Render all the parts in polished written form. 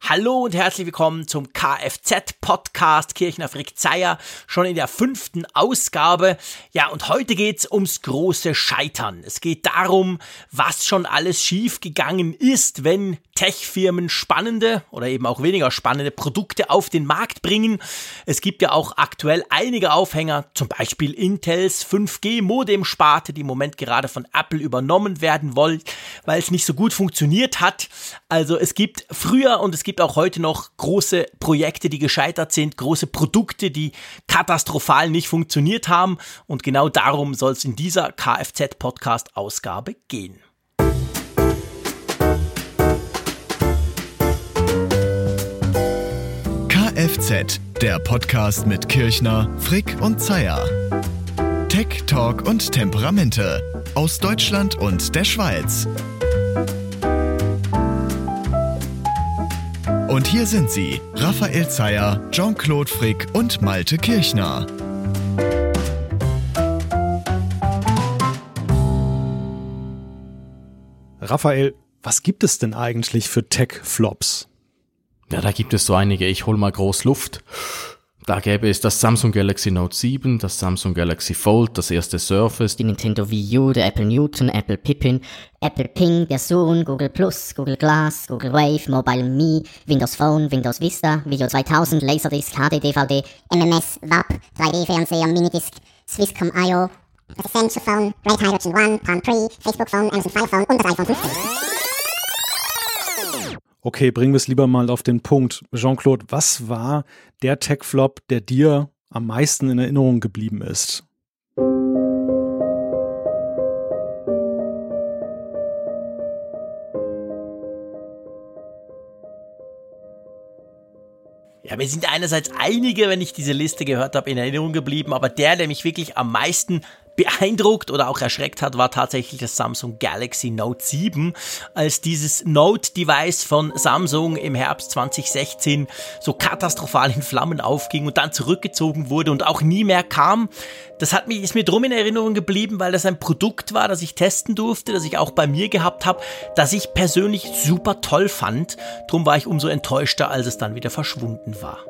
Hallo und herzlich willkommen zum Kfz-Podcast Kirchner Frick Zeyer, schon in der 5. Ausgabe. Ja, und heute geht's ums große Scheitern. Es geht darum, was schon alles schief gegangen ist, wenn Tech-Firmen spannende oder eben auch weniger spannende Produkte auf den Markt bringen. Es gibt ja auch aktuell einige Aufhänger, zum Beispiel Intels 5G-Modem-Sparte, die im Moment gerade von Apple übernommen werden wollen, weil es nicht so gut funktioniert hat. Also es gibt früher und es gibt auch heute noch große Projekte, die gescheitert sind, große Produkte, die katastrophal nicht funktioniert haben. Und genau darum soll es in dieser Kfz-Podcast-Ausgabe gehen. Kfz, der Podcast mit Kirchner, Frick und Zeyer. Tech, Talk und Temperamente aus Deutschland und der Schweiz. Und hier sind sie, Raphael Zeyer, Jean-Claude Frick und Malte Kirchner. Raphael, was gibt es denn eigentlich für Tech-Flops? Ja, da gibt es so einige. Ich hol mal groß Luft. Da gäbe es das Samsung Galaxy Note 7, das Samsung Galaxy Fold, das erste Surface, die Nintendo Wii U, der Apple Newton, Apple Pippin, Apple Ping, der Zoom, Google Plus, Google Glass, Google Wave, Mobile Me, Windows Phone, Windows Vista, Video 2000, Laserdisc, HD, DVD, MMS, WAP, 3D-Fernseher, Minidisc, Swisscom I.O., das Essential Phone, Red Hydrogen One, Palm Pre, Facebook Phone, Amazon Fire Phone und das iPhone 15. Okay, bringen wir es lieber mal auf den Punkt. Jean-Claude, was war der Tech-Flop, der dir am meisten in Erinnerung geblieben ist? Ja, mir sind einerseits einige, wenn ich diese Liste gehört habe, in Erinnerung geblieben, aber der mich wirklich am meisten beeindruckt oder auch erschreckt hat, war tatsächlich das Samsung Galaxy Note 7, als dieses Note-Device von Samsung im Herbst 2016 so katastrophal in Flammen aufging und dann zurückgezogen wurde und auch nie mehr kam. Das ist mir drum in Erinnerung geblieben, weil das ein Produkt war, das ich testen durfte, das ich auch bei mir gehabt habe, das ich persönlich super toll fand. Drum war ich umso enttäuschter, als es dann wieder verschwunden war.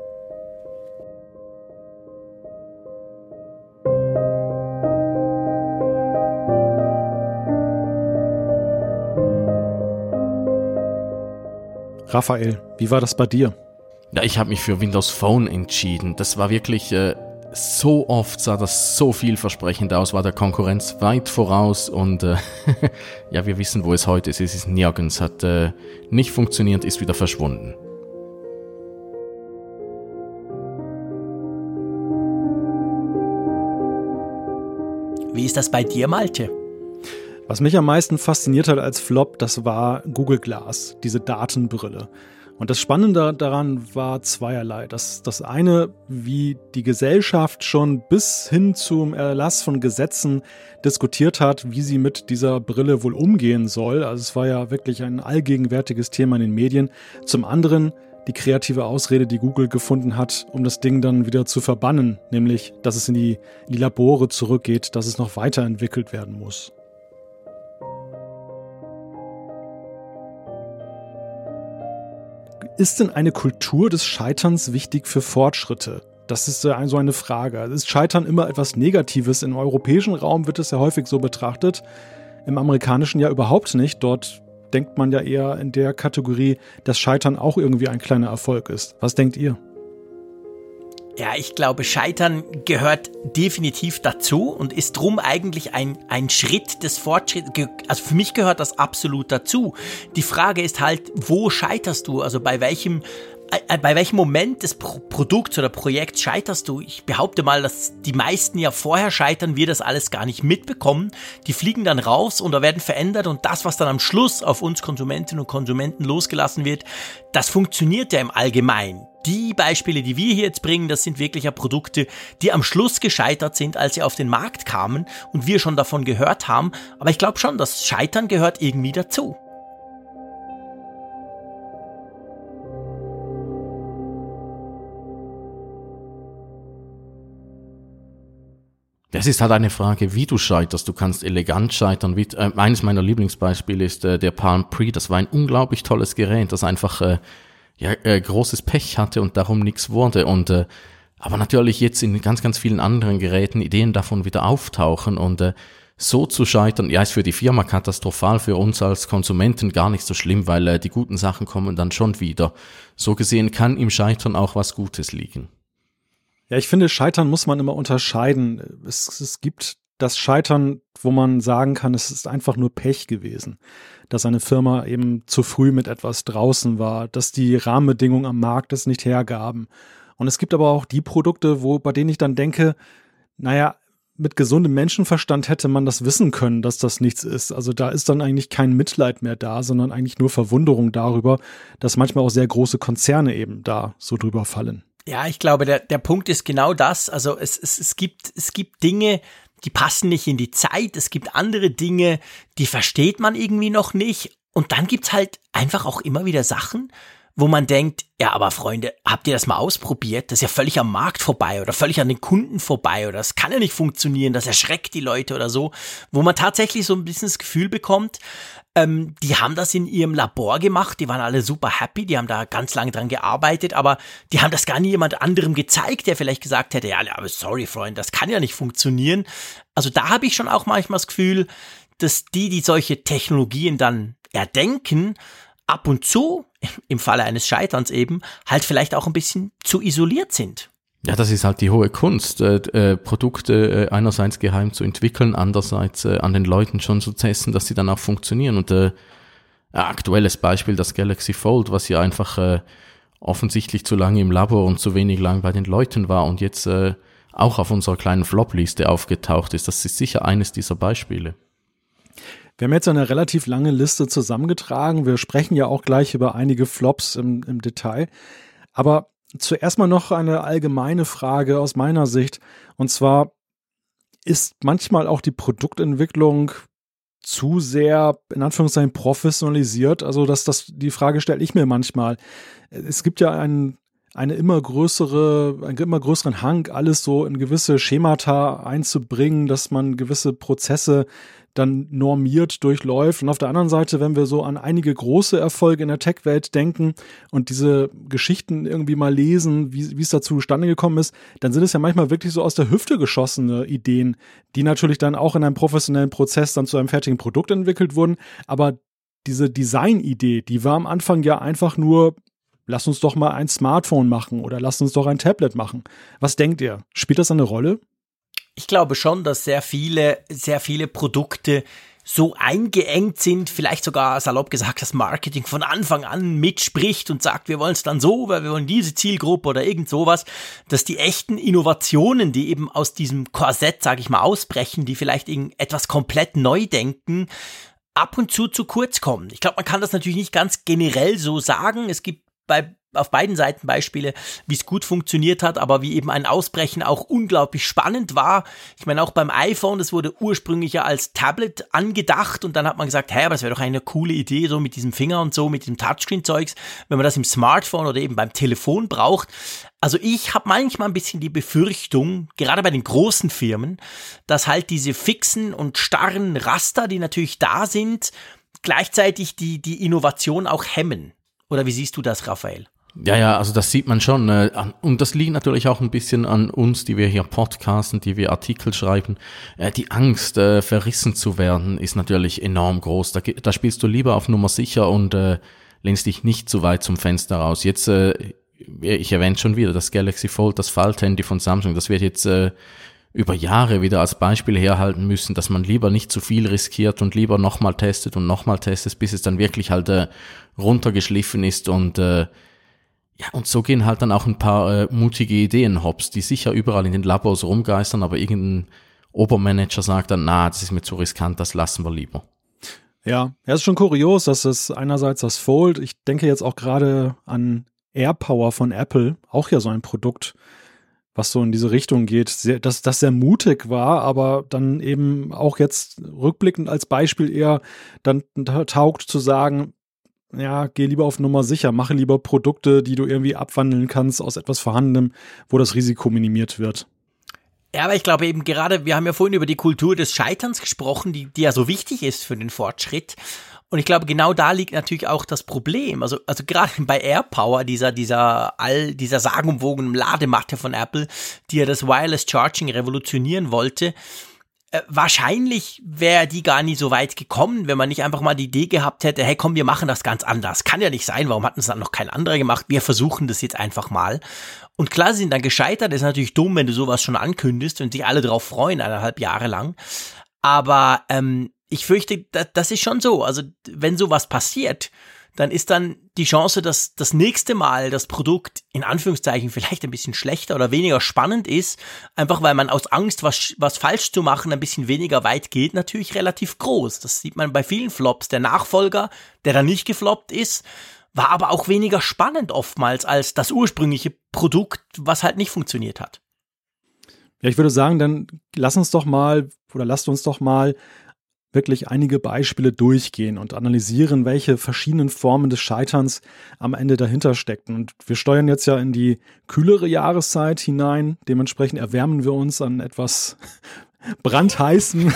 Raphael, wie war das bei dir? Ja, ich habe mich für Windows Phone entschieden. Das war wirklich, so oft sah das so vielversprechend aus, war der Konkurrenz weit voraus und ja, wir wissen, wo es heute ist. Es ist nirgends, hat nicht funktioniert, ist wieder verschwunden. Wie ist das bei dir, Malte? Was mich am meisten fasziniert hat als Flop, das war Google Glass, diese Datenbrille. Und das Spannende daran war zweierlei. Das eine, wie die Gesellschaft schon bis hin zum Erlass von Gesetzen diskutiert hat, wie sie mit dieser Brille wohl umgehen soll. Also es war ja wirklich ein allgegenwärtiges Thema in den Medien. Zum anderen die kreative Ausrede, die Google gefunden hat, um das Ding dann wieder zu verbannen, nämlich, dass es in die Labore zurückgeht, dass es noch weiterentwickelt werden muss. Ist denn eine Kultur des Scheiterns wichtig für Fortschritte? Das ist so eine Frage. Ist Scheitern immer etwas Negatives? Im europäischen Raum wird es ja häufig so betrachtet, im amerikanischen ja überhaupt nicht. Dort denkt man ja eher in der Kategorie, dass Scheitern auch irgendwie ein kleiner Erfolg ist. Was denkt ihr? Ja, ich glaube, Scheitern gehört definitiv dazu und ist drum eigentlich ein Schritt des Fortschritts. Also für mich gehört das absolut dazu. Die Frage ist halt, wo scheiterst du? Also bei welchem Moment des Produkts oder Projekts scheiterst du? Ich behaupte mal, dass die meisten ja vorher scheitern, wir das alles gar nicht mitbekommen. Die fliegen dann raus und da werden verändert und das, was dann am Schluss auf uns Konsumentinnen und Konsumenten losgelassen wird, das funktioniert ja im Allgemeinen. Die Beispiele, die wir hier jetzt bringen, das sind wirklich ja Produkte, die am Schluss gescheitert sind, als sie auf den Markt kamen und wir schon davon gehört haben. Aber ich glaube schon, das Scheitern gehört irgendwie dazu. Das ist halt eine Frage, wie du scheiterst. Du kannst elegant scheitern. Eines meiner Lieblingsbeispiele ist der Palm Pre. Das war ein unglaublich tolles Gerät, das einfach großes Pech hatte und darum nichts wurde. Und aber natürlich jetzt in ganz, ganz vielen anderen Geräten Ideen davon wieder auftauchen und so zu scheitern, ist für die Firma katastrophal, für uns als Konsumenten gar nicht so schlimm, weil die guten Sachen kommen dann schon wieder. So gesehen kann im Scheitern auch was Gutes liegen. Ja, ich finde, Scheitern muss man immer unterscheiden. Es gibt das Scheitern, wo man sagen kann, es ist einfach nur Pech gewesen, dass eine Firma eben zu früh mit etwas draußen war, dass die Rahmenbedingungen am Markt es nicht hergaben. Und es gibt aber auch die Produkte, bei denen ich dann denke, naja, mit gesundem Menschenverstand hätte man das wissen können, dass das nichts ist. Also da ist dann eigentlich kein Mitleid mehr da, sondern eigentlich nur Verwunderung darüber, dass manchmal auch sehr große Konzerne eben da so drüber fallen. Ja, ich glaube, der Punkt ist genau das. Also es gibt Dinge, die passen nicht in die Zeit. Es gibt andere Dinge, die versteht man irgendwie noch nicht. Und dann gibt's halt einfach auch immer wieder Sachen, wo man denkt, ja, aber Freunde, habt ihr das mal ausprobiert? Das ist ja völlig am Markt vorbei oder völlig an den Kunden vorbei oder das kann ja nicht funktionieren, das erschreckt die Leute oder so, wo man tatsächlich so ein bisschen das Gefühl bekommt, die haben das in ihrem Labor gemacht, die waren alle super happy, die haben da ganz lange dran gearbeitet, aber die haben das gar nie jemand anderem gezeigt, der vielleicht gesagt hätte, ja, aber sorry, Freunde, das kann ja nicht funktionieren. Also da habe ich schon auch manchmal das Gefühl, dass die solche Technologien dann erdenken, ab und zu, im Falle eines Scheiterns eben, halt vielleicht auch ein bisschen zu isoliert sind. Ja, das ist halt die hohe Kunst, Produkte einerseits geheim zu entwickeln, andererseits an den Leuten schon zu testen, dass sie dann auch funktionieren. Und aktuelles Beispiel, das Galaxy Fold, was ja einfach offensichtlich zu lange im Labor und zu wenig lang bei den Leuten war und jetzt auch auf unserer kleinen Flop-Liste aufgetaucht ist. Das ist sicher eines dieser Beispiele. Wir haben jetzt eine relativ lange Liste zusammengetragen. Wir sprechen ja auch gleich über einige Flops im Detail. Aber zuerst mal noch eine allgemeine Frage aus meiner Sicht. Und zwar, ist manchmal auch die Produktentwicklung zu sehr, in Anführungszeichen, professionalisiert? Also die Frage stelle ich mir manchmal. Es gibt ja einen immer größeren Hang, alles so in gewisse Schemata einzubringen, dass man gewisse Prozesse dann normiert durchläuft. Und auf der anderen Seite, wenn wir so an einige große Erfolge in der Tech-Welt denken und diese Geschichten irgendwie mal lesen, wie es dazu zustande gekommen ist, dann sind es ja manchmal wirklich so aus der Hüfte geschossene Ideen, die natürlich dann auch in einem professionellen Prozess dann zu einem fertigen Produkt entwickelt wurden. Aber diese Design-Idee, die war am Anfang ja einfach nur, lass uns doch mal ein Smartphone machen oder lass uns doch ein Tablet machen. Was denkt ihr? Spielt das eine Rolle? Ich glaube schon, dass sehr viele Produkte so eingeengt sind, vielleicht sogar salopp gesagt, das Marketing von Anfang an mitspricht und sagt, wir wollen es dann so, weil wir wollen diese Zielgruppe oder irgend sowas, dass die echten Innovationen, die eben aus diesem Korsett, sage ich mal, ausbrechen, die vielleicht etwas komplett neu denken, ab und zu kurz kommen. Ich glaube, man kann das natürlich nicht ganz generell so sagen. Es gibt auf beiden Seiten Beispiele, wie es gut funktioniert hat, aber wie eben ein Ausbrechen auch unglaublich spannend war. Ich meine, auch beim iPhone, das wurde ursprünglich ja als Tablet angedacht und dann hat man gesagt, hey, aber das wäre doch eine coole Idee, so mit diesem Finger und so, mit diesem Touchscreen-Zeugs, wenn man das im Smartphone oder eben beim Telefon braucht. Also ich habe manchmal ein bisschen die Befürchtung, gerade bei den großen Firmen, dass halt diese fixen und starren Raster, die natürlich da sind, gleichzeitig die Innovation auch hemmen. Oder wie siehst du das, Raphael? Ja, also das sieht man schon. Und das liegt natürlich auch ein bisschen an uns, die wir hier podcasten, die wir Artikel schreiben. Die Angst, verrissen zu werden, ist natürlich enorm groß. Da spielst du lieber auf Nummer sicher und lehnst dich nicht zu weit zum Fenster raus. Jetzt, ich erwähne schon wieder, das Galaxy Fold, das Falthandy von Samsung, das wird jetzt über Jahre wieder als Beispiel herhalten müssen, dass man lieber nicht zu viel riskiert und lieber nochmal testet, bis es dann wirklich halt runtergeschliffen ist und und so gehen halt dann auch ein paar mutige Ideen hops, die sicher überall in den Labors rumgeistern, aber irgendein Obermanager sagt dann, das ist mir zu riskant, das lassen wir lieber. Ja, es ist schon kurios, dass es einerseits das Fold, ich denke jetzt auch gerade an AirPower von Apple, auch ja so ein Produkt, was so in diese Richtung geht, dass das sehr mutig war, aber dann eben auch jetzt rückblickend als Beispiel eher dann taugt zu sagen, ja, geh lieber auf Nummer sicher, mache lieber Produkte, die du irgendwie abwandeln kannst aus etwas Vorhandenem, wo das Risiko minimiert wird. Ja, aber ich glaube eben gerade, wir haben ja vorhin über die Kultur des Scheiterns gesprochen, die ja so wichtig ist für den Fortschritt. Und ich glaube, genau da liegt natürlich auch das Problem. Also gerade bei AirPower, dieser sagenumwogenen Ladematte von Apple, die ja das Wireless Charging revolutionieren wollte, wahrscheinlich wäre die gar nie so weit gekommen, wenn man nicht einfach mal die Idee gehabt hätte, hey komm, wir machen das ganz anders. Kann ja nicht sein, warum hat es dann noch kein anderer gemacht? Wir versuchen das jetzt einfach mal. Und klar, sie sind dann gescheitert, ist natürlich dumm, wenn du sowas schon ankündigst und sich alle drauf freuen, 1,5 Jahre lang. Aber ich fürchte, das ist schon so. Also wenn sowas passiert, dann ist dann die Chance, dass das nächste Mal das Produkt in Anführungszeichen vielleicht ein bisschen schlechter oder weniger spannend ist, einfach weil man aus Angst, was falsch zu machen, ein bisschen weniger weit geht, natürlich relativ groß. Das sieht man bei vielen Flops. Der Nachfolger, der dann nicht gefloppt ist, war aber auch weniger spannend oftmals als das ursprüngliche Produkt, was halt nicht funktioniert hat. Ja, ich würde sagen, dann lasst uns doch mal wirklich einige Beispiele durchgehen und analysieren, welche verschiedenen Formen des Scheiterns am Ende dahinter steckten. Und wir steuern jetzt ja in die kühlere Jahreszeit hinein. Dementsprechend erwärmen wir uns an etwas brandheißen.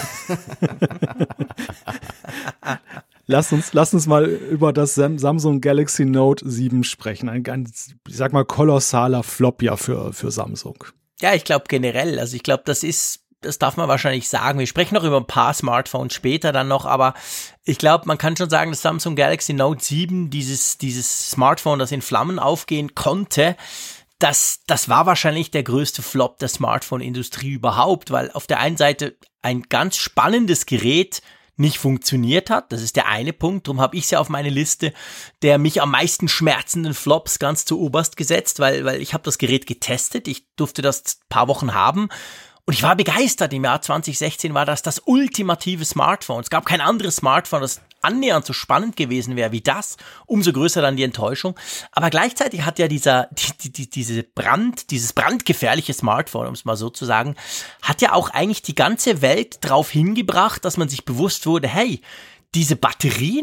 Lass uns mal über das Samsung Galaxy Note 7 sprechen. Ein ganz, ich sag mal, kolossaler Flop ja für Samsung. Ja, ich glaube generell, also ich glaube, das darf man wahrscheinlich sagen. Wir sprechen noch über ein paar Smartphones später dann noch, aber ich glaube, man kann schon sagen, dass Samsung Galaxy Note 7, dieses Smartphone, das in Flammen aufgehen konnte, das war wahrscheinlich der größte Flop der Smartphone-Industrie überhaupt, weil auf der einen Seite ein ganz spannendes Gerät nicht funktioniert hat. Das ist der eine Punkt. Darum habe ich es ja auf meine Liste der mich am meisten schmerzenden Flops ganz zu oberst gesetzt, weil ich habe das Gerät getestet. Ich durfte das ein paar Wochen haben. Und ich war begeistert. Im Jahr 2016 war das ultimative Smartphone. Es gab kein anderes Smartphone, das annähernd so spannend gewesen wäre wie das. Umso größer dann die Enttäuschung. Aber gleichzeitig hat ja dieses brandgefährliche Smartphone, um es mal so zu sagen, hat ja auch eigentlich die ganze Welt drauf hingebracht, dass man sich bewusst wurde, hey, diese Batterien,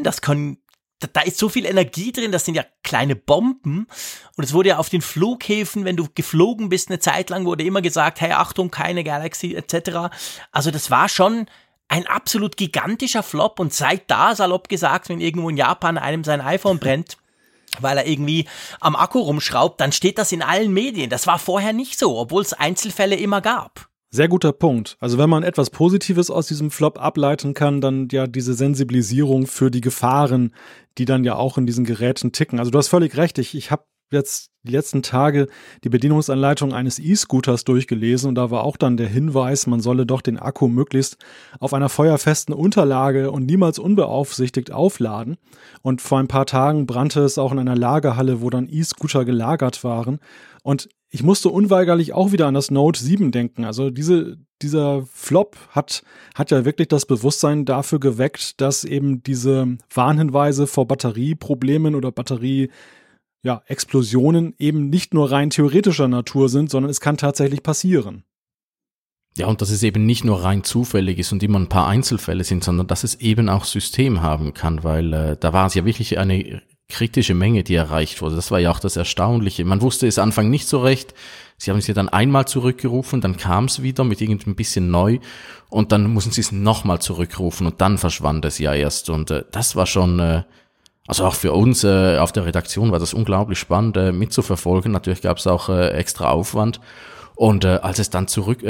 da ist so viel Energie drin, das sind ja kleine Bomben. Und es wurde ja auf den Flughäfen, wenn du geflogen bist, eine Zeit lang wurde immer gesagt, hey, Achtung, keine Galaxy etc. Also das war schon ein absolut gigantischer Flop. Und seit da, salopp gesagt, wenn irgendwo in Japan einem sein iPhone brennt, weil er irgendwie am Akku rumschraubt, dann steht das in allen Medien. Das war vorher nicht so, obwohl es Einzelfälle immer gab. Sehr guter Punkt. Also wenn man etwas Positives aus diesem Flop ableiten kann, dann ja diese Sensibilisierung für die Gefahren, die dann ja auch in diesen Geräten ticken. Also du hast völlig recht. Ich habe jetzt die letzten Tage die Bedienungsanleitung eines E-Scooters durchgelesen und da war auch dann der Hinweis, man solle doch den Akku möglichst auf einer feuerfesten Unterlage und niemals unbeaufsichtigt aufladen. Und vor ein paar Tagen brannte es auch in einer Lagerhalle, wo dann E-Scooter gelagert waren. Und ich musste unweigerlich auch wieder an das Note 7 denken. Also dieser Flop hat ja wirklich das Bewusstsein dafür geweckt, dass eben diese Warnhinweise vor Batterieproblemen oder Explosionen eben nicht nur rein theoretischer Natur sind, sondern es kann tatsächlich passieren. Ja, und dass es eben nicht nur rein zufällig ist und immer ein paar Einzelfälle sind, sondern dass es eben auch System haben kann, weil da war es ja wirklich eine kritische Menge, die erreicht wurde. Das war ja auch das Erstaunliche. Man wusste es Anfang nicht so recht. Sie haben es ja dann einmal zurückgerufen, dann kam es wieder mit irgendein bisschen neu und dann mussten sie es nochmal zurückrufen und dann verschwand es ja erst. Und das war schon, also auch für uns auf der Redaktion war das unglaublich spannend mitzuverfolgen. Natürlich gab es auch extra Aufwand. Und als es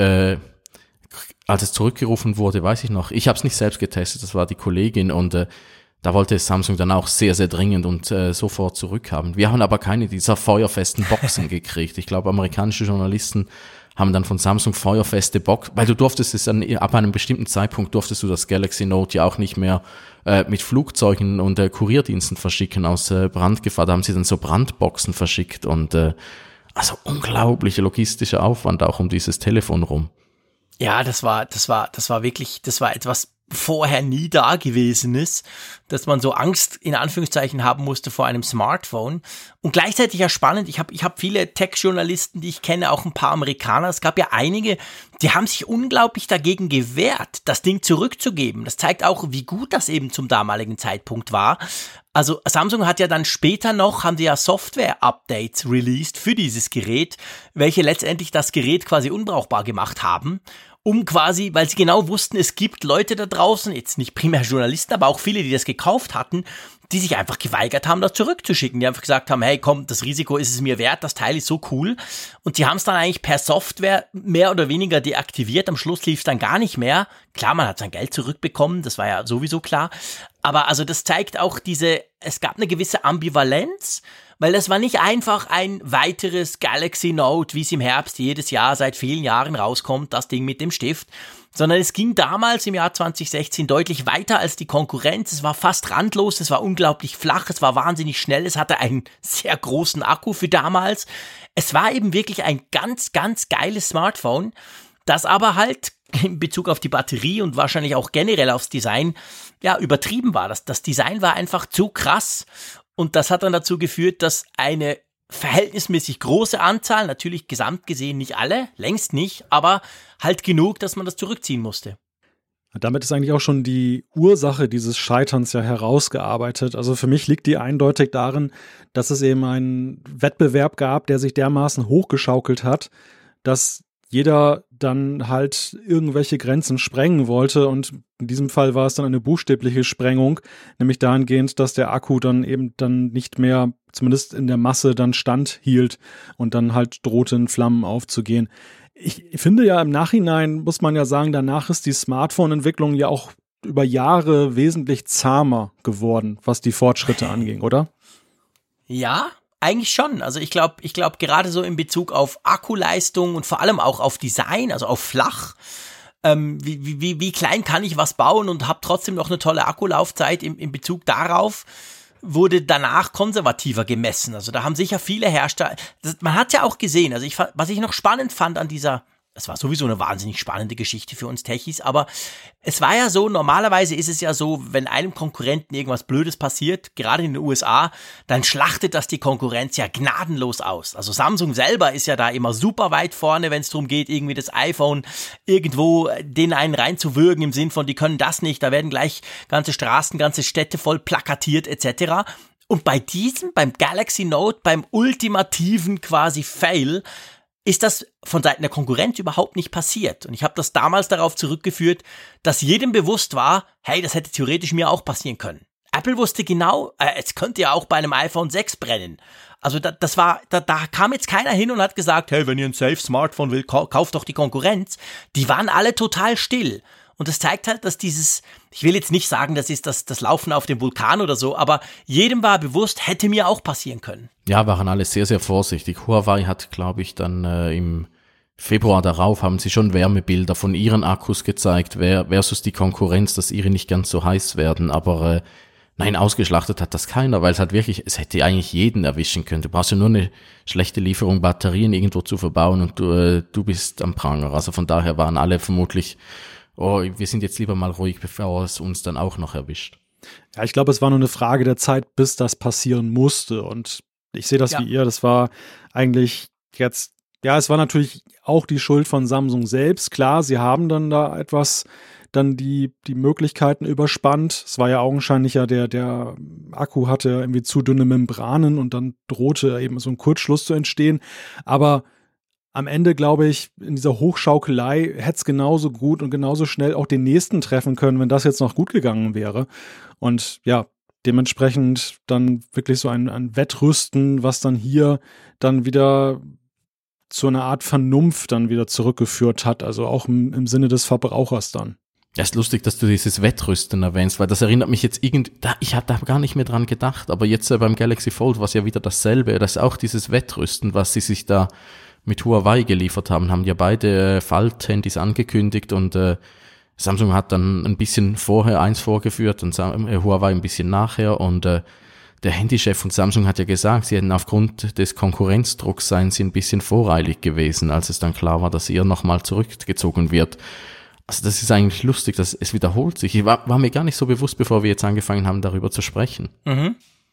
zurückgerufen wurde, weiß ich noch, ich habe es nicht selbst getestet, das war die Kollegin und da wollte Samsung dann auch sehr, sehr dringend und sofort zurückhaben. Wir haben aber keine dieser feuerfesten Boxen gekriegt. Ich glaube, amerikanische Journalisten haben dann von Samsung feuerfeste Box, weil du durftest es dann, ab einem bestimmten Zeitpunkt durftest du das Galaxy Note ja auch nicht mehr mit Flugzeugen und Kurierdiensten verschicken aus Brandgefahr. Da haben sie dann so Brandboxen verschickt und also unglaublicher logistischer Aufwand auch um dieses Telefon rum. Ja, das war etwas vorher nie da gewesen ist, dass man so Angst in Anführungszeichen haben musste vor einem Smartphone. Und gleichzeitig ja spannend, ich hab viele Tech-Journalisten, die ich kenne, auch ein paar Amerikaner. Es gab ja einige, die haben sich unglaublich dagegen gewehrt, das Ding zurückzugeben. Das zeigt auch, wie gut das eben zum damaligen Zeitpunkt war. Also Samsung hat ja dann später noch, haben die ja Software-Updates released für dieses Gerät, welche letztendlich das Gerät quasi unbrauchbar gemacht haben. Um quasi, weil sie genau wussten, es gibt Leute da draußen, jetzt nicht primär Journalisten, aber auch viele, die das gekauft hatten, die sich einfach geweigert haben, das zurückzuschicken. Die einfach gesagt haben, hey komm, das Risiko ist es mir wert, das Teil ist so cool. Und die haben es dann eigentlich per Software mehr oder weniger deaktiviert. Am Schluss lief es dann gar nicht mehr. Klar, man hat sein Geld zurückbekommen, das war ja sowieso klar. Aber also das zeigt auch es gab eine gewisse Ambivalenz, weil das war nicht einfach ein weiteres Galaxy Note, wie es im Herbst jedes Jahr seit vielen Jahren rauskommt, das Ding mit dem Stift, sondern es ging damals im Jahr 2016 deutlich weiter als die Konkurrenz. Es war fast randlos, es war unglaublich flach, es war wahnsinnig schnell, es hatte einen sehr großen Akku für damals. Es war eben wirklich ein ganz, ganz geiles Smartphone, das aber halt in Bezug auf die Batterie und wahrscheinlich auch generell aufs Design, ja, übertrieben war. Das Design war einfach zu krass. Und das hat dann dazu geführt, dass eine verhältnismäßig große Anzahl, natürlich gesamt gesehen nicht alle, längst nicht, aber halt genug, dass man das zurückziehen musste. Damit ist eigentlich auch schon die Ursache dieses Scheiterns ja herausgearbeitet. Also für mich liegt die eindeutig darin, dass es eben einen Wettbewerb gab, der sich dermaßen hochgeschaukelt hat, dass jeder dann halt irgendwelche Grenzen sprengen wollte, und in diesem Fall war es dann eine buchstäbliche Sprengung, nämlich dahingehend, dass der Akku dann eben dann nicht mehr, zumindest in der Masse, dann standhielt und dann halt drohte in Flammen aufzugehen. Ich finde ja, im Nachhinein muss man ja sagen, danach ist die Smartphone-Entwicklung ja auch über Jahre wesentlich zahmer geworden, was die Fortschritte anging, oder? Ja, eigentlich schon. Also ich glaube gerade so in Bezug auf Akkuleistung und vor allem auch auf Design, also auf flach, wie klein kann ich was bauen und habe trotzdem noch eine tolle Akkulaufzeit in Bezug darauf, wurde danach konservativer gemessen. Also da haben sicher viele Hersteller, man hat ja auch gesehen, also was ich noch spannend fand an es war sowieso eine wahnsinnig spannende Geschichte für uns Techies, aber es war ja so, normalerweise ist es ja so, wenn einem Konkurrenten irgendwas Blödes passiert, gerade in den USA, dann schlachtet das die Konkurrenz ja gnadenlos aus. Also Samsung selber ist ja da immer super weit vorne, wenn es darum geht, irgendwie das iPhone irgendwo den einen reinzuwürgen, im Sinn von, die können das nicht, da werden gleich ganze Straßen, ganze Städte voll plakatiert etc. Und beim Galaxy Note, beim ultimativen quasi Fail, ist das von Seiten der Konkurrenz überhaupt nicht passiert. Und ich habe das damals darauf zurückgeführt, dass jedem bewusst war, hey, das hätte theoretisch mir auch passieren können. Apple wusste genau, es könnte ja auch bei einem iPhone 6 brennen. Also da kam jetzt keiner hin und hat gesagt, hey, wenn ihr ein Safe-Smartphone will, kauft doch die Konkurrenz. Die waren alle total still. Und das zeigt halt, dass ich will jetzt nicht sagen, das ist das Laufen auf dem Vulkan oder so, aber jedem war bewusst, hätte mir auch passieren können. Ja, waren alle sehr, sehr vorsichtig. Huawei hat, glaube ich, dann im Februar darauf haben sie schon Wärmebilder von ihren Akkus gezeigt, versus die Konkurrenz, dass ihre nicht ganz so heiß werden. Aber nein, ausgeschlachtet hat das keiner, weil es hätte eigentlich jeden erwischen können. Du brauchst ja nur eine schlechte Lieferung Batterien irgendwo zu verbauen und du bist am Pranger. Also von daher waren alle vermutlich, wir sind jetzt lieber mal ruhig, bevor es uns dann auch noch erwischt. Ja, ich glaube, es war nur eine Frage der Zeit, bis das passieren musste. Und ich sehe das wie ihr. Das war eigentlich jetzt, ja, es war natürlich auch die Schuld von Samsung selbst. Klar, sie haben dann da dann die Möglichkeiten überspannt. Es war ja augenscheinlich der Akku hatte irgendwie zu dünne Membranen und dann drohte eben so ein Kurzschluss zu entstehen. Aber am Ende, glaube ich, in dieser Hochschaukelei hätte es genauso gut und genauso schnell auch den nächsten treffen können, wenn das jetzt noch gut gegangen wäre. Und ja, dementsprechend dann wirklich so ein Wettrüsten, was dann hier dann wieder zu einer Art Vernunft dann wieder zurückgeführt hat, also auch im Sinne des Verbrauchers dann. Ja, ist lustig, dass du dieses Wettrüsten erwähnst, weil das erinnert mich jetzt ich habe da gar nicht mehr dran gedacht, aber jetzt beim Galaxy Fold war es ja wieder dasselbe, das ist auch dieses Wettrüsten, was sie sich da mit Huawei geliefert haben ja beide Falthandys angekündigt und Samsung hat dann ein bisschen vorher eins vorgeführt und Huawei ein bisschen nachher und der Handychef von Samsung hat ja gesagt, sie hätten aufgrund des Konkurrenzdrucks seien sie ein bisschen voreilig gewesen, als es dann klar war, dass ihr nochmal zurückgezogen wird. Also das ist eigentlich lustig, dass es wiederholt sich. Ich war mir gar nicht so bewusst, bevor wir jetzt angefangen haben, darüber zu sprechen. Mhm.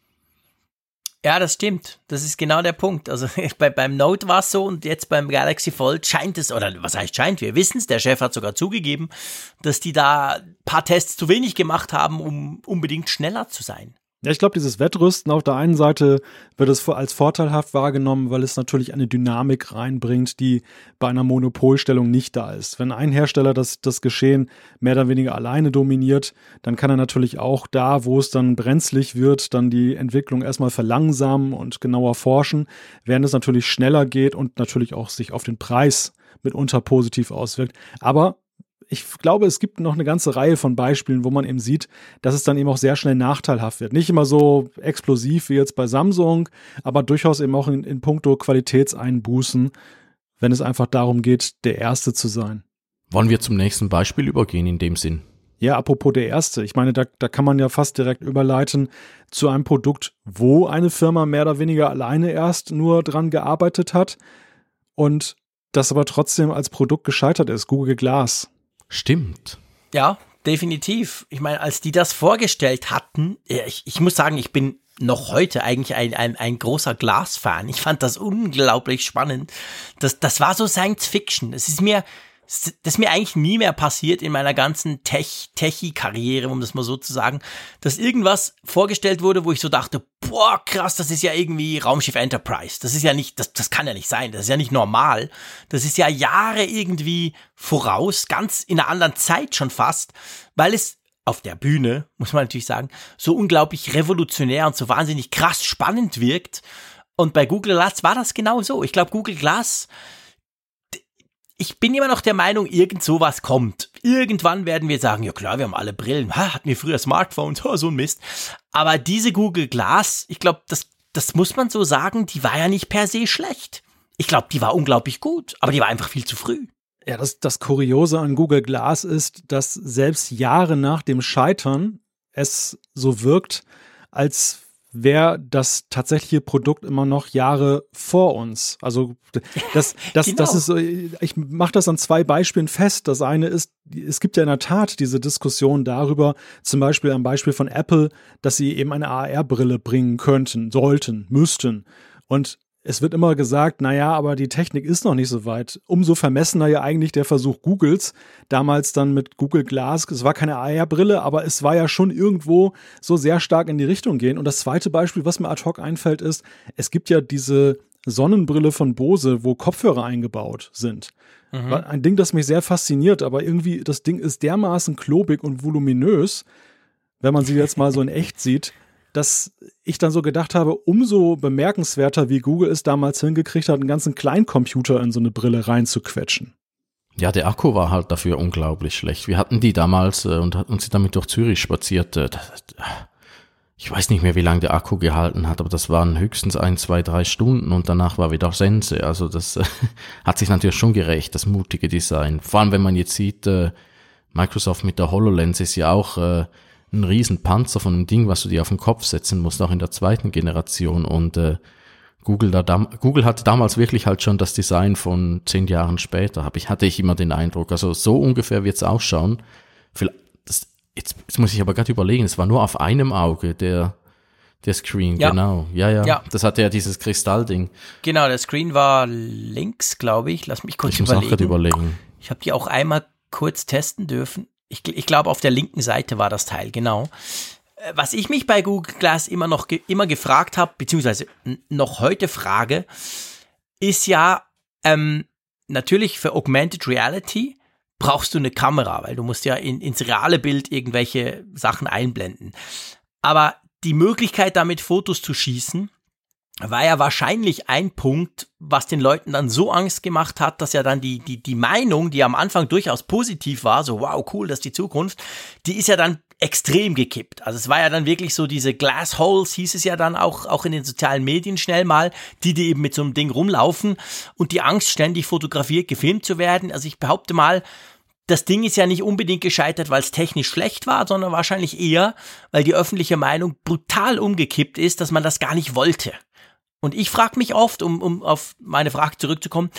Ja, das stimmt. Das ist genau der Punkt. Also beim Note war es so und jetzt beim Galaxy Fold scheint es, oder was heißt scheint, wir wissen es, der Chef hat sogar zugegeben, dass die da ein paar Tests zu wenig gemacht haben, um unbedingt schneller zu sein. Ja, ich glaube, dieses Wettrüsten auf der einen Seite wird es als vorteilhaft wahrgenommen, weil es natürlich eine Dynamik reinbringt, die bei einer Monopolstellung nicht da ist. Wenn ein Hersteller das Geschehen mehr oder weniger alleine dominiert, dann kann er natürlich auch da, wo es dann brenzlig wird, dann die Entwicklung erstmal verlangsamen und genauer forschen, während es natürlich schneller geht und natürlich auch sich auf den Preis mitunter positiv auswirkt. Aber ich glaube, es gibt noch eine ganze Reihe von Beispielen, wo man eben sieht, dass es dann eben auch sehr schnell nachteilhaft wird. Nicht immer so explosiv wie jetzt bei Samsung, aber durchaus eben auch in puncto Qualitätseinbußen, wenn es einfach darum geht, der Erste zu sein. Wollen wir zum nächsten Beispiel übergehen in dem Sinn? Ja, apropos der Erste. Ich meine, da kann man ja fast direkt überleiten zu einem Produkt, wo eine Firma mehr oder weniger alleine erst nur dran gearbeitet hat und das aber trotzdem als Produkt gescheitert ist, Google Glass. Stimmt. Ja, definitiv. Ich meine, als die das vorgestellt hatten, ich muss sagen, ich bin noch heute eigentlich ein großer Glass-Fan. Ich fand das unglaublich spannend. Das war so Science Fiction. Das ist mir eigentlich nie mehr passiert in meiner ganzen Techie-Karriere, um das mal so zu sagen, dass irgendwas vorgestellt wurde, wo ich so dachte, boah, krass, das ist ja irgendwie Raumschiff Enterprise. Das ist ja nicht, das kann ja nicht sein. Das ist ja nicht normal. Das ist ja Jahre irgendwie voraus, ganz in einer anderen Zeit schon fast, weil es auf der Bühne, muss man natürlich sagen, so unglaublich revolutionär und so wahnsinnig krass spannend wirkt. Und bei Google Glass war das genau so. Ich glaube, Google Glass, ich bin immer noch der Meinung, irgend sowas kommt. Irgendwann werden wir sagen, ja klar, wir haben alle Brillen. Hatten wir früher Smartphones? So ein Mist. Aber diese Google Glass, ich glaube, das muss man so sagen, die war ja nicht per se schlecht. Ich glaube, die war unglaublich gut, aber die war einfach viel zu früh. Ja, das Kuriose an Google Glass ist, dass selbst Jahre nach dem Scheitern es so wirkt, als wäre das tatsächliche Produkt immer noch Jahre vor uns. Also das ist so, ich mache das an zwei Beispielen fest. Das eine ist, es gibt ja in der Tat diese Diskussion darüber, zum Beispiel am Beispiel von Apple, dass sie eben eine AR-Brille bringen könnten, sollten, müssten. Und es wird immer gesagt, naja, aber die Technik ist noch nicht so weit. Umso vermessener ja eigentlich der Versuch Googles, damals dann mit Google Glass. Es war keine AR-Brille, aber es war ja schon irgendwo so sehr stark in die Richtung gehen. Und das zweite Beispiel, was mir ad hoc einfällt, ist, es gibt ja diese Sonnenbrille von Bose, wo Kopfhörer eingebaut sind. Mhm. Ein Ding, das mich sehr fasziniert, aber irgendwie, das Ding ist dermaßen klobig und voluminös, wenn man sie jetzt mal so in echt sieht, dass ich dann so gedacht habe, umso bemerkenswerter, wie Google es damals hingekriegt hat, einen ganzen Kleincomputer in so eine Brille reinzuquetschen. Ja, der Akku war halt dafür unglaublich schlecht. Wir hatten die damals und sind damit durch Zürich spaziert. Ich weiß nicht mehr, wie lange der Akku gehalten hat, aber das waren höchstens 1, 2, 3 Stunden und danach war wieder Sense. Also das hat sich natürlich schon gerecht, das mutige Design. Vor allem, wenn man jetzt sieht, Microsoft mit der HoloLens ist ja auch ein Riesenpanzer von einem Ding, was du dir auf den Kopf setzen musst, auch in der zweiten Generation. Und Google hatte damals wirklich halt schon das Design von 10 Jahren später, hatte ich immer den Eindruck. Also so ungefähr wird es ausschauen. Jetzt muss ich aber gerade überlegen, es war nur auf einem Auge der Screen, ja. Genau. Ja. Das hatte ja dieses Kristallding. Genau, der Screen war links, glaube ich. Lass mich kurz überlegen. Ich muss auch gerade überlegen. Ich habe die auch einmal kurz testen dürfen. Ich glaube, auf der linken Seite war das Teil, genau. Was ich mich bei Google Glass immer gefragt habe, beziehungsweise noch heute frage, ist ja, natürlich für Augmented Reality brauchst du eine Kamera, weil du musst ja ins reale Bild irgendwelche Sachen einblenden. Aber die Möglichkeit, damit Fotos zu schießen, war ja wahrscheinlich ein Punkt, was den Leuten dann so Angst gemacht hat, dass ja dann die Meinung, die am Anfang durchaus positiv war, so wow, cool, das ist die Zukunft, die ist ja dann extrem gekippt. Also es war ja dann wirklich so diese Glass Holes, hieß es ja dann auch in den sozialen Medien schnell mal, die eben mit so einem Ding rumlaufen und die Angst, ständig fotografiert, gefilmt zu werden. Also ich behaupte mal, das Ding ist ja nicht unbedingt gescheitert, weil es technisch schlecht war, sondern wahrscheinlich eher, weil die öffentliche Meinung brutal umgekippt ist, dass man das gar nicht wollte. Und ich frage mich oft, um auf meine Frage zurückzukommen,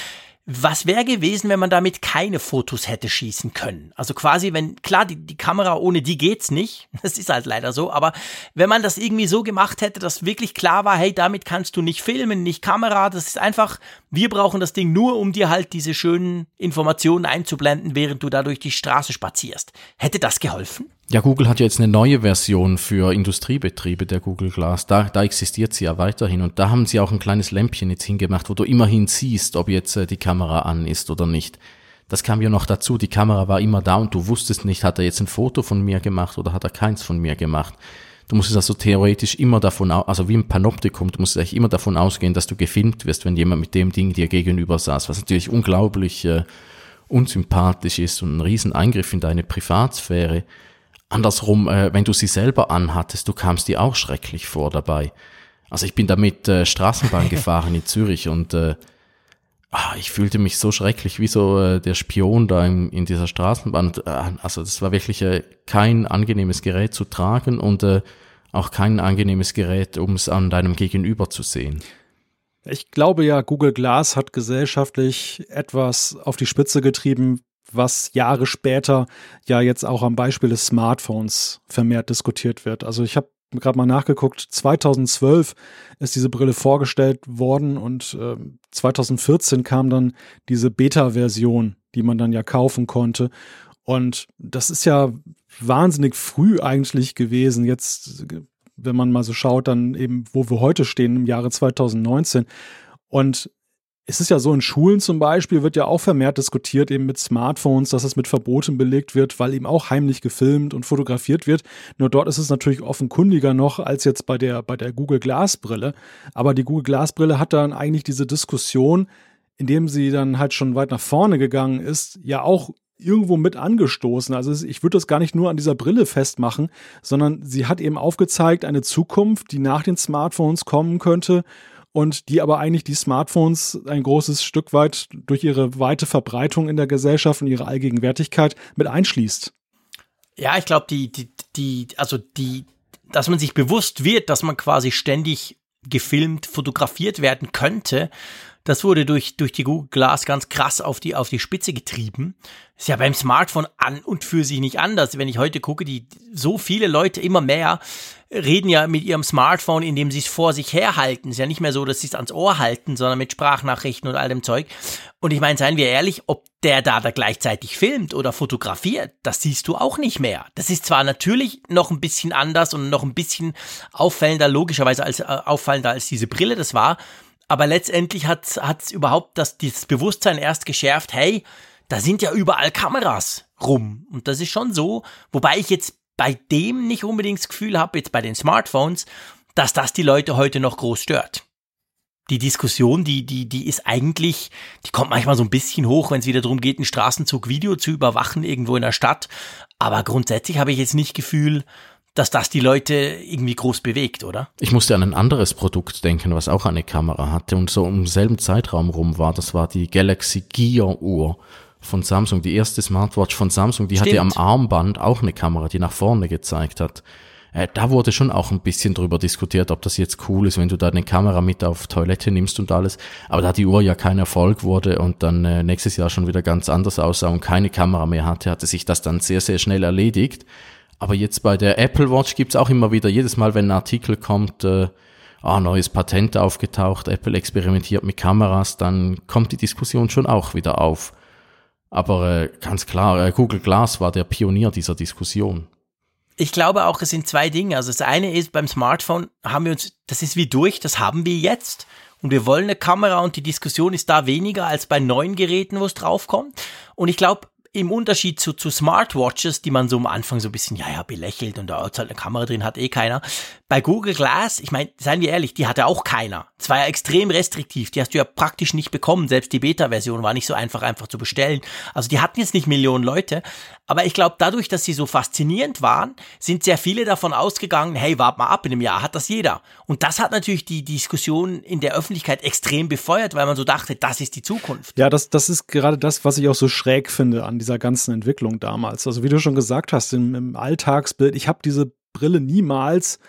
Was wäre gewesen, wenn man damit keine Fotos hätte schießen können? Also quasi, klar, die Kamera, ohne die geht's nicht. Das ist halt leider so. Aber wenn man das irgendwie so gemacht hätte, dass wirklich klar war, hey, damit kannst du nicht filmen, nicht Kamera. Das ist einfach, wir brauchen das Ding nur, um dir halt diese schönen Informationen einzublenden, während du da durch die Straße spazierst. Hätte das geholfen? Ja, Google hat ja jetzt eine neue Version für Industriebetriebe, der Google Glass. Da existiert sie ja weiterhin und da haben sie auch ein kleines Lämpchen jetzt hingemacht, wo du immerhin siehst, ob jetzt die Kamera an ist oder nicht. Das kam ja noch dazu, die Kamera war immer da und du wusstest nicht, hat er jetzt ein Foto von mir gemacht oder hat er keins von mir gemacht. Du musstest also theoretisch immer davon, also wie im Panoptikum, du musstest eigentlich immer davon ausgehen, dass du gefilmt wirst, wenn jemand mit dem Ding dir gegenüber saß, was natürlich unglaublich unsympathisch ist und ein riesen Eingriff in deine Privatsphäre. Andersrum, wenn du sie selber anhattest, du kamst dir auch schrecklich vor dabei. Also ich bin damit Straßenbahn gefahren in Zürich und ich fühlte mich so schrecklich wie so der Spion da in dieser Straßenbahn. Also das war wirklich kein angenehmes Gerät zu tragen und auch kein angenehmes Gerät, um es an deinem Gegenüber zu sehen. Ich glaube ja, Google Glass hat gesellschaftlich etwas auf die Spitze getrieben, was Jahre später ja jetzt auch am Beispiel des Smartphones vermehrt diskutiert wird. Also ich habe gerade mal nachgeguckt, 2012 ist diese Brille vorgestellt worden und 2014 kam dann diese Beta-Version, die man dann ja kaufen konnte. Und das ist ja wahnsinnig früh eigentlich gewesen. Jetzt, wenn man mal so schaut, dann eben, wo wir heute stehen im Jahre 2019. Und es ist ja so, in Schulen zum Beispiel wird ja auch vermehrt diskutiert eben mit Smartphones, dass es mit Verboten belegt wird, weil eben auch heimlich gefilmt und fotografiert wird. Nur dort ist es natürlich offenkundiger noch als jetzt bei der Google Glass Brille. Aber die Google Glass Brille hat dann eigentlich diese Diskussion, indem sie dann halt schon weit nach vorne gegangen ist, ja auch irgendwo mit angestoßen. Also ich würde das gar nicht nur an dieser Brille festmachen, sondern sie hat eben aufgezeigt, eine Zukunft, die nach den Smartphones kommen könnte, und die aber eigentlich die Smartphones ein großes Stück weit durch ihre weite Verbreitung in der Gesellschaft und ihre Allgegenwärtigkeit mit einschließt. Ja, ich glaube, dass man sich bewusst wird, dass man quasi ständig gefilmt, fotografiert werden könnte, das wurde durch die Google Glass ganz krass auf die Spitze getrieben. Ist ja beim Smartphone an und für sich nicht anders. Wenn ich heute gucke, so viele Leute, immer mehr, reden ja mit ihrem Smartphone, indem sie es vor sich herhalten. Ist ja nicht mehr so, dass sie es ans Ohr halten, sondern mit Sprachnachrichten und all dem Zeug. Und ich meine, seien wir ehrlich, ob der da gleichzeitig filmt oder fotografiert, das siehst du auch nicht mehr. Das ist zwar natürlich noch ein bisschen anders und noch ein bisschen auffallender, logischerweise auffallender als diese Brille das war, aber letztendlich hat's überhaupt dieses Bewusstsein erst geschärft, hey, da sind ja überall Kameras rum. Und das ist schon so, wobei ich jetzt bei dem nicht unbedingt das Gefühl habe, jetzt bei den Smartphones, dass das die Leute heute noch groß stört. Die Diskussion, die ist eigentlich, die kommt manchmal so ein bisschen hoch, wenn es wieder darum geht, ein Straßenzug-Video zu überwachen irgendwo in der Stadt. Aber grundsätzlich habe ich jetzt nicht Gefühl, dass das die Leute irgendwie groß bewegt, oder? Ich musste an ein anderes Produkt denken, was auch eine Kamera hatte und so im selben Zeitraum rum war. Das war die Galaxy Gear Uhr von Samsung, die erste Smartwatch von Samsung. Die hatte am Armband auch eine Kamera, die nach vorne gezeigt hat. Da wurde schon auch ein bisschen drüber diskutiert, ob das jetzt cool ist, wenn du da eine Kamera mit auf Toilette nimmst und alles. Aber da die Uhr ja kein Erfolg wurde und dann nächstes Jahr schon wieder ganz anders aussah und keine Kamera mehr hatte sich das dann sehr, sehr schnell erledigt. Aber jetzt bei der Apple Watch gibt's auch immer wieder, jedes Mal, wenn ein Artikel kommt, neues Patent aufgetaucht, Apple experimentiert mit Kameras, dann kommt die Diskussion schon auch wieder auf. Aber ganz klar, Google Glass war der Pionier dieser Diskussion. Ich glaube auch, es sind zwei Dinge. Also das eine ist, beim Smartphone das ist wie durch, das haben wir jetzt. Und wir wollen eine Kamera und die Diskussion ist da weniger als bei neuen Geräten, wo es draufkommt. Und ich glaube, im Unterschied zu Smartwatches, die man so am Anfang so ein bisschen, belächelt und da ist halt eine Kamera drin, hat keiner. Bei Google Glass, ich meine, seien wir ehrlich, die hatte auch keiner. Es war ja extrem restriktiv, die hast du ja praktisch nicht bekommen. Selbst die Beta-Version war nicht so einfach zu bestellen. Also die hatten jetzt nicht Millionen Leute. Aber ich glaube, dadurch, dass sie so faszinierend waren, sind sehr viele davon ausgegangen, hey, wart mal ab, in einem Jahr hat das jeder. Und das hat natürlich die Diskussion in der Öffentlichkeit extrem befeuert, weil man so dachte, das ist die Zukunft. Ja, das ist gerade das, was ich auch so schräg finde an dieser ganzen Entwicklung damals. Also wie du schon gesagt hast, im Alltagsbild, ich habe diese Brille niemals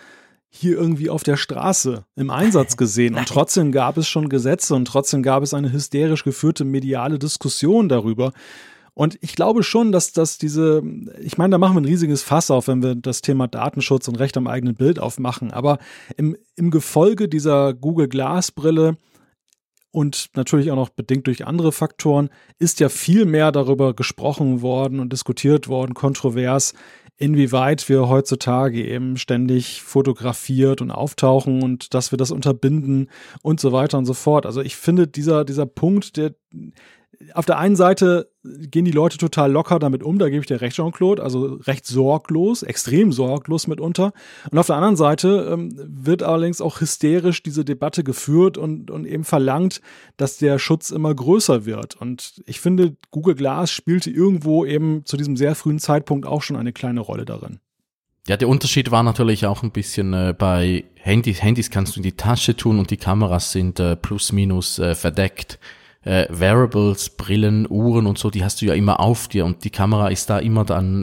hier irgendwie auf der Straße im Einsatz gesehen. Und trotzdem gab es schon Gesetze und trotzdem gab es eine hysterisch geführte mediale Diskussion darüber. Und ich glaube schon, dass ich meine, da machen wir ein riesiges Fass auf, wenn wir das Thema Datenschutz und Recht am eigenen Bild aufmachen. Aber im Gefolge dieser Google Glass Brille und natürlich auch noch bedingt durch andere Faktoren ist ja viel mehr darüber gesprochen worden und diskutiert worden, kontrovers, inwieweit wir heutzutage eben ständig fotografiert und auftauchen und dass wir das unterbinden und so weiter und so fort. Also ich finde, dieser Punkt, auf der einen Seite gehen die Leute total locker damit um, da gebe ich dir recht, Jean-Claude, also recht sorglos, extrem sorglos mitunter. Und auf der anderen Seite wird allerdings auch hysterisch diese Debatte geführt und eben verlangt, dass der Schutz immer größer wird. Und ich finde, Google Glass spielte irgendwo eben zu diesem sehr frühen Zeitpunkt auch schon eine kleine Rolle darin. Ja, der Unterschied war natürlich auch ein bisschen bei Handys. Handys kannst du in die Tasche tun und die Kameras sind plus minus verdeckt. Wearables, Brillen, Uhren und so, die hast du ja immer auf dir und die Kamera ist da immer dann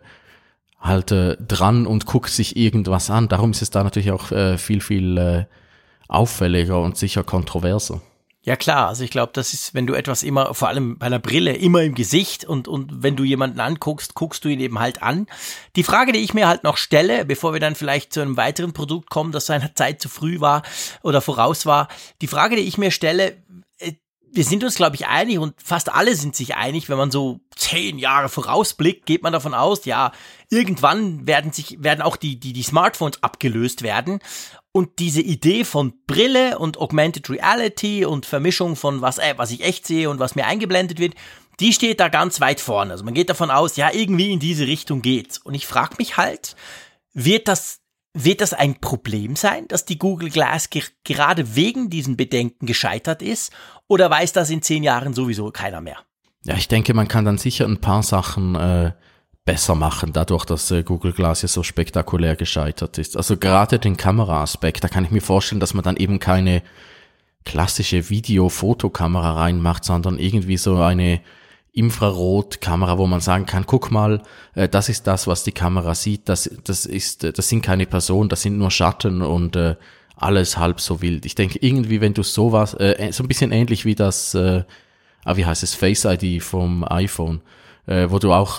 dran und guckt sich irgendwas an. Darum ist es da natürlich auch viel auffälliger und sicher kontroverser. Ja klar, also ich glaube, das ist, wenn du etwas immer, vor allem bei einer Brille, immer im Gesicht und wenn du jemanden anguckst, guckst du ihn eben halt an. Die Frage, die ich mir halt noch stelle, bevor wir dann vielleicht zu einem weiteren Produkt kommen, das seiner Zeit zu früh war oder voraus war, die Frage, die ich mir stelle, wir sind uns, glaube ich, einig und fast alle sind sich einig, wenn man so 10 Jahre vorausblickt, geht man davon aus, ja, irgendwann werden auch die Smartphones abgelöst werden. Und diese Idee von Brille und Augmented Reality und Vermischung von was ich echt sehe und was mir eingeblendet wird, die steht da ganz weit vorne. Also man geht davon aus, ja, irgendwie in diese Richtung geht's. Und ich frage mich halt, wird das ein Problem sein, dass die Google Glass gerade wegen diesen Bedenken gescheitert ist? Oder weiß das in 10 Jahren sowieso keiner mehr? Ja, ich denke, man kann dann sicher ein paar Sachen besser machen, dadurch, dass Google Glass ja so spektakulär gescheitert ist. Also gerade den Kameraaspekt, da kann ich mir vorstellen, dass man dann eben keine klassische Video-Fotokamera reinmacht, sondern irgendwie so eine Infrarotkamera, wo man sagen kann, guck mal, das ist das, was die Kamera sieht, das sind keine Personen, das sind nur Schatten und alles halb so wild. Ich denke, irgendwie, wenn du sowas, so ein bisschen ähnlich wie das, wie heißt es, Face ID vom iPhone, wo du auch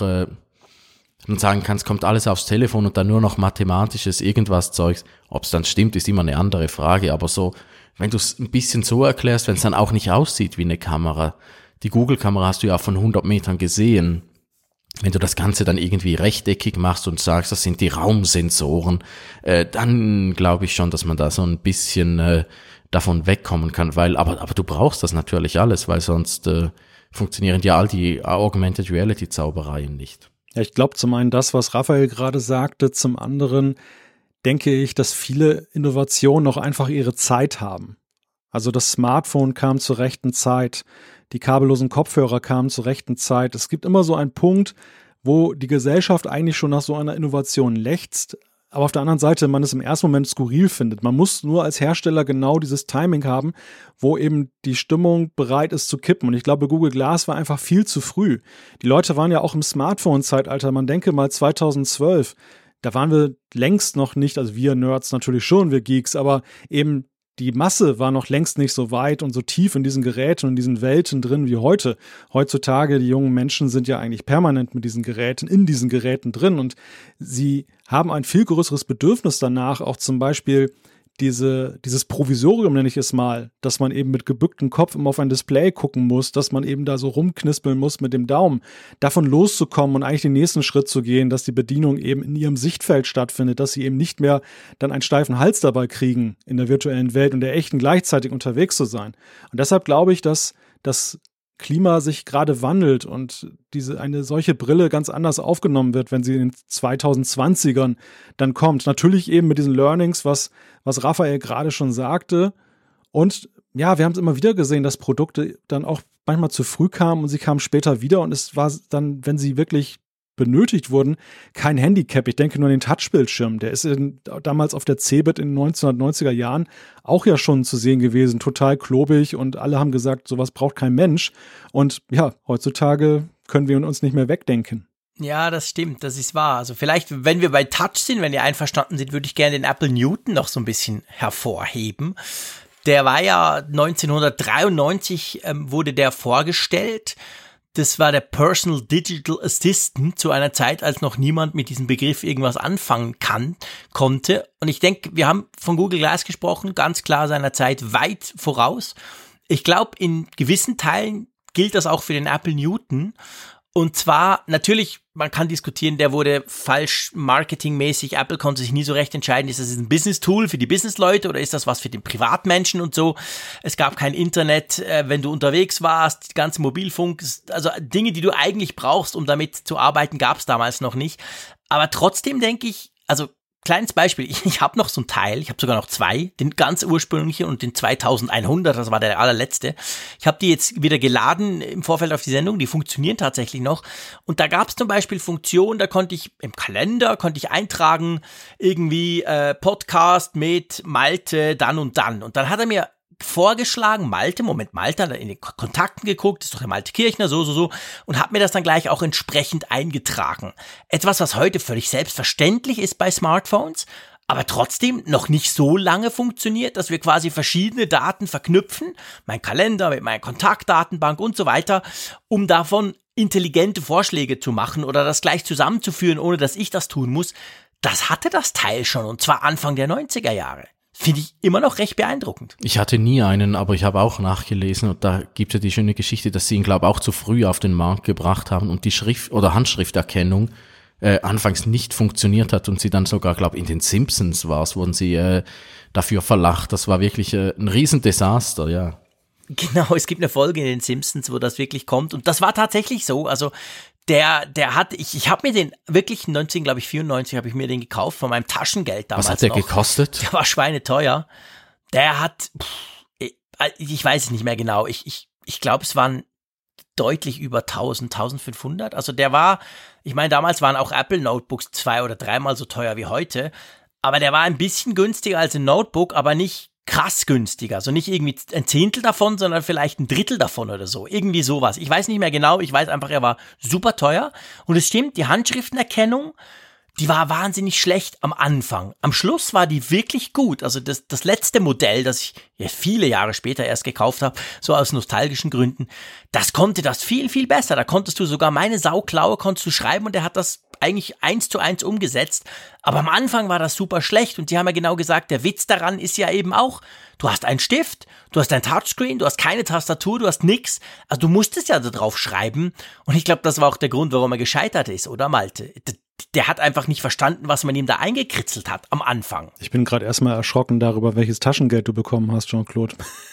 dann sagen kannst, kommt alles aufs Telefon und dann nur noch mathematisches irgendwas Zeugs. Ob es dann stimmt, ist immer eine andere Frage, aber so, wenn du es ein bisschen so erklärst, wenn es dann auch nicht aussieht wie eine Kamera. Die Google-Kamera hast du ja auch von 100 Metern gesehen. Wenn du das Ganze dann irgendwie rechteckig machst und sagst, das sind die Raumsensoren, dann glaube ich schon, dass man da so ein bisschen davon wegkommen kann, aber du brauchst das natürlich alles, weil sonst funktionieren ja all die Augmented Reality Zaubereien nicht. Ja, ich glaube zum einen das, was Raphael gerade sagte, zum anderen denke ich, dass viele Innovationen noch einfach ihre Zeit haben. Also das Smartphone kam zur rechten Zeit, die kabellosen Kopfhörer kamen zur rechten Zeit. Es gibt immer so einen Punkt, wo die Gesellschaft eigentlich schon nach so einer Innovation lechzt, aber auf der anderen Seite man es im ersten Moment skurril findet. Man muss nur als Hersteller genau dieses Timing haben, wo eben die Stimmung bereit ist zu kippen. Und ich glaube, Google Glass war einfach viel zu früh. Die Leute waren ja auch im Smartphone-Zeitalter. Man denke mal 2012, da waren wir längst noch nicht, also wir Nerds natürlich schon, wir Geeks, aber eben die Masse war noch längst nicht so weit und so tief in diesen Geräten und diesen Welten drin wie heute. Heutzutage, die jungen Menschen sind ja eigentlich permanent mit diesen Geräten, in diesen Geräten drin und sie haben ein viel größeres Bedürfnis danach, auch zum Beispiel dieses Provisorium, nenne ich es mal, dass man eben mit gebücktem Kopf immer auf ein Display gucken muss, dass man eben da so rumknispeln muss mit dem Daumen, davon loszukommen und eigentlich den nächsten Schritt zu gehen, dass die Bedienung eben in ihrem Sichtfeld stattfindet, dass sie eben nicht mehr dann einen steifen Hals dabei kriegen, in der virtuellen Welt und der echten gleichzeitig unterwegs zu sein. Und deshalb glaube ich, dass das Klima sich gerade wandelt und eine solche Brille ganz anders aufgenommen wird, wenn sie in den 2020ern dann kommt. Natürlich eben mit diesen Learnings, was Raphael gerade schon sagte. Und ja, wir haben es immer wieder gesehen, dass Produkte dann auch manchmal zu früh kamen und sie kamen später wieder und es war dann, wenn sie wirklich benötigt wurden, kein Handicap. Ich denke nur an den Touchbildschirm. Der ist damals auf der CeBIT in den 1990er Jahren auch ja schon zu sehen gewesen. Total klobig und alle haben gesagt, sowas braucht kein Mensch. Und ja, heutzutage können wir uns nicht mehr wegdenken. Ja, das stimmt, das ist wahr. Also vielleicht, wenn wir bei Touch sind, wenn ihr einverstanden seid, würde ich gerne den Apple Newton noch so ein bisschen hervorheben. Der war ja 1993, wurde der vorgestellt. Das war der Personal Digital Assistant zu einer Zeit, als noch niemand mit diesem Begriff irgendwas anfangen konnte. Und ich denke, wir haben von Google Glass gesprochen, ganz klar seiner Zeit weit voraus. Ich glaube, in gewissen Teilen gilt das auch für den Apple Newton. Und zwar, natürlich, man kann diskutieren, der wurde falsch marketingmäßig, Apple konnte sich nie so recht entscheiden, ist das ein Business-Tool für die Businessleute oder ist das was für den Privatmenschen und so. Es gab kein Internet, wenn du unterwegs warst, die ganze Mobilfunk, also Dinge, die du eigentlich brauchst, um damit zu arbeiten, gab es damals noch nicht. Aber trotzdem denke ich, also kleines Beispiel, ich habe noch so ein Teil, ich habe sogar noch zwei, den ganz ursprünglichen und den 2100, das war der allerletzte. Ich habe die jetzt wieder geladen im Vorfeld auf die Sendung, die funktionieren tatsächlich noch. Und da gab es zum Beispiel Funktionen, da konnte ich im Kalender, eintragen, irgendwie Podcast mit Malte dann und dann. Und dann hat er mir vorgeschlagen, Malte, hat er in den Kontakten geguckt, ist doch der Malte Kirchner, so, und hat mir das dann gleich auch entsprechend eingetragen. Etwas, was heute völlig selbstverständlich ist bei Smartphones, aber trotzdem noch nicht so lange funktioniert, dass wir quasi verschiedene Daten verknüpfen, mein Kalender mit meiner Kontaktdatenbank und so weiter, um davon intelligente Vorschläge zu machen oder das gleich zusammenzuführen, ohne dass ich das tun muss. Das hatte das Teil schon, und zwar Anfang der 90er Jahre. Finde ich immer noch recht beeindruckend. Ich hatte nie einen, aber ich habe auch nachgelesen und da gibt es ja die schöne Geschichte, dass sie ihn, glaube ich, auch zu früh auf den Markt gebracht haben und die Schrift- oder Handschrifterkennung anfangs nicht funktioniert hat und sie dann sogar, glaube ich, in den Simpsons wurden sie dafür verlacht. Das war wirklich ein Riesendesaster, ja. Genau, es gibt eine Folge in den Simpsons, wo das wirklich kommt und das war tatsächlich so, also der hat, ich habe mir den wirklich 94 habe ich mir den gekauft von meinem Taschengeld damals. Was hat der noch gekostet? Der war schweineteuer. Der hat, ich weiß es nicht mehr genau, ich glaube, es waren deutlich über 1500. Also der war, ich meine, damals waren auch Apple Notebooks 2- oder 3-mal so teuer wie heute, aber der war ein bisschen günstiger als ein Notebook, aber nicht krass günstiger, also nicht irgendwie ein Zehntel davon, sondern vielleicht ein Drittel davon oder so, irgendwie sowas. Ich weiß nicht mehr genau, ich weiß einfach, er war super teuer und es stimmt, die Handschriftenerkennung, die war wahnsinnig schlecht am Anfang. Am Schluss war die wirklich gut, also das letzte Modell, das ich ja viele Jahre später erst gekauft habe, so aus nostalgischen Gründen, das konnte das viel, viel besser, da konntest du sogar meine Sauklaue konntest du schreiben und der hat das eigentlich 1:1 umgesetzt, aber am Anfang war das super schlecht und die haben ja genau gesagt, der Witz daran ist ja eben auch, du hast einen Stift, du hast ein Touchscreen, du hast keine Tastatur, du hast nix, also du musstest ja da drauf schreiben und ich glaube, das war auch der Grund, warum er gescheitert ist, oder Malte? Der hat einfach nicht verstanden, was man ihm da eingekritzelt hat am Anfang. Ich bin gerade erstmal erschrocken darüber, welches Taschengeld du bekommen hast, Jean-Claude.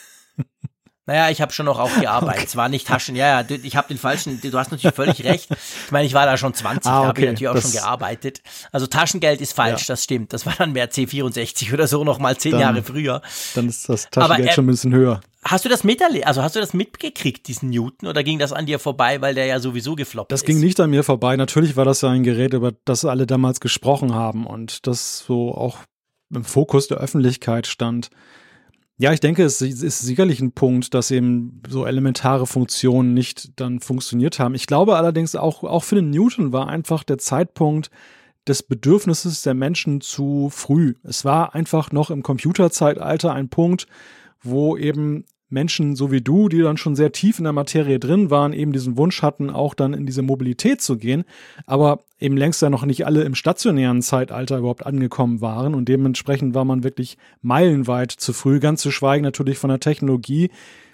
Naja, ich habe schon noch auch gearbeitet. Okay. Es war nicht Taschen. Ja, ich habe den falschen, du hast natürlich völlig recht. Ich meine, ich war da schon 20, da habe ich natürlich auch schon gearbeitet. Also Taschengeld ist falsch, ja. Das stimmt. Das war dann mehr C64 oder so, noch mal 10 Jahre früher. Dann ist das Taschengeld schon ein bisschen höher. Hast du das mitgekriegt, diesen Newton, oder ging das an dir vorbei, weil der ja sowieso gefloppt ist? Das ging nicht an mir vorbei. Natürlich war das ja ein Gerät, über das alle damals gesprochen haben und das so auch im Fokus der Öffentlichkeit stand. Ja, ich denke, es ist sicherlich ein Punkt, dass eben so elementare Funktionen nicht dann funktioniert haben. Ich glaube allerdings auch für den Newton war einfach der Zeitpunkt des Bedürfnisses der Menschen zu früh. Es war einfach noch im Computerzeitalter ein Punkt, wo eben Menschen so wie du, die dann schon sehr tief in der Materie drin waren, eben diesen Wunsch hatten, auch dann in diese Mobilität zu gehen, aber eben längst ja noch nicht alle im stationären Zeitalter überhaupt angekommen waren und dementsprechend war man wirklich meilenweit zu früh, ganz zu schweigen natürlich von der Technologie.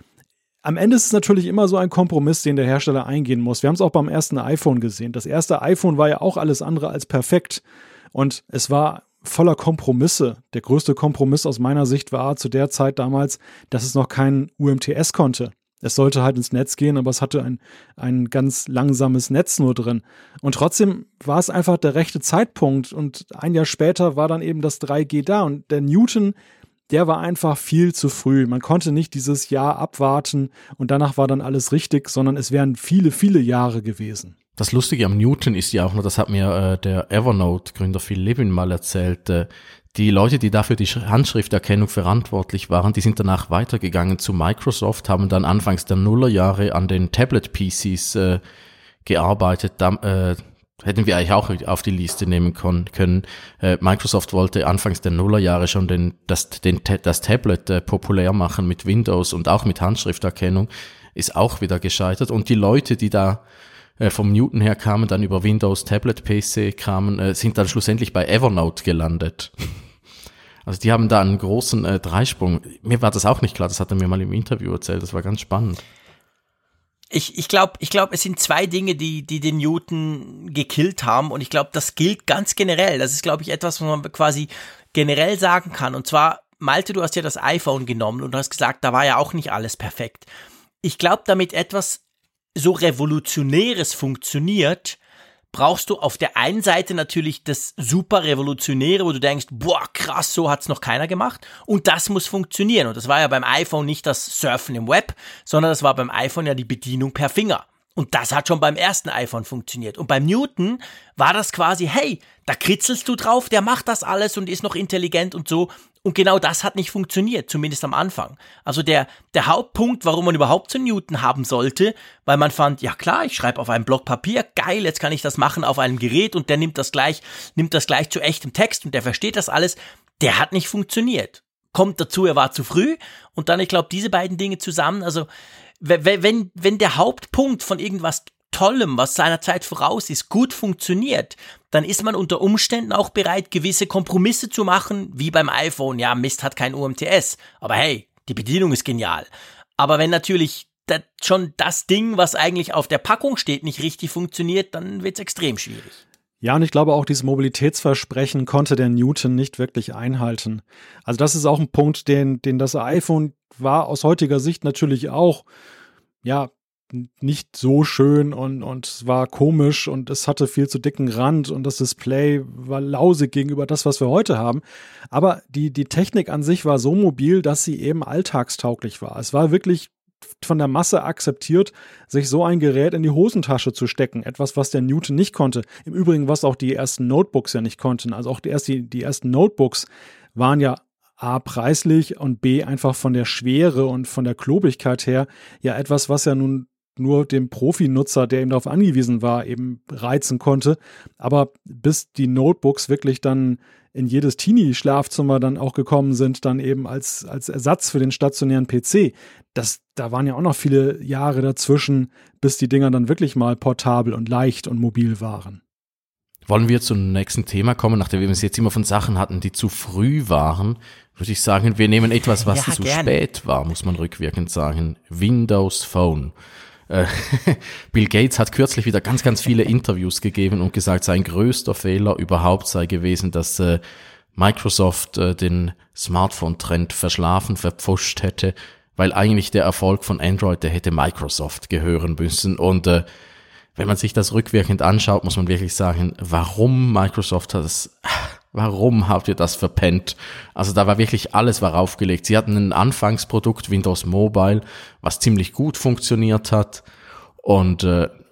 Am Ende ist es natürlich immer so ein Kompromiss, den der Hersteller eingehen muss. Wir haben es auch beim ersten iPhone gesehen. Das erste iPhone war ja auch alles andere als perfekt und es war voller Kompromisse. Der größte Kompromiss aus meiner Sicht war zu der Zeit damals, dass es noch kein UMTS konnte. Es sollte halt ins Netz gehen, aber es hatte ein ganz langsames Netz nur drin. Und trotzdem war es einfach der rechte Zeitpunkt und ein Jahr später war dann eben das 3G da und der Newton, der war einfach viel zu früh. Man konnte nicht dieses Jahr abwarten und danach war dann alles richtig, sondern es wären viele, viele Jahre gewesen. Das Lustige am Newton ist ja auch noch, das hat mir der Evernote-Gründer Phil Levin mal erzählt, die Leute, die dafür die Handschrifterkennung verantwortlich waren, die sind danach weitergegangen zu Microsoft, haben dann anfangs der Nullerjahre an den Tablet-PCs gearbeitet. hätten wir eigentlich auch auf die Liste nehmen können. Microsoft wollte anfangs der Nullerjahre schon das Tablet populär machen mit Windows und auch mit Handschrifterkennung, ist auch wieder gescheitert. Und die Leute, die da vom Newton her kamen, dann über Windows Tablet PC kamen, sind dann schlussendlich bei Evernote gelandet. Also die haben da einen großen Dreisprung. Mir war das auch nicht klar, das hat er mir mal im Interview erzählt, das war ganz spannend. Ich glaube, es sind zwei Dinge, die den Newton gekillt haben, und ich glaube, das gilt ganz generell. Das ist, glaube ich, etwas, was man quasi generell sagen kann. Und zwar, Malte, du hast ja das iPhone genommen und hast gesagt, da war ja auch nicht alles perfekt. Ich glaube, damit etwas so Revolutionäres funktioniert, brauchst du auf der einen Seite natürlich das super Revolutionäre, wo du denkst, boah, krass, so hat's noch keiner gemacht, und das muss funktionieren. Und das war ja beim iPhone nicht das Surfen im Web, sondern das war beim iPhone ja die Bedienung per Finger. Und das hat schon beim ersten iPhone funktioniert. Und beim Newton war das quasi, hey, da kritzelst du drauf, der macht das alles und ist noch intelligent und so. Und genau das hat nicht funktioniert, zumindest am Anfang. Also der Hauptpunkt, warum man überhaupt so einen Newton haben sollte, weil man fand, ja klar, ich schreibe auf einem Block Papier, geil, jetzt kann ich das machen auf einem Gerät, und der nimmt das gleich zu echtem Text und der versteht das alles. Der hat nicht funktioniert. Kommt dazu, er war zu früh, und dann, ich glaube, diese beiden Dinge zusammen, also wenn der Hauptpunkt von irgendwas Tollem, was seiner Zeit voraus ist, gut funktioniert, dann ist man unter Umständen auch bereit, gewisse Kompromisse zu machen, wie beim iPhone. Ja, Mist, hat kein UMTS, aber hey, die Bedienung ist genial. Aber wenn natürlich schon das Ding, was eigentlich auf der Packung steht, nicht richtig funktioniert, dann wird's extrem schwierig. Ja, und ich glaube auch, dieses Mobilitätsversprechen konnte der Newton nicht wirklich einhalten. Also das ist auch ein Punkt, den das iPhone war aus heutiger Sicht natürlich auch, ja, nicht so schön und es war komisch und es hatte viel zu dicken Rand und das Display war lausig gegenüber das, was wir heute haben. Aber die Technik an sich war so mobil, dass sie eben alltagstauglich war. Es war wirklich von der Masse akzeptiert, sich so ein Gerät in die Hosentasche zu stecken. Etwas, was der Newton nicht konnte. Im Übrigen, was auch die ersten Notebooks ja nicht konnten. Also auch die ersten Notebooks waren ja A, preislich und B, einfach von der Schwere und von der Klobigkeit her ja etwas, was ja nun nur dem Profi-Nutzer, der eben darauf angewiesen war, eben reizen konnte. Aber bis die Notebooks wirklich dann in jedes Teenie-Schlafzimmer dann auch gekommen sind, dann eben als Ersatz für den stationären PC, da waren ja auch noch viele Jahre dazwischen, bis die Dinger dann wirklich mal portabel und leicht und mobil waren. Wollen wir zum nächsten Thema kommen, nachdem wir es jetzt immer von Sachen hatten, die zu früh waren, würde ich sagen, wir nehmen etwas, was zu spät war, muss man rückwirkend sagen. Windows Phone. Bill Gates hat kürzlich wieder ganz, ganz viele Interviews gegeben und gesagt, sein größter Fehler überhaupt sei gewesen, dass Microsoft den Smartphone-Trend verpfuscht hätte, weil eigentlich der Erfolg von Android, der hätte Microsoft gehören müssen. Und wenn man sich das rückwirkend anschaut, muss man wirklich sagen, warum habt ihr das verpennt? Also da war wirklich alles war aufgelegt. Sie hatten ein Anfangsprodukt, Windows Mobile, was ziemlich gut funktioniert hat, und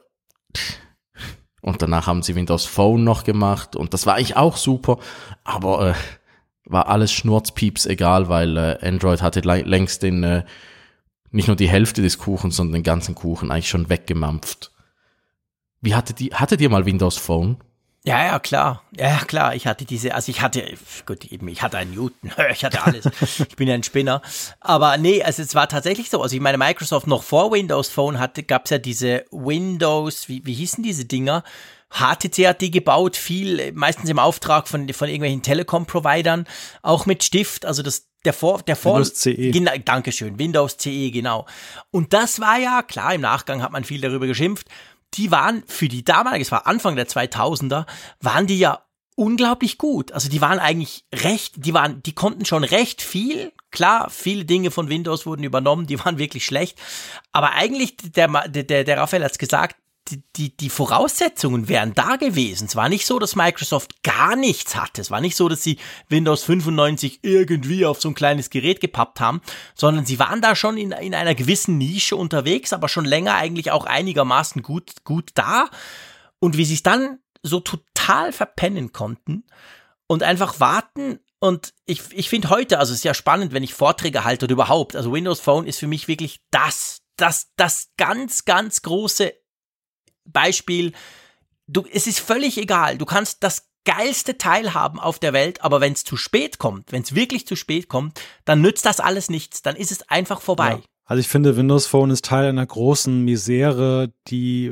danach haben sie Windows Phone noch gemacht und das war eigentlich auch super, aber war alles Schnurzpieps egal, weil Android hatte längst nicht nur die Hälfte des Kuchens, sondern den ganzen Kuchen eigentlich schon weggemampft. Hattet ihr mal Windows Phone? Ja, klar. Ja, klar. Ich hatte einen Newton. Ich hatte alles. Ich bin ja ein Spinner. Aber nee, also es war tatsächlich so. Also ich meine, Microsoft noch vor Windows Phone gab es ja diese Windows, wie hießen diese Dinger? HTC hat die gebaut, viel, meistens im Auftrag von irgendwelchen Telekom-Providern, auch mit Stift, also Windows CE. Genau, Dankeschön, Windows CE, genau. Und das war ja, klar, im Nachgang hat man viel darüber geschimpft, die waren für die damalige, es war Anfang der 2000er, waren die ja unglaublich gut. Also die waren eigentlich die konnten schon recht viel. Klar, viele Dinge von Windows wurden übernommen, die waren wirklich schlecht. Aber eigentlich, der Raphael hat's gesagt, die Voraussetzungen wären da gewesen. Es war nicht so, dass Microsoft gar nichts hatte. Es war nicht so, dass sie Windows 95 irgendwie auf so ein kleines Gerät gepappt haben, sondern sie waren da schon in einer gewissen Nische unterwegs, aber schon länger eigentlich auch einigermaßen gut da. Und wie sie es dann so total verpennen konnten und einfach warten. Und ich finde heute, also es ist ja spannend, wenn ich Vorträge halte oder überhaupt, also Windows Phone ist für mich wirklich das ganz, ganz große Beispiel, es ist völlig egal. Du kannst das geilste Teil haben auf der Welt, aber wenn es zu spät kommt, wenn es wirklich zu spät kommt, dann nützt das alles nichts. Dann ist es einfach vorbei. Ja. Also ich finde, Windows Phone ist Teil einer großen Misere, die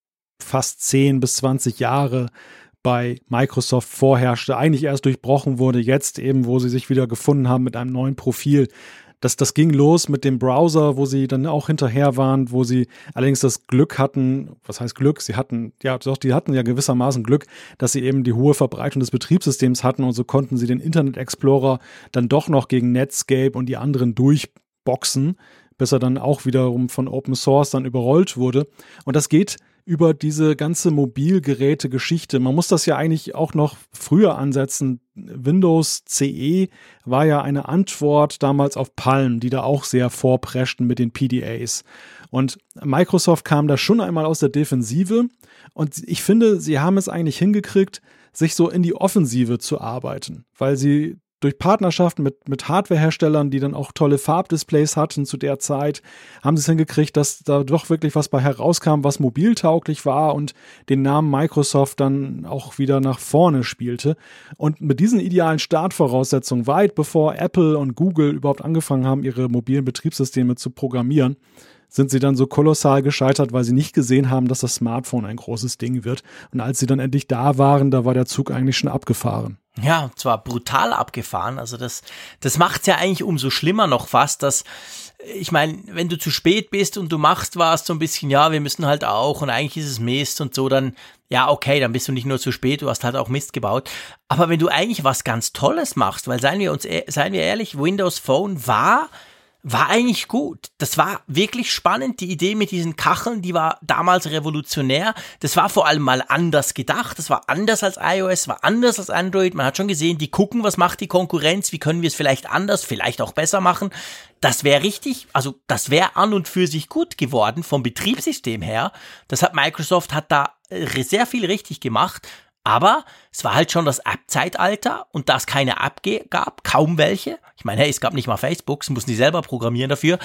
fast 10 bis 20 Jahre bei Microsoft vorherrschte, eigentlich erst durchbrochen wurde, jetzt eben, wo sie sich wieder gefunden haben mit einem neuen Profil. Das ging los mit dem Browser, wo sie dann auch hinterher waren, wo sie allerdings das Glück hatten, was heißt Glück? Die hatten ja gewissermaßen Glück, dass sie eben die hohe Verbreitung des Betriebssystems hatten und so konnten sie den Internet Explorer dann doch noch gegen Netscape und die anderen durchboxen, bis er dann auch wiederum von Open Source dann überrollt wurde. Und das geht über diese ganze Mobilgeräte-Geschichte. Man muss das ja eigentlich auch noch früher ansetzen. Windows CE war ja eine Antwort damals auf Palm, die da auch sehr vorpreschten mit den PDAs. Und Microsoft kam da schon einmal aus der Defensive. Und ich finde, sie haben es eigentlich hingekriegt, sich so in die Offensive zu arbeiten, weil sie durch Partnerschaften mit Hardwareherstellern, die dann auch tolle Farbdisplays hatten zu der Zeit, haben sie es hingekriegt, dass da doch wirklich was bei herauskam, was mobiltauglich war und den Namen Microsoft dann auch wieder nach vorne spielte. Und mit diesen idealen Startvoraussetzungen, weit bevor Apple und Google überhaupt angefangen haben, ihre mobilen Betriebssysteme zu programmieren, sind sie dann so kolossal gescheitert, weil sie nicht gesehen haben, dass das Smartphone ein großes Ding wird. Und als sie dann endlich da waren, da war der Zug eigentlich schon abgefahren. Ja, zwar brutal abgefahren, also das macht's ja eigentlich umso schlimmer noch fast, dass, ich meine, wenn du zu spät bist und du machst was so ein bisschen, ja, wir müssen halt auch und eigentlich ist es Mist und so, dann, ja, okay, dann bist du nicht nur zu spät, du hast halt auch Mist gebaut, aber wenn du eigentlich was ganz Tolles machst, weil seien wir ehrlich, Windows Phone war eigentlich gut. Das war wirklich spannend. Die Idee mit diesen Kacheln, die war damals revolutionär. Das war vor allem mal anders gedacht. Das war anders als iOS, war anders als Android. Man hat schon gesehen, die gucken, was macht die Konkurrenz, wie können wir es vielleicht anders, vielleicht auch besser machen. Das wäre richtig, also das wäre an und für sich gut geworden vom Betriebssystem her. Microsoft hat da sehr viel richtig gemacht. Aber es war halt schon das App-Zeitalter und da es keine App gab, kaum welche, ich meine, hey, es gab nicht mal Facebook, es mussten die selber programmieren dafür,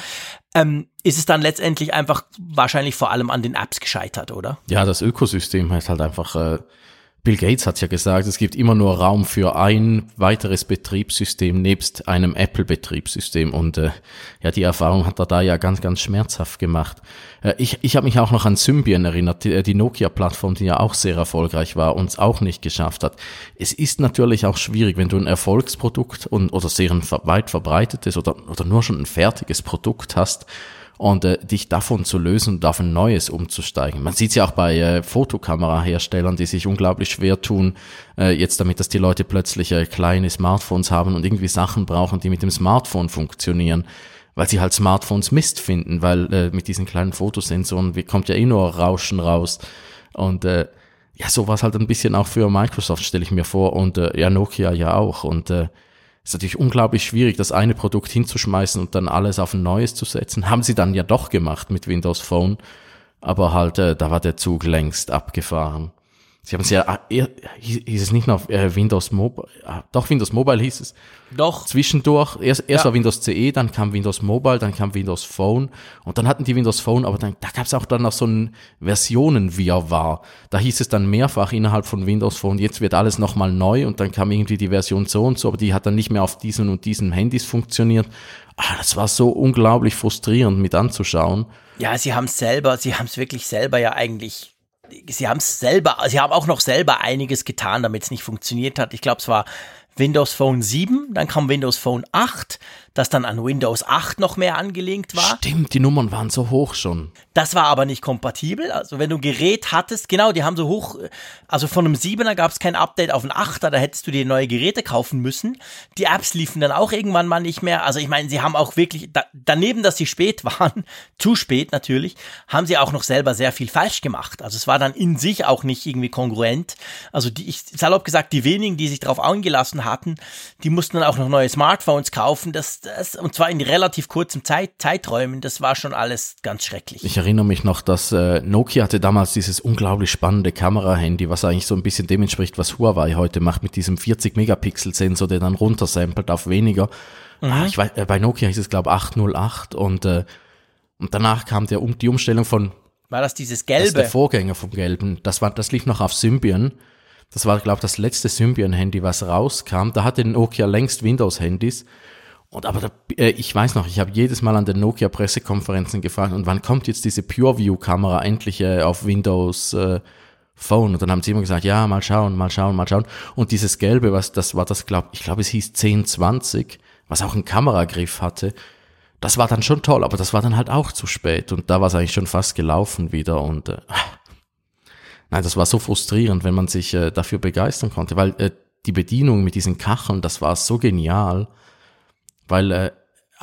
ist es dann letztendlich einfach wahrscheinlich vor allem an den Apps gescheitert, oder? Ja, das Ökosystem heißt halt einfach, Bill Gates hat ja gesagt, es gibt immer nur Raum für ein weiteres Betriebssystem nebst einem Apple-Betriebssystem und ja, die Erfahrung hat er da ja ganz, ganz schmerzhaft gemacht. Ich habe mich auch noch an Symbian erinnert, die Nokia-Plattform, die ja auch sehr erfolgreich war und es auch nicht geschafft hat. Es ist natürlich auch schwierig, wenn du ein Erfolgsprodukt oder sehr ein weit verbreitetes oder nur schon ein fertiges Produkt hast, und dich davon zu lösen und auf ein neues umzusteigen. Man sieht es ja auch bei Fotokameraherstellern, die sich unglaublich schwer tun, jetzt damit, dass die Leute plötzlich kleine Smartphones haben und irgendwie Sachen brauchen, die mit dem Smartphone funktionieren, weil sie halt Smartphones Mist finden, weil mit diesen kleinen Fotosensoren kommt ja nur Rauschen raus. Und ja, so war es halt ein bisschen auch für Microsoft, stelle ich mir vor, und ja, Nokia ja auch. Und ist natürlich unglaublich schwierig, das eine Produkt hinzuschmeißen und dann alles auf ein neues zu setzen. Haben sie dann ja doch gemacht mit Windows Phone, aber halt, da war der Zug längst abgefahren. Sie haben es ja, hieß es nicht noch Windows Mobile, doch Windows Mobile hieß es. Doch. Zwischendurch, erst war Windows CE, dann kam Windows Mobile, dann kam Windows Phone und dann hatten die Windows Phone, aber dann, da gab es auch dann noch so ein Versionen-Wirrwarr. Da hieß es dann mehrfach innerhalb von Windows Phone, jetzt wird alles nochmal neu und dann kam irgendwie die Version so und so, aber die hat dann nicht mehr auf diesen und diesen Handys funktioniert. Das war so unglaublich frustrierend mit anzuschauen. Ja, sie haben es wirklich selber ja eigentlich. Sie haben auch noch selber einiges getan, damit es nicht funktioniert hat. Ich glaube, es war Windows Phone 7, dann kam Windows Phone 8, das dann an Windows 8 noch mehr angelegt war. Stimmt, die Nummern waren so hoch schon. Das war aber nicht kompatibel. Also wenn du ein Gerät hattest, genau, die haben so hoch, also von einem 7er gab es kein Update auf einen 8er, da hättest du dir neue Geräte kaufen müssen. Die Apps liefen dann auch irgendwann mal nicht mehr. Also ich meine, sie haben auch wirklich, daneben, dass sie spät waren, zu spät natürlich, haben sie auch noch selber sehr viel falsch gemacht. Also es war dann in sich auch nicht irgendwie kongruent. Also salopp gesagt, die wenigen, die sich darauf eingelassen hatten, die mussten dann auch noch neue Smartphones kaufen, und zwar in relativ kurzen Zeiträumen, das war schon alles ganz schrecklich. Ich erinnere mich noch, dass Nokia hatte damals dieses unglaublich spannende Kamera-Handy, was eigentlich so ein bisschen dem entspricht, was Huawei heute macht, mit diesem 40-Megapixel-Sensor, der dann runtersampelt auf weniger. Mhm. Ich weiß, bei Nokia hieß es, glaube ich, 808 und danach kam die Umstellung von War das dieses Gelbe? Das ist der Vorgänger vom Gelben. Das lief noch auf Symbian. Das war, glaube ich, das letzte Symbian-Handy, was rauskam. Da hatte Nokia längst Windows-Handys. Ich weiß noch, ich habe jedes Mal an den Nokia-Pressekonferenzen gefragt, und wann kommt jetzt diese PureView-Kamera endlich auf Windows Phone? Und dann haben sie immer gesagt, ja, mal schauen. Und dieses Gelbe, ich glaube, es hieß 1020, was auch einen Kameragriff hatte. Das war dann schon toll, aber das war dann halt auch zu spät. Und da war es eigentlich schon fast gelaufen wieder. Und nein, das war so frustrierend, wenn man sich dafür begeistern konnte, weil die Bedienung mit diesen Kacheln, das war so genial. Weil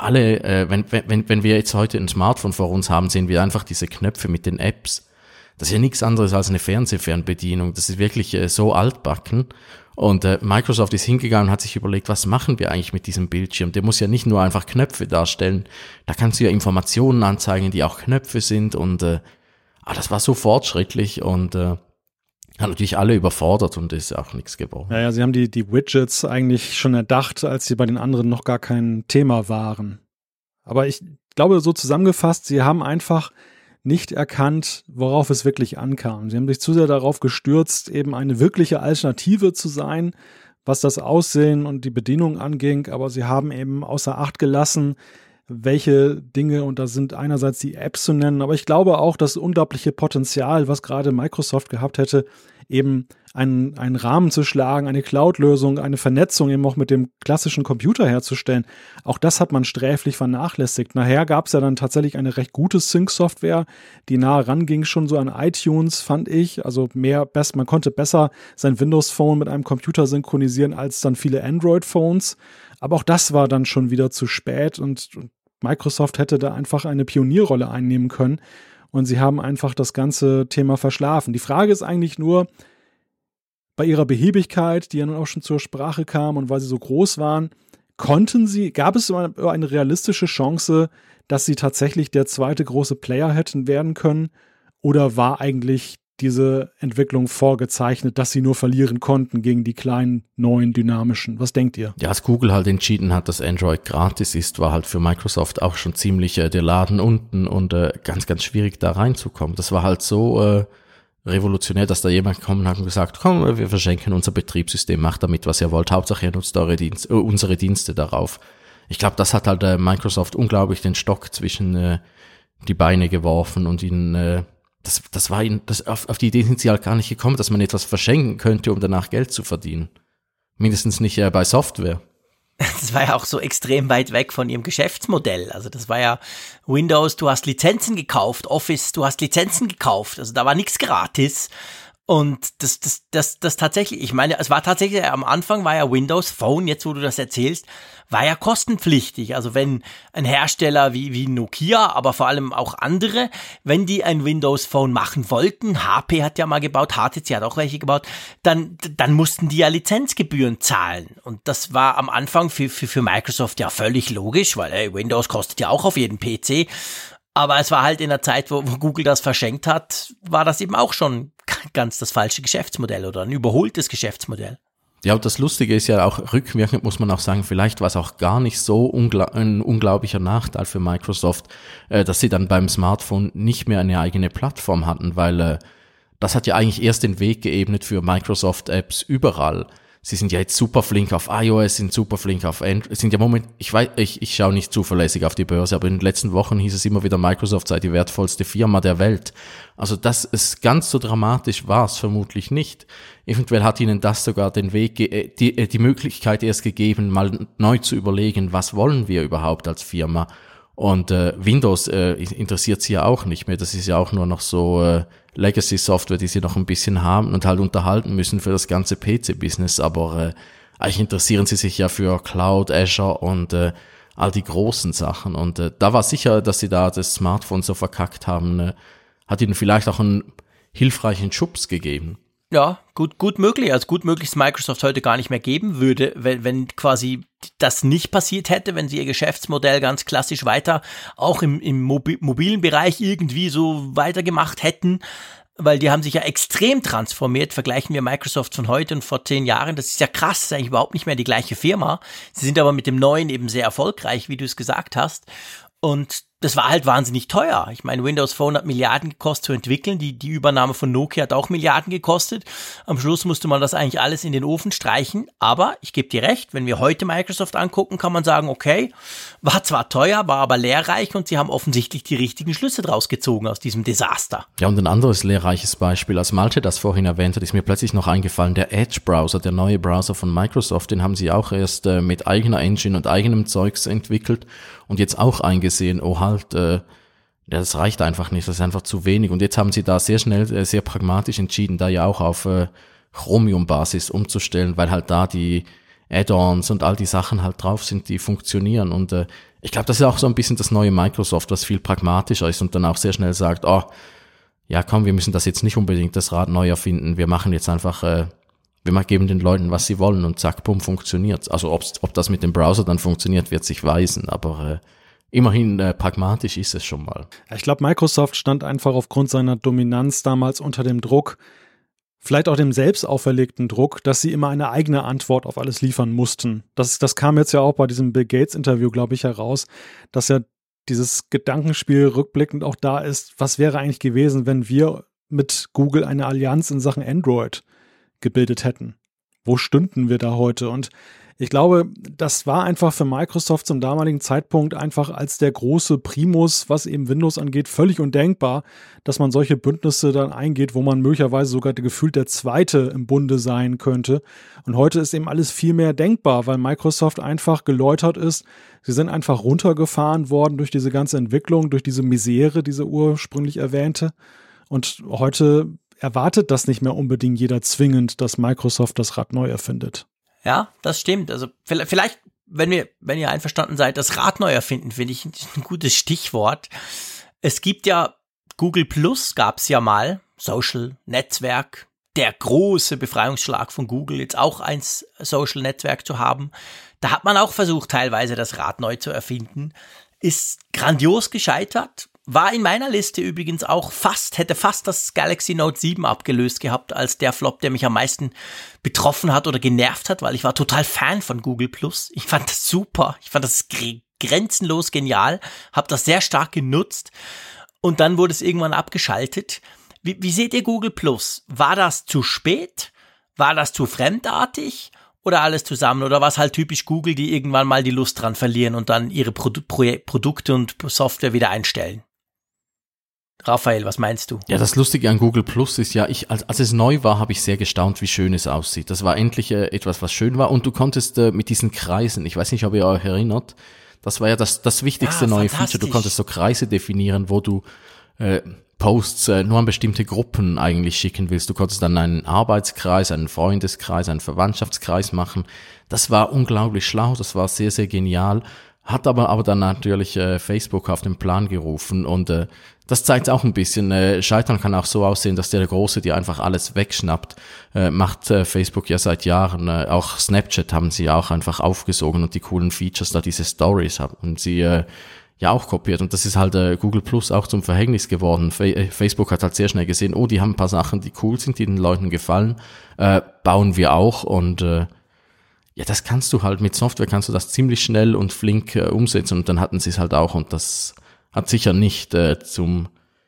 wenn wir jetzt heute ein Smartphone vor uns haben, sehen wir einfach diese Knöpfe mit den Apps. Das ist ja nichts anderes als eine Fernsehfernbedienung. Das ist wirklich so altbacken. Und Microsoft ist hingegangen und hat sich überlegt, was machen wir eigentlich mit diesem Bildschirm? Der muss ja nicht nur einfach Knöpfe darstellen. Da kannst du ja Informationen anzeigen, die auch Knöpfe sind. Und das war so fortschrittlich und hat natürlich alle überfordert und ist auch nichts geworden. Ja, sie haben die Widgets eigentlich schon erdacht, als sie bei den anderen noch gar kein Thema waren. Aber ich glaube, so zusammengefasst, sie haben einfach nicht erkannt, worauf es wirklich ankam. Sie haben sich zu sehr darauf gestürzt, eben eine wirkliche Alternative zu sein, was das Aussehen und die Bedienung anging, aber sie haben eben außer Acht gelassen, welche Dinge, und da sind einerseits die Apps zu nennen, aber ich glaube auch das unglaubliche Potenzial, was gerade Microsoft gehabt hätte, eben einen Rahmen zu schlagen, eine Cloud-Lösung, eine Vernetzung eben auch mit dem klassischen Computer herzustellen. Auch das hat man sträflich vernachlässigt. Nachher gab es ja dann tatsächlich eine recht gute Sync-Software, die nahe ranging schon so an iTunes, fand ich. Also man konnte besser sein Windows-Phone mit einem Computer synchronisieren als dann viele Android-Phones. Aber auch das war dann schon wieder zu spät und Microsoft hätte da einfach eine Pionierrolle einnehmen können und sie haben einfach das ganze Thema verschlafen. Die Frage ist eigentlich nur, bei ihrer Behebigkeit, die ja nun auch schon zur Sprache kam und weil sie so groß waren, gab es eine realistische Chance, dass sie tatsächlich der zweite große Player hätten werden können, oder war eigentlich diese Entwicklung vorgezeichnet, dass sie nur verlieren konnten gegen die kleinen, neuen, dynamischen? Was denkt ihr? Ja, als Google halt entschieden hat, dass Android gratis ist, war halt für Microsoft auch schon ziemlich der Laden unten und ganz, ganz schwierig da reinzukommen. Das war halt so revolutionär, dass da jemand gekommen hat und gesagt, komm, wir verschenken unser Betriebssystem, macht damit, was ihr wollt, Hauptsache ihr nutzt unsere Dienste darauf. Ich glaube, das hat halt Microsoft unglaublich den Stock zwischen die Beine geworfen und ihnen auf die Idee sind sie halt gar nicht gekommen, dass man etwas verschenken könnte, um danach Geld zu verdienen. Mindestens nicht bei Software. Das war ja auch so extrem weit weg von ihrem Geschäftsmodell. Also das war ja Windows, du hast Lizenzen gekauft, Office, du hast Lizenzen gekauft. Also da war nichts gratis. Und das tatsächlich, ich meine, es war tatsächlich, am Anfang war ja Windows Phone, jetzt wo du das erzählst, war ja kostenpflichtig. Also wenn ein Hersteller wie Nokia, aber vor allem auch andere, wenn die ein Windows Phone machen wollten, HP hat ja mal gebaut, HTC hat auch welche gebaut, dann mussten die ja Lizenzgebühren zahlen. Und das war am Anfang für Microsoft ja völlig logisch, weil Windows kostet ja auch auf jedem PC. Aber es war halt in der Zeit, wo Google das verschenkt hat, war das eben auch schon ganz das falsche Geschäftsmodell oder ein überholtes Geschäftsmodell. Ja, und das Lustige ist ja auch, rückwirkend muss man auch sagen, vielleicht war es auch gar nicht so ein unglaublicher Nachteil für Microsoft, dass sie dann beim Smartphone nicht mehr eine eigene Plattform hatten, weil das hat ja eigentlich erst den Weg geebnet für Microsoft-Apps überall. Sie sind ja jetzt super flink auf iOS, sind super flink auf Android, sind ja ich schaue nicht zuverlässig auf die Börse, aber in den letzten Wochen hieß es immer wieder, Microsoft sei die wertvollste Firma der Welt. Also das ist ganz so dramatisch, war es vermutlich nicht. Eventuell hat ihnen das sogar den Weg, die Möglichkeit erst gegeben, mal neu zu überlegen, was wollen wir überhaupt als Firma. Und Windows interessiert sie ja auch nicht mehr. Das ist ja auch nur noch so Legacy-Software, die sie noch ein bisschen haben und halt unterhalten müssen für das ganze PC-Business. Aber eigentlich interessieren sie sich ja für Cloud, Azure und all die großen Sachen. Und da war sicher, dass sie da das Smartphone so verkackt haben, hat ihnen vielleicht auch einen hilfreichen Schubs gegeben. Ja, gut möglich. Also gut möglich, dass Microsoft heute gar nicht mehr geben würde, wenn quasi das nicht passiert hätte, wenn sie ihr Geschäftsmodell ganz klassisch weiter auch im mobilen Bereich irgendwie so weitergemacht hätten, weil die haben sich ja extrem transformiert. Vergleichen wir Microsoft von heute und vor 10 Jahren. Das ist ja krass, das ist eigentlich überhaupt nicht mehr die gleiche Firma. Sie sind aber mit dem Neuen eben sehr erfolgreich, wie du es gesagt hast. Und das war halt wahnsinnig teuer. Ich meine, Windows Phone hat Milliarden gekostet zu entwickeln. Die Übernahme von Nokia hat auch Milliarden gekostet. Am Schluss musste man das eigentlich alles in den Ofen streichen. Aber ich gebe dir recht, wenn wir heute Microsoft angucken, kann man sagen, okay, war zwar teuer, war aber lehrreich und sie haben offensichtlich die richtigen Schlüsse draus gezogen aus diesem Desaster. Ja, und ein anderes lehrreiches Beispiel, als Malte das vorhin erwähnt hat, ist mir plötzlich noch eingefallen, der Edge-Browser, der neue Browser von Microsoft, den haben sie auch erst mit eigener Engine und eigenem Zeugs entwickelt und jetzt auch eingesehen, das reicht einfach nicht, das ist einfach zu wenig. Und jetzt haben sie da sehr schnell, sehr pragmatisch entschieden, da ja auch auf Chromium-Basis umzustellen, weil halt da die Add-ons und all die Sachen halt drauf sind, die funktionieren. Und ich glaube, das ist auch so ein bisschen das neue Microsoft, was viel pragmatischer ist und dann auch sehr schnell sagt, ja komm, wir müssen das jetzt nicht unbedingt das Rad neu erfinden, wir machen jetzt einfach, wir geben den Leuten, was sie wollen und zack, bumm, funktioniert's. Also ob das mit dem Browser dann funktioniert, wird sich weisen, aber immerhin pragmatisch ist es schon mal. Ja, ich glaube, Microsoft stand einfach aufgrund seiner Dominanz damals unter dem Druck, vielleicht auch dem selbst auferlegten Druck, dass sie immer eine eigene Antwort auf alles liefern mussten. Das kam jetzt ja auch bei diesem Bill Gates Interview, glaube ich, heraus, dass ja dieses Gedankenspiel rückblickend auch da ist, was wäre eigentlich gewesen, wenn wir mit Google eine Allianz in Sachen Android gebildet hätten. Wo stünden wir da heute? Und ich glaube, das war einfach für Microsoft zum damaligen Zeitpunkt einfach als der große Primus, was eben Windows angeht, völlig undenkbar, dass man solche Bündnisse dann eingeht, wo man möglicherweise sogar gefühlt der Zweite im Bunde sein könnte. Und heute ist eben alles viel mehr denkbar, weil Microsoft einfach geläutert ist. Sie sind einfach runtergefahren worden durch diese ganze Entwicklung, durch diese Misere, diese ursprünglich erwähnte. Und heute erwartet das nicht mehr unbedingt jeder zwingend, dass Microsoft das Rad neu erfindet. Ja, das stimmt. Also vielleicht, wenn ihr einverstanden seid, das Rad neu erfinden, finde ich ein gutes Stichwort. Es gibt ja Google Plus, gab's ja mal, Social Netzwerk, der große Befreiungsschlag von Google, jetzt auch ein Social Netzwerk zu haben. Da hat man auch versucht, teilweise das Rad neu zu erfinden. Ist grandios gescheitert. War in meiner Liste übrigens auch hätte fast das Galaxy Note 7 abgelöst gehabt als der Flop, der mich am meisten betroffen hat oder genervt hat, weil ich war total Fan von Google Plus. Ich fand das super. Ich fand das grenzenlos genial. Hab das sehr stark genutzt. Und dann wurde es irgendwann abgeschaltet. Wie seht ihr Google Plus? War das zu spät? War das zu fremdartig? Oder alles zusammen? Oder war es halt typisch Google, die irgendwann mal die Lust dran verlieren und dann ihre Produkte und Software wieder einstellen? Raphael, was meinst du? Ja, das Lustige an Google Plus ist ja, als es neu war, habe ich sehr gestaunt, wie schön es aussieht. Das war endlich etwas, was schön war. Und du konntest mit diesen Kreisen, ich weiß nicht, ob ihr euch erinnert, das war ja das wichtigste neue Feature. Du konntest so Kreise definieren, wo du Posts nur an bestimmte Gruppen eigentlich schicken willst. Du konntest dann einen Arbeitskreis, einen Freundeskreis, einen Verwandtschaftskreis machen. Das war unglaublich schlau, das war sehr, sehr genial. Hat aber dann natürlich Facebook auf den Plan gerufen und das zeigt auch ein bisschen, Scheitern kann auch so aussehen, dass der Große dir einfach alles wegschnappt. Macht Facebook ja seit Jahren, auch Snapchat haben sie auch einfach aufgesogen und die coolen Features, da diese Stories haben sie ja auch kopiert und das ist halt Google Plus auch zum Verhängnis geworden. Facebook hat halt sehr schnell gesehen, die haben ein paar Sachen, die cool sind, die den Leuten gefallen, bauen wir auch und ja, das kannst du halt mit Software, kannst du das ziemlich schnell und flink umsetzen und dann hatten sie es halt auch und das hat sicher nicht zum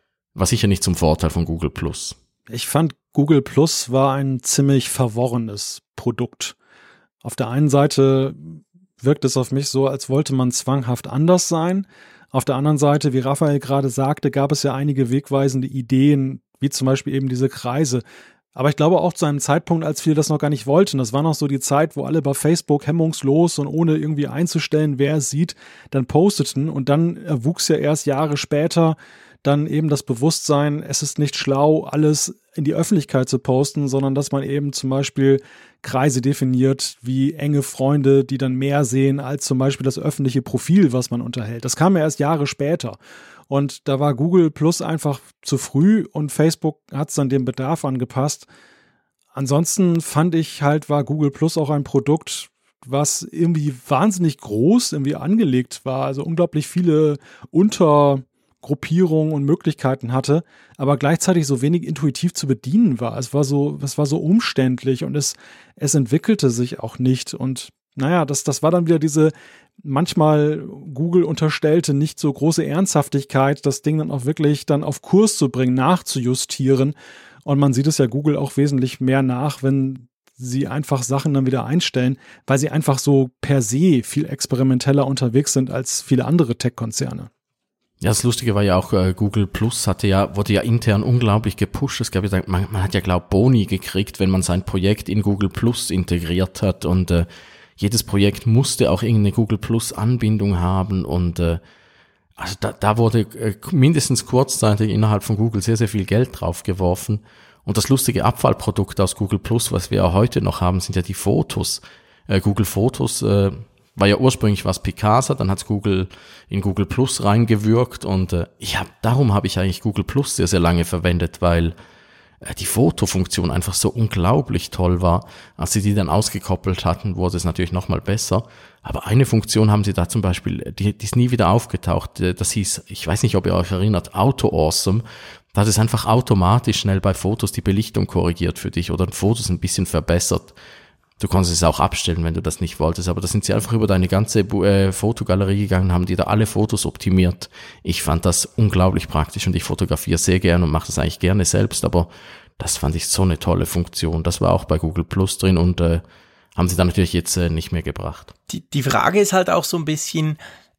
Vorteil von Google Plus. Ich fand, Google Plus war ein ziemlich verworrenes Produkt. Auf der einen Seite wirkt es auf mich so, als wollte man zwanghaft anders sein. Auf der anderen Seite, wie Raphael gerade sagte, gab es ja einige wegweisende Ideen, wie zum Beispiel eben diese Kreise. Aber ich glaube auch zu einem Zeitpunkt, als viele das noch gar nicht wollten. Das war noch so die Zeit, wo alle bei Facebook hemmungslos und ohne irgendwie einzustellen, wer es sieht, dann posteten. Und dann wuchs ja erst Jahre später dann eben das Bewusstsein, es ist nicht schlau, alles in die Öffentlichkeit zu posten, sondern dass man eben zum Beispiel Kreise definiert, wie enge Freunde, die dann mehr sehen als zum Beispiel das öffentliche Profil, was man unterhält. Das kam ja erst Jahre später. Und da war Google Plus einfach zu früh und Facebook hat es dann dem Bedarf angepasst. Ansonsten fand ich halt, war Google Plus auch ein Produkt, was irgendwie wahnsinnig groß irgendwie angelegt war. Also unglaublich viele Untergruppierungen und Möglichkeiten hatte, aber gleichzeitig so wenig intuitiv zu bedienen war. Es war so umständlich und es entwickelte sich auch nicht. Und naja, das war dann wieder diese manchmal Google unterstellte nicht so große Ernsthaftigkeit, das Ding dann auch wirklich dann auf Kurs zu bringen, nachzujustieren. Und man sieht es ja Google auch wesentlich mehr nach, wenn sie einfach Sachen dann wieder einstellen, weil sie einfach so per se viel experimenteller unterwegs sind als viele andere Tech-Konzerne. Ja, das Lustige war ja auch, Google Plus wurde ja intern unglaublich gepusht. Es gab ja, man hat ja, glaube ich, Boni gekriegt, wenn man sein Projekt in Google Plus integriert hat, und jedes Projekt musste auch irgendeine Google Plus Anbindung haben, und also da wurde mindestens kurzzeitig innerhalb von Google sehr, sehr viel Geld drauf geworfen. Und das lustige Abfallprodukt aus Google Plus, was wir auch heute noch haben, sind ja die Fotos. Google Fotos war ja ursprünglich was Picasa, dann hat's Google in Google Plus reingewürgt, und darum habe ich eigentlich Google Plus sehr, sehr lange verwendet, weil die Fotofunktion einfach so unglaublich toll war. Als sie die dann ausgekoppelt hatten, wurde es natürlich nochmal besser. Aber eine Funktion haben sie da zum Beispiel, die ist nie wieder aufgetaucht. Das hieß, ich weiß nicht, ob ihr euch erinnert, Auto Awesome. Da hat es einfach automatisch schnell bei Fotos die Belichtung korrigiert für dich oder Fotos ein bisschen verbessert. Du konntest es auch abstellen, wenn du das nicht wolltest, aber da sind sie einfach über deine ganze Fotogalerie gegangen, haben die da alle Fotos optimiert. Ich fand das unglaublich praktisch, und ich fotografiere sehr gerne und mache das eigentlich gerne selbst, aber das fand ich so eine tolle Funktion. Das war auch bei Google Plus drin, und haben sie dann natürlich jetzt nicht mehr gebracht. Die Frage ist halt auch so ein bisschen,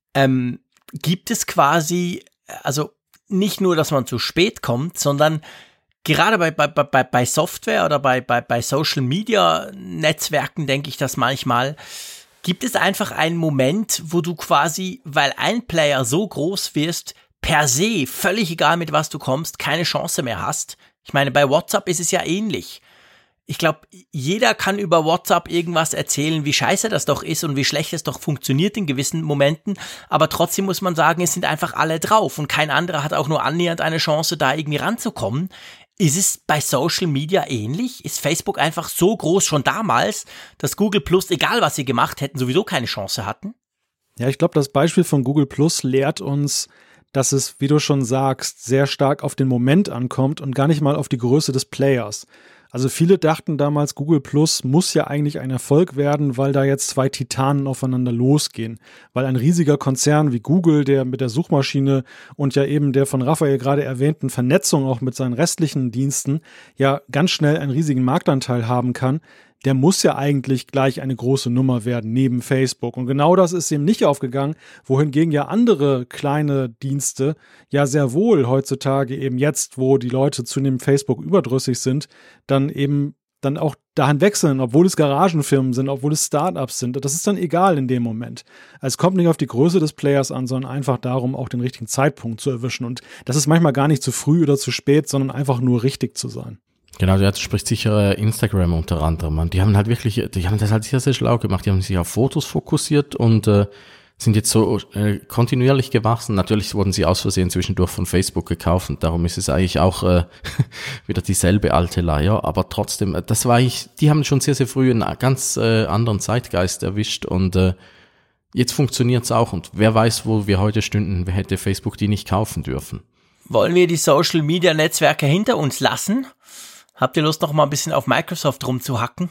gibt es quasi, also nicht nur, dass man zu spät kommt, sondern gerade bei Software oder bei Social Media Netzwerken denke ich das manchmal, gibt es einfach einen Moment, wo du quasi, weil ein Player so groß wirst, per se, völlig egal mit was du kommst, keine Chance mehr hast. Ich meine, bei WhatsApp ist es ja ähnlich. Ich glaube, jeder kann über WhatsApp irgendwas erzählen, wie scheiße das doch ist und wie schlecht es doch funktioniert in gewissen Momenten, aber trotzdem muss man sagen, es sind einfach alle drauf und kein anderer hat auch nur annähernd eine Chance, da irgendwie ranzukommen. Ist es bei Social Media ähnlich? Ist Facebook einfach so groß schon damals, dass Google Plus, egal was sie gemacht hätten, sowieso keine Chance hatten? Ja, ich glaube, das Beispiel von Google Plus lehrt uns, dass es, wie du schon sagst, sehr stark auf den Moment ankommt und gar nicht mal auf die Größe des Players. Also viele dachten damals, Google Plus muss ja eigentlich ein Erfolg werden, weil da jetzt zwei Titanen aufeinander losgehen. Weil ein riesiger Konzern wie Google, der mit der Suchmaschine und ja eben der von Raphael gerade erwähnten Vernetzung auch mit seinen restlichen Diensten ja ganz schnell einen riesigen Marktanteil haben kann, der muss ja eigentlich gleich eine große Nummer werden neben Facebook. Und genau das ist ihm nicht aufgegangen, wohingegen ja andere kleine Dienste ja sehr wohl heutzutage eben jetzt, wo die Leute zunehmend Facebook überdrüssig sind, dann auch dahin wechseln, obwohl es Garagenfirmen sind, obwohl es Startups sind. Das ist dann egal in dem Moment. Also es kommt nicht auf die Größe des Players an, sondern einfach darum, auch den richtigen Zeitpunkt zu erwischen. Und das ist manchmal gar nicht zu früh oder zu spät, sondern einfach nur richtig zu sein. Genau, du sprichst sicher Instagram unter anderem. Die haben das halt sehr, sehr schlau gemacht. Die haben sich auf Fotos fokussiert und sind jetzt so kontinuierlich gewachsen. Natürlich wurden sie aus Versehen zwischendurch von Facebook gekauft und darum ist es eigentlich auch wieder dieselbe alte Leier. Aber trotzdem, die haben schon sehr, sehr früh einen ganz anderen Zeitgeist erwischt und jetzt funktioniert's auch. Und wer weiß, wo wir heute stünden, wer hätte Facebook die nicht kaufen dürfen. Wollen wir die Social-Media-Netzwerke hinter uns lassen? Habt ihr Lust, noch mal ein bisschen auf Microsoft rumzuhacken?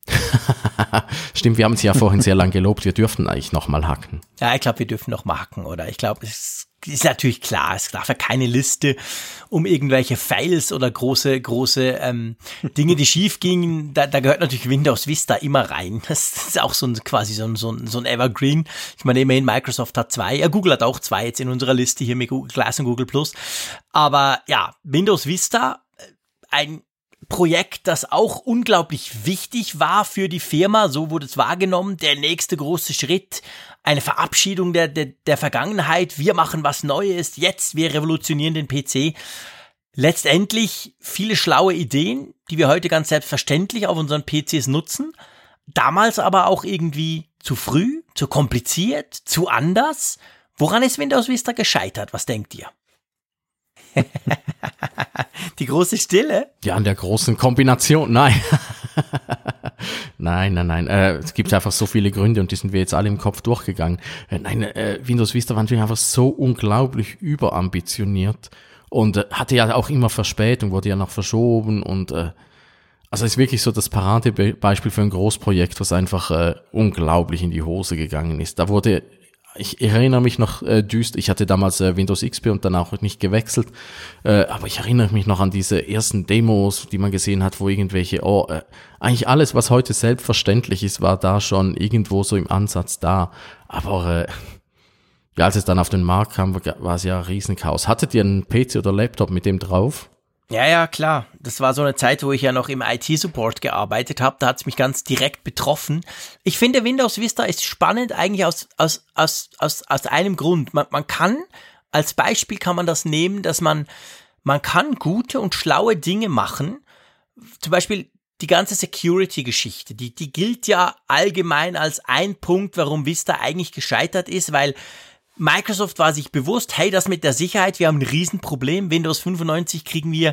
Stimmt, wir haben es ja vorhin sehr lang gelobt, wir dürften eigentlich noch mal hacken. Ja, ich glaube, wir dürfen noch mal hacken, oder? Ich glaube, es ist natürlich klar, es darf ja keine Liste um irgendwelche Fails oder große Dinge, die schief gingen. Da gehört natürlich Windows Vista immer rein. Das ist auch quasi so ein Evergreen. Ich meine, immerhin Microsoft hat 2, ja, Google hat auch 2 jetzt in unserer Liste hier mit Google Glass und Google Plus. Aber ja, Windows Vista, ein Projekt, das auch unglaublich wichtig war für die Firma, so wurde es wahrgenommen, der nächste große Schritt, eine Verabschiedung der Vergangenheit, wir machen was Neues, jetzt, wir revolutionieren den PC. Letztendlich viele schlaue Ideen, die wir heute ganz selbstverständlich auf unseren PCs nutzen, damals aber auch irgendwie zu früh, zu kompliziert, zu anders. Woran ist Windows Vista gescheitert? Was denkt ihr? Die große Stille? Ja, an der großen Kombination, nein. Nein. Es gibt einfach so viele Gründe und die sind wir jetzt alle im Kopf durchgegangen. Windows Vista war natürlich einfach so unglaublich überambitioniert und hatte ja auch immer Verspätung, wurde ja noch verschoben und Also es ist wirklich so das Paradebeispiel für ein Großprojekt, was einfach unglaublich in die Hose gegangen ist. Ich erinnere mich noch düster, ich hatte damals Windows XP und dann auch nicht gewechselt, aber ich erinnere mich noch an diese ersten Demos, die man gesehen hat, wo irgendwelche, eigentlich alles, was heute selbstverständlich ist, war da schon irgendwo so im Ansatz da. Aber als es dann auf den Markt kam, war es ja ein Riesenchaos. Hattet ihr einen PC oder Laptop mit dem drauf? Ja, klar. Das war so eine Zeit, wo ich ja noch im IT-Support gearbeitet habe. Da hat es mich ganz direkt betroffen. Ich finde, Windows Vista ist spannend eigentlich aus einem Grund. Man kann, als Beispiel kann man das nehmen, dass man kann gute und schlaue Dinge machen. Zum Beispiel die ganze Security-Geschichte. Die gilt ja allgemein als ein Punkt, warum Vista eigentlich gescheitert ist, weil Microsoft war sich bewusst, hey, das mit der Sicherheit, wir haben ein Riesenproblem. Windows 95 kriegen wir,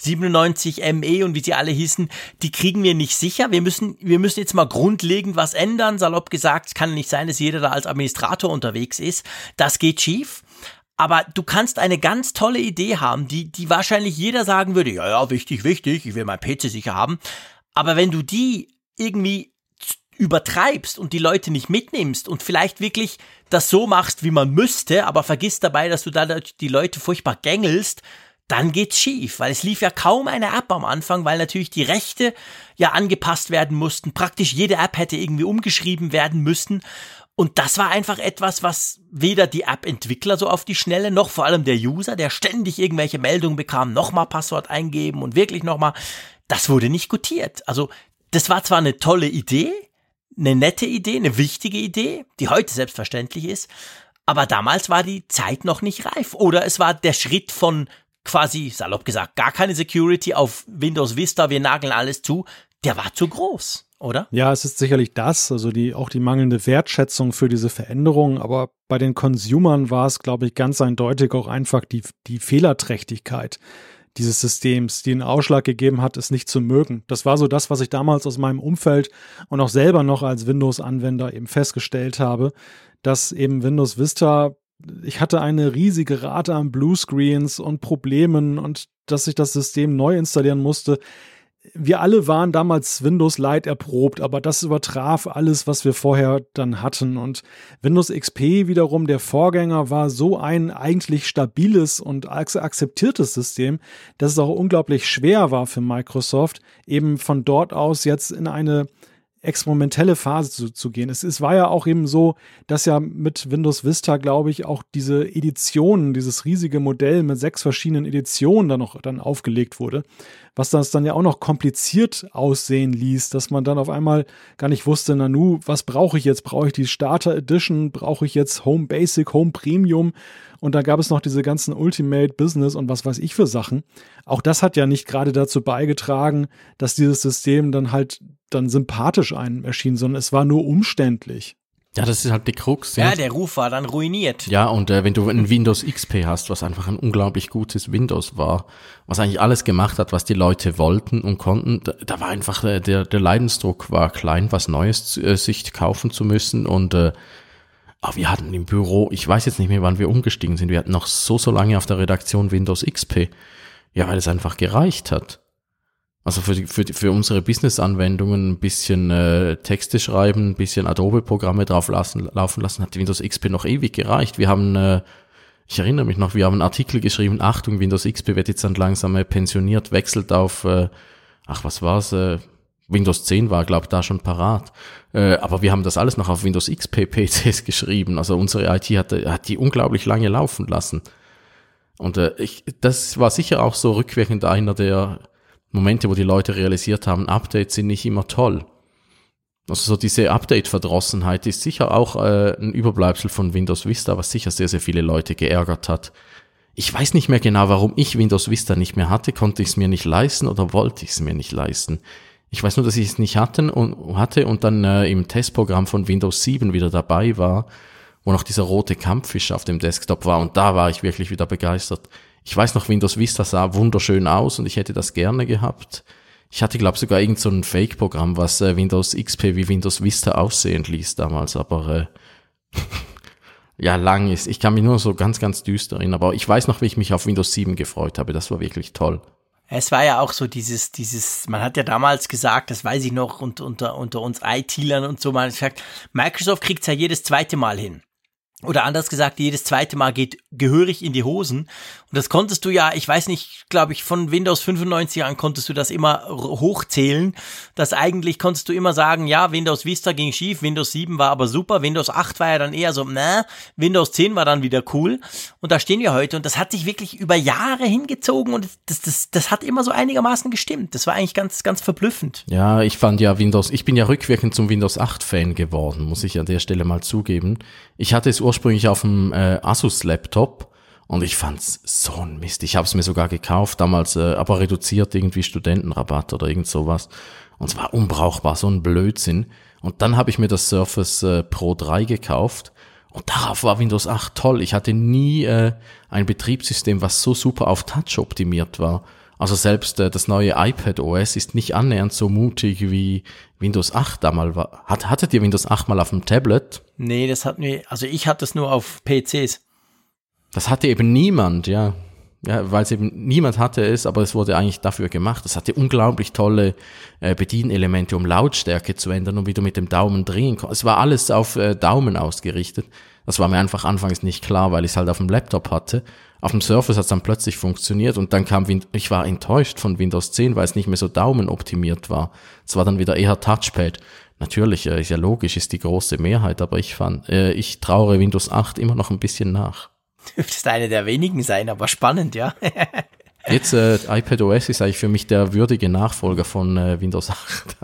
97 ME und wie sie alle hießen, die kriegen wir nicht sicher. Wir müssen jetzt mal grundlegend was ändern. Salopp gesagt, es kann nicht sein, dass jeder da als Administrator unterwegs ist. Das geht schief. Aber du kannst eine ganz tolle Idee haben, die wahrscheinlich jeder sagen würde, ja, wichtig, ich will mein PC sicher haben. Aber wenn du die irgendwie übertreibst und die Leute nicht mitnimmst und vielleicht wirklich das so machst, wie man müsste, aber vergisst dabei, dass du da die Leute furchtbar gängelst, dann geht's schief, weil es lief ja kaum eine App am Anfang, weil natürlich die Rechte ja angepasst werden mussten. Praktisch jede App hätte irgendwie umgeschrieben werden müssen. Und das war einfach etwas, was weder die App-Entwickler so auf die Schnelle, noch vor allem der User, der ständig irgendwelche Meldungen bekam, nochmal Passwort eingeben und wirklich nochmal, das wurde nicht gutiert. Also das war zwar eine tolle Idee, eine nette Idee, eine wichtige Idee, die heute selbstverständlich ist, aber damals war die Zeit noch nicht reif. Oder es war der Schritt von quasi, salopp gesagt, gar keine Security auf Windows Vista, wir nageln alles zu, der war zu groß, oder? Ja, es ist sicherlich das, also auch die mangelnde Wertschätzung für diese Veränderung, aber bei den Consumern war es, glaube ich, ganz eindeutig auch einfach die Fehlerträchtigkeit dieses Systems, die einen Ausschlag gegeben hat, es nicht zu mögen. Das war so das, was ich damals aus meinem Umfeld und auch selber noch als Windows-Anwender eben festgestellt habe, dass eben Windows Vista, ich hatte eine riesige Rate an Bluescreens und Problemen und dass ich das System neu installieren musste. Wir alle waren damals Windows Lite erprobt, aber das übertraf alles, was wir vorher dann hatten. Und Windows XP wiederum, der Vorgänger, war so ein eigentlich stabiles und akzeptiertes System, dass es auch unglaublich schwer war für Microsoft, eben von dort aus jetzt in eine experimentelle Phase zu gehen. Es war ja auch eben so, dass ja mit Windows Vista, glaube ich, auch diese Editionen, dieses riesige Modell mit 6 verschiedenen Editionen dann aufgelegt wurde, was das dann ja auch noch kompliziert aussehen ließ, dass man dann auf einmal gar nicht wusste, was brauche ich jetzt? Brauche ich die Starter Edition? Brauche ich jetzt Home Basic, Home Premium? Und da gab es noch diese ganzen Ultimate Business und was weiß ich für Sachen. Auch das hat ja nicht gerade dazu beigetragen, dass dieses System dann sympathisch einem erschien, sondern es war nur umständlich. Ja, das ist halt die Krux. Ja, der Ruf war dann ruiniert. Ja, und wenn du ein Windows XP hast, was einfach ein unglaublich gutes Windows war, was eigentlich alles gemacht hat, was die Leute wollten und konnten, da war einfach der Leidensdruck war klein, was Neues sich kaufen zu müssen. Und wir hatten im Büro, ich weiß jetzt nicht mehr, wann wir umgestiegen sind, wir hatten noch so lange auf der Redaktion Windows XP. Ja, weil es einfach gereicht hat. Also für unsere Business-Anwendungen ein bisschen Texte schreiben, ein bisschen Adobe-Programme laufen lassen, hat Windows XP noch ewig gereicht. Wir haben, ich erinnere mich noch, wir haben einen Artikel geschrieben, Achtung, Windows XP wird jetzt dann langsam pensioniert, wechselt auf, Windows 10 war, glaube ich, da schon parat. Aber wir haben das alles noch auf Windows XP PCs geschrieben. Also unsere IT hat die unglaublich lange laufen lassen. Und das war sicher auch so rückwirkend einer der Momente, wo die Leute realisiert haben, Updates sind nicht immer toll. Also so diese Update-Verdrossenheit ist sicher auch ein Überbleibsel von Windows Vista, was sicher sehr, sehr viele Leute geärgert hat. Ich weiß nicht mehr genau, warum ich Windows Vista nicht mehr hatte. Konnte ich es mir nicht leisten oder wollte ich es mir nicht leisten? Ich weiß nur, dass ich es nicht hatte und dann im Testprogramm von Windows 7 wieder dabei war, wo noch dieser rote Kampffisch auf dem Desktop war, und da war ich wirklich wieder begeistert. Ich weiß noch, Windows Vista sah wunderschön aus und ich hätte das gerne gehabt. Ich hatte, glaube ich, sogar irgend so ein Fake-Programm, was Windows XP wie Windows Vista aussehen ließ damals, aber ja, lang ist. Ich kann mich nur so ganz, ganz düster erinnern, aber ich weiß noch, wie ich mich auf Windows 7 gefreut habe. Das war wirklich toll. Es war ja auch so man hat ja damals gesagt, das weiß ich noch, und unter uns IT-Lern und so, man hat gesagt, Microsoft kriegt's ja jedes zweite Mal hin. Oder anders gesagt, jedes zweite Mal geht gehörig in die Hosen. Und das konntest du ja, ich weiß nicht, glaube ich, von Windows 95 an konntest du das immer hochzählen. Das eigentlich konntest du immer sagen, ja, Windows Vista ging schief, Windows 7 war aber super, Windows 8 war ja dann eher so, Windows 10 war dann wieder cool. Und da stehen wir heute. Und das hat sich wirklich über Jahre hingezogen und das hat immer so einigermaßen gestimmt. Das war eigentlich ganz, ganz verblüffend. Ja, ich bin ja rückwirkend zum Windows 8 Fan geworden, muss ich an der Stelle mal zugeben. Ich hatte es ursprünglich auf dem Asus-Laptop und ich fand's so ein Mist. Ich habe es mir sogar gekauft, damals aber reduziert, irgendwie Studentenrabatt oder irgend sowas. Und es war unbrauchbar, so ein Blödsinn. Und dann habe ich mir das Surface Pro 3 gekauft und darauf war Windows 8 toll. Ich hatte nie ein Betriebssystem, was so super auf Touch optimiert war. Also selbst das neue iPad OS ist nicht annähernd so mutig wie Windows 8 damals war. Hattet ihr Windows 8 mal auf dem Tablet? Nee, ich hatte es nur auf PCs. Das hatte eben niemand, ja. Ja, weil es eben niemand hatte es, aber es wurde eigentlich dafür gemacht. Es hatte unglaublich tolle Bedienelemente, um Lautstärke zu ändern und wie du mit dem Daumen drehen konntest. Es war alles auf Daumen ausgerichtet. Das war mir einfach anfangs nicht klar, weil ich es halt auf dem Laptop hatte. Auf dem Surface hat es dann plötzlich funktioniert und dann ich war enttäuscht von Windows 10, weil es nicht mehr so daumenoptimiert war. Es war dann wieder eher Touchpad. Natürlich, ist ja logisch, ist die große Mehrheit, aber ich trauere Windows 8 immer noch ein bisschen nach. Du dürftest eine der wenigen sein, aber spannend, ja. Jetzt, iPadOS ist eigentlich für mich der würdige Nachfolger von Windows 8.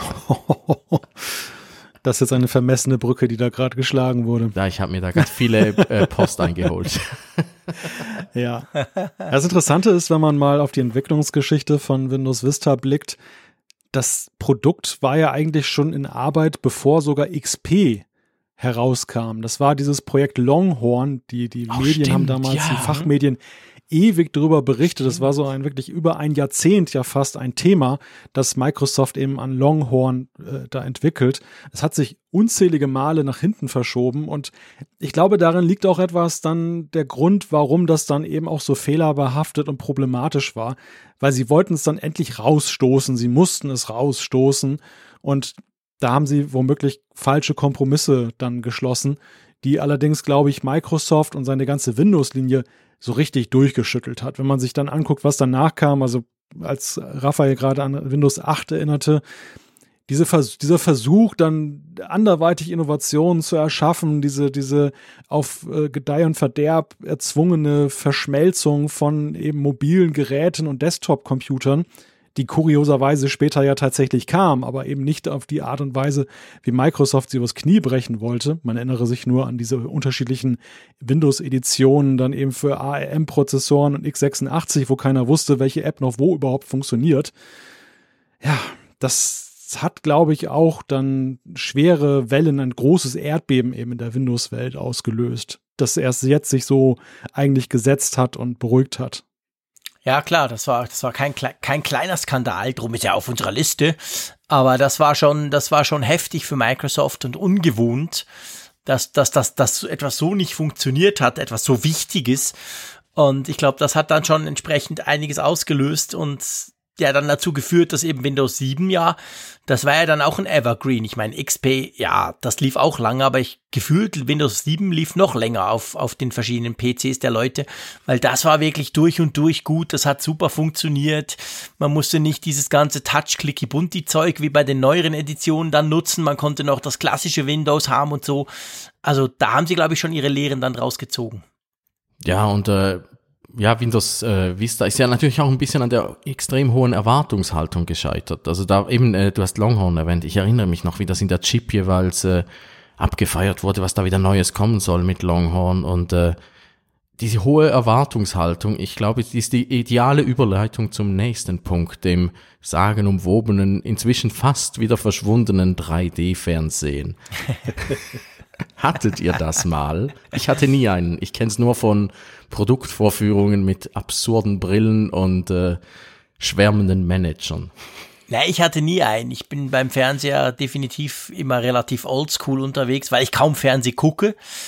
Das ist jetzt eine vermessene Brücke, die da gerade geschlagen wurde. Ja, ich habe mir da ganz viele Post eingeholt. Ja. Das Interessante ist, wenn man mal auf die Entwicklungsgeschichte von Windows Vista blickt, das Produkt war ja eigentlich schon in Arbeit, bevor sogar XP herauskam. Das war dieses Projekt Longhorn, die Medien stimmt, haben damals, ja. Die Fachmedien, ewig drüber berichtet. Das war so wirklich über ein Jahrzehnt ja fast ein Thema, das Microsoft eben an Longhorn da entwickelt. Es hat sich unzählige Male nach hinten verschoben und ich glaube, darin liegt auch etwas dann der Grund, warum das dann eben auch so fehlerbehaftet und problematisch war, weil sie wollten es dann endlich rausstoßen. Sie mussten es rausstoßen und da haben sie womöglich falsche Kompromisse dann geschlossen, die allerdings, glaube ich, Microsoft und seine ganze Windows-Linie so richtig durchgeschüttelt hat. Wenn man sich dann anguckt, was danach kam, also als Raphael gerade an Windows 8 erinnerte, dieser Versuch, dann anderweitig Innovationen zu erschaffen, diese auf Gedeih und Verderb erzwungene Verschmelzung von eben mobilen Geräten und Desktop-Computern, die kurioserweise später ja tatsächlich kam, aber eben nicht auf die Art und Weise, wie Microsoft sie übers Knie brechen wollte. Man erinnere sich nur an diese unterschiedlichen Windows-Editionen dann eben für ARM-Prozessoren und x86, wo keiner wusste, welche App noch wo überhaupt funktioniert. Ja, das hat, glaube ich, auch dann schwere Wellen, ein großes Erdbeben eben in der Windows-Welt ausgelöst, das erst jetzt sich so eigentlich gesetzt hat und beruhigt hat. Ja, klar, das war kein kleiner Skandal, drum ist er auf unserer Liste, aber das war schon heftig für Microsoft und ungewohnt, dass etwas so nicht funktioniert hat, etwas so Wichtiges, und ich glaube, das hat dann schon entsprechend einiges ausgelöst und ja dann dazu geführt, dass eben Windows 7 das war ja dann auch ein Evergreen. Ich meine, XP, ja, das lief auch lange, aber gefühlt Windows 7 lief noch länger auf den verschiedenen PCs der Leute, weil das war wirklich durch und durch gut, das hat super funktioniert. Man musste nicht dieses ganze Touch-Clicky-Bunti-Zeug wie bei den neueren Editionen dann nutzen, man konnte noch das klassische Windows haben und so. Also da haben sie, glaube ich, schon ihre Lehren dann rausgezogen. Ja, und Windows Vista ist ja natürlich auch ein bisschen an der extrem hohen Erwartungshaltung gescheitert. Also da eben, du hast Longhorn erwähnt, ich erinnere mich noch, wie das in der Chip jeweils abgefeiert wurde, was da wieder Neues kommen soll mit Longhorn, und diese hohe Erwartungshaltung, ich glaube, die ist die ideale Überleitung zum nächsten Punkt, dem sagenumwobenen, inzwischen fast wieder verschwundenen 3D-Fernsehen. Hattet ihr das mal? Ich hatte nie einen. Ich kenne es nur von Produktvorführungen mit absurden Brillen und schwärmenden Managern. Na, ich hatte nie einen. Ich bin beim Fernseher definitiv immer relativ oldschool unterwegs, weil ich kaum Fernseh gucke.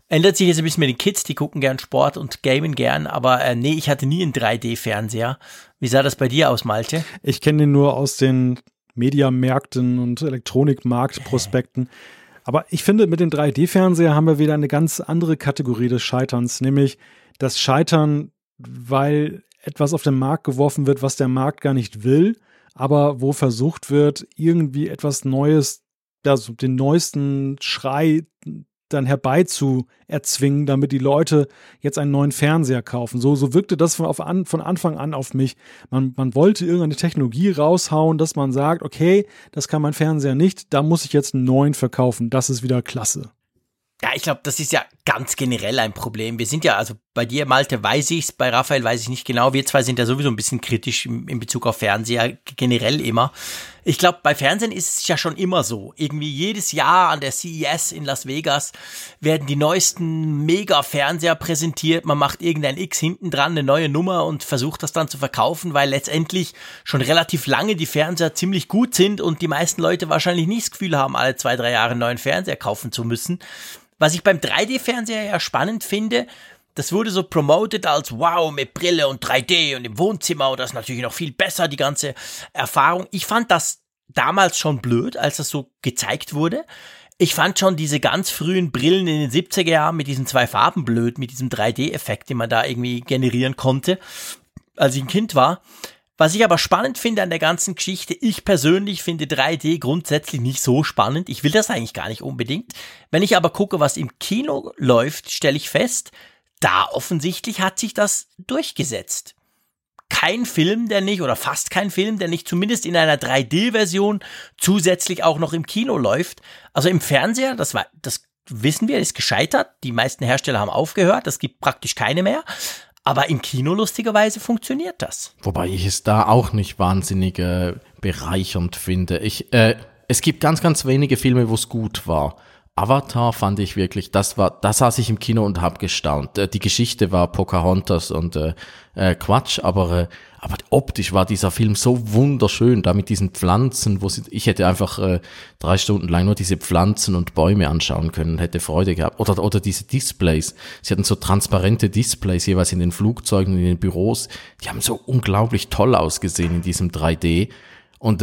Ändert sich jetzt ein bisschen mit den Kids, die gucken gern Sport und gamen gern, aber nee, ich hatte nie einen 3D-Fernseher. Wie sah das bei dir aus, Malte? Ich kenne den nur aus den Mediamärkten und Elektronikmarktprospekten. Aber ich finde, mit dem 3D-Fernseher haben wir wieder eine ganz andere Kategorie des Scheiterns, nämlich das Scheitern, weil etwas auf den Markt geworfen wird, was der Markt gar nicht will, aber wo versucht wird, irgendwie etwas Neues, also den neuesten Schrei dann herbei zu erzwingen, damit die Leute jetzt einen neuen Fernseher kaufen. So wirkte das von Anfang an auf mich. Man wollte irgendeine Technologie raushauen, dass man sagt, okay, das kann mein Fernseher nicht, da muss ich jetzt einen neuen verkaufen. Das ist wieder klasse. Ja, ich glaube, das ist ja ganz generell ein Problem. Wir sind ja, also bei dir, Malte, weiß ich's, bei Raphael weiß ich nicht genau. Wir zwei sind ja sowieso ein bisschen kritisch in Bezug auf Fernseher, generell immer. Ich glaube, bei Fernsehen ist es ja schon immer so. Irgendwie jedes Jahr an der CES in Las Vegas werden die neuesten Mega-Fernseher präsentiert. Man macht irgendein X hinten dran, eine neue Nummer und versucht das dann zu verkaufen, weil letztendlich schon relativ lange die Fernseher ziemlich gut sind und die meisten Leute wahrscheinlich nicht das Gefühl haben, alle 2-3 Jahre einen neuen Fernseher kaufen zu müssen. Was ich beim 3D-Fernseher ja spannend finde, das wurde so promoted als wow, mit Brille und 3D und im Wohnzimmer und das ist natürlich noch viel besser, die ganze Erfahrung. Ich fand das damals schon blöd, als das so gezeigt wurde. Ich fand schon diese ganz frühen Brillen in den 70er Jahren mit diesen 2 Farben blöd, mit diesem 3D-Effekt, den man da irgendwie generieren konnte, als ich ein Kind war. Was ich aber spannend finde an der ganzen Geschichte, ich persönlich finde 3D grundsätzlich nicht so spannend. Ich will das eigentlich gar nicht unbedingt. Wenn ich aber gucke, was im Kino läuft, stelle ich fest, da offensichtlich hat sich das durchgesetzt. Kein Film, der nicht, oder fast kein Film, der nicht zumindest in einer 3D-Version zusätzlich auch noch im Kino läuft. Also im Fernseher, das wissen wir, ist gescheitert. Die meisten Hersteller haben aufgehört, es gibt praktisch keine mehr. Aber im Kino lustigerweise funktioniert das. Wobei ich es da auch nicht wahnsinnig bereichernd finde. Es gibt ganz, ganz wenige Filme, wo es gut war. Avatar fand ich wirklich, da saß ich im Kino und hab gestaunt. Die Geschichte war Pocahontas und Quatsch, aber optisch war dieser Film so wunderschön, da mit diesen Pflanzen, ich hätte einfach 3 Stunden lang nur diese Pflanzen und Bäume anschauen können, hätte Freude gehabt. Oder diese Displays, sie hatten so transparente Displays jeweils in den Flugzeugen, in den Büros, die haben so unglaublich toll ausgesehen in diesem 3D und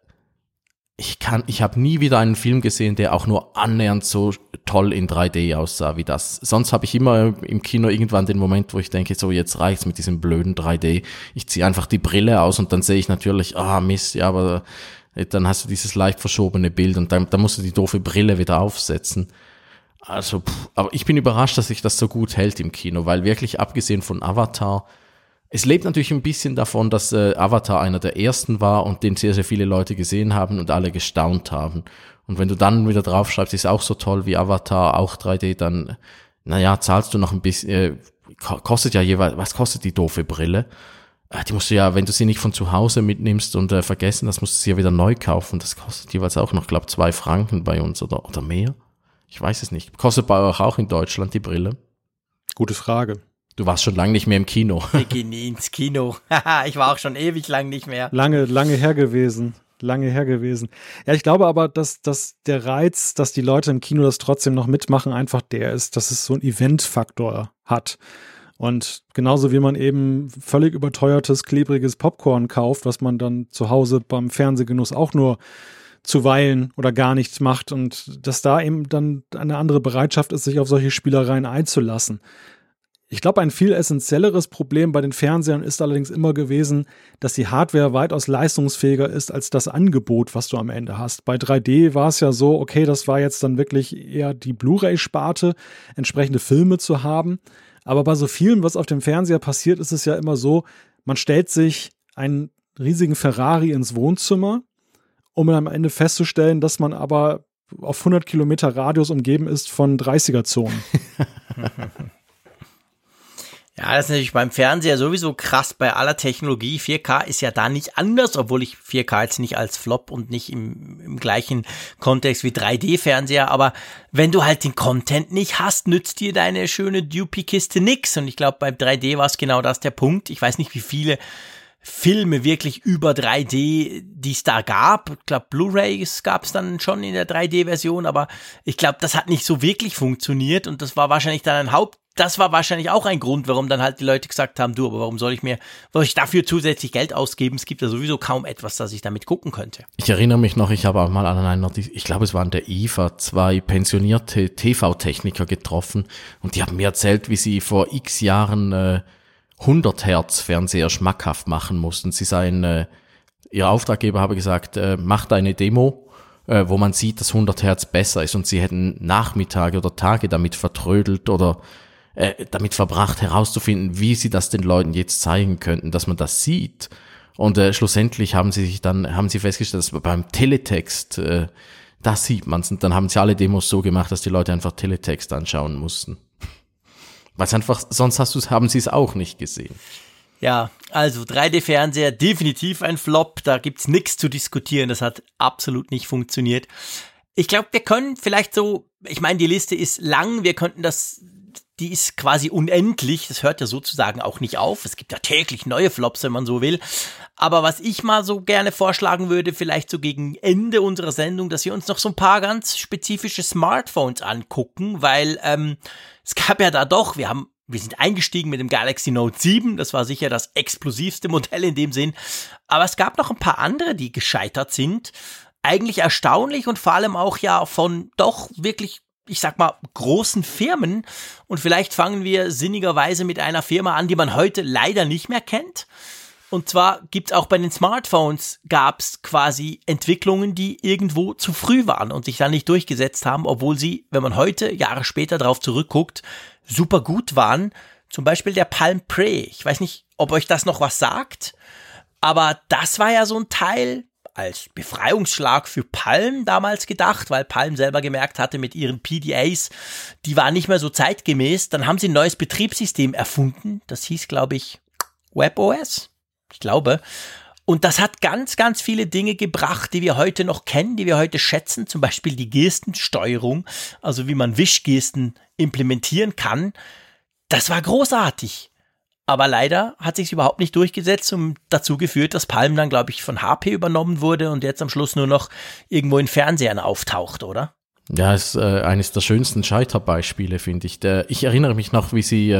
ich habe nie wieder einen Film gesehen, der auch nur annähernd so toll in 3D aussah wie das. Sonst habe ich immer im Kino irgendwann den Moment, wo ich denke, so jetzt reicht's mit diesem blöden 3D. Ich ziehe einfach die Brille aus und dann sehe ich natürlich, Mist, ja, aber dann hast du dieses leicht verschobene Bild und dann musst du die doofe Brille wieder aufsetzen. Also, aber ich bin überrascht, dass sich das so gut hält im Kino, weil wirklich abgesehen von Avatar, es lebt natürlich ein bisschen davon, dass Avatar einer der ersten war und den sehr, sehr viele Leute gesehen haben und alle gestaunt haben. Und wenn du dann wieder draufschreibst, ist auch so toll wie Avatar, auch 3D, dann, zahlst du noch ein bisschen, kostet ja jeweils, was kostet die doofe Brille? Die musst du ja, wenn du sie nicht von zu Hause mitnimmst und vergessen, das musst du sie ja wieder neu kaufen. Das kostet jeweils auch noch, glaube 2 Franken bei uns oder mehr. Ich weiß es nicht. Kostet bei euch auch in Deutschland die Brille? Gute Frage. Du warst schon lange nicht mehr im Kino. Wir gehen nie ins Kino. Ich war auch schon ewig lang nicht mehr. Lange her gewesen. Ja, ich glaube aber, dass der Reiz, dass die Leute im Kino das trotzdem noch mitmachen, einfach der ist, dass es so einen Event-Faktor hat. Und genauso wie man eben völlig überteuertes, klebriges Popcorn kauft, was man dann zu Hause beim Fernsehgenuss auch nur zuweilen oder gar nichts macht und dass da eben dann eine andere Bereitschaft ist, sich auf solche Spielereien einzulassen. Ich glaube, ein viel essentielleres Problem bei den Fernsehern ist allerdings immer gewesen, dass die Hardware weitaus leistungsfähiger ist als das Angebot, was du am Ende hast. Bei 3D war es ja so, okay, das war jetzt dann wirklich eher die Blu-ray-Sparte, entsprechende Filme zu haben. Aber bei so vielem, was auf dem Fernseher passiert, ist es ja immer so, man stellt sich einen riesigen Ferrari ins Wohnzimmer, um am Ende festzustellen, dass man aber auf 100 Kilometer Radius umgeben ist von 30er-Zonen. Ja, das ist natürlich beim Fernseher sowieso krass bei aller Technologie. 4K ist ja da nicht anders, obwohl ich 4K jetzt nicht als Flop und nicht im gleichen Kontext wie 3D-Fernseher, aber wenn du halt den Content nicht hast, nützt dir deine schöne Dupy-Kiste nix und ich glaube, beim 3D war es genau das der Punkt. Ich weiß nicht, wie viele Filme wirklich über 3D, die es da gab. Ich glaube, Blu-rays gab es dann schon in der 3D-Version, aber ich glaube, das hat nicht so wirklich funktioniert und das war wahrscheinlich dann das war wahrscheinlich auch ein Grund, warum dann halt die Leute gesagt haben, aber warum soll ich dafür zusätzlich Geld ausgeben? Es gibt ja sowieso kaum etwas, das ich damit gucken könnte. Ich erinnere mich noch, ich habe auch mal an ich glaube, es waren der IFA, 2 pensionierte TV-Techniker getroffen und die haben mir erzählt, wie sie vor x Jahren 100 Hertz Fernseher schmackhaft machen mussten. Ihr Auftraggeber habe gesagt, macht eine Demo, wo man sieht, dass 100 Hertz besser ist und sie hätten Nachmittage oder Tage damit vertrödelt oder damit verbracht herauszufinden, wie sie das den Leuten jetzt zeigen könnten, dass man das sieht. Und schlussendlich haben sie festgestellt, dass beim Teletext, da sieht man es. Und dann haben sie alle Demos so gemacht, dass die Leute einfach Teletext anschauen mussten. Weil es einfach, sonst haben sie es auch nicht gesehen. Ja, also 3D-Fernseher, definitiv ein Flop, da gibt's nichts zu diskutieren, das hat absolut nicht funktioniert. Ich glaube, wir können vielleicht ich meine, die Liste ist lang, die ist quasi unendlich, das hört ja sozusagen auch nicht auf, es gibt ja täglich neue Flops, wenn man so will, aber was ich mal so gerne vorschlagen würde, vielleicht so gegen Ende unserer Sendung, dass wir uns noch so ein paar ganz spezifische Smartphones angucken, weil es gab ja da doch, wir sind eingestiegen mit dem Galaxy Note 7, das war sicher das explosivste Modell in dem Sinn, aber es gab noch ein paar andere, die gescheitert sind, eigentlich erstaunlich und vor allem auch ja von doch wirklich, ich sag mal, großen Firmen und vielleicht fangen wir sinnigerweise mit einer Firma an, die man heute leider nicht mehr kennt. Und zwar gibt's auch bei den Smartphones gab's quasi Entwicklungen, die irgendwo zu früh waren und sich dann nicht durchgesetzt haben, obwohl sie, wenn man heute, Jahre später drauf zurückguckt, super gut waren. Zum Beispiel der Palm Pre. Ich weiß nicht, ob euch das noch was sagt, aber das war ja so ein Teil als Befreiungsschlag für Palm damals gedacht, weil Palm selber gemerkt hatte mit ihren PDAs, die waren nicht mehr so zeitgemäß. Dann haben sie ein neues Betriebssystem erfunden. Das hieß, glaube ich, WebOS. Ich glaube. Und das hat ganz, ganz viele Dinge gebracht, die wir heute noch kennen, die wir heute schätzen. Zum Beispiel die Gestensteuerung, also wie man Wischgesten implementieren kann. Das war großartig. Aber leider hat sich überhaupt nicht durchgesetzt und dazu geführt, dass Palm dann, glaube ich, von HP übernommen wurde und jetzt am Schluss nur noch irgendwo in Fernsehern auftaucht, oder? Ja, ist eines der schönsten Scheiterbeispiele, finde ich. Ich erinnere mich noch, wie sie,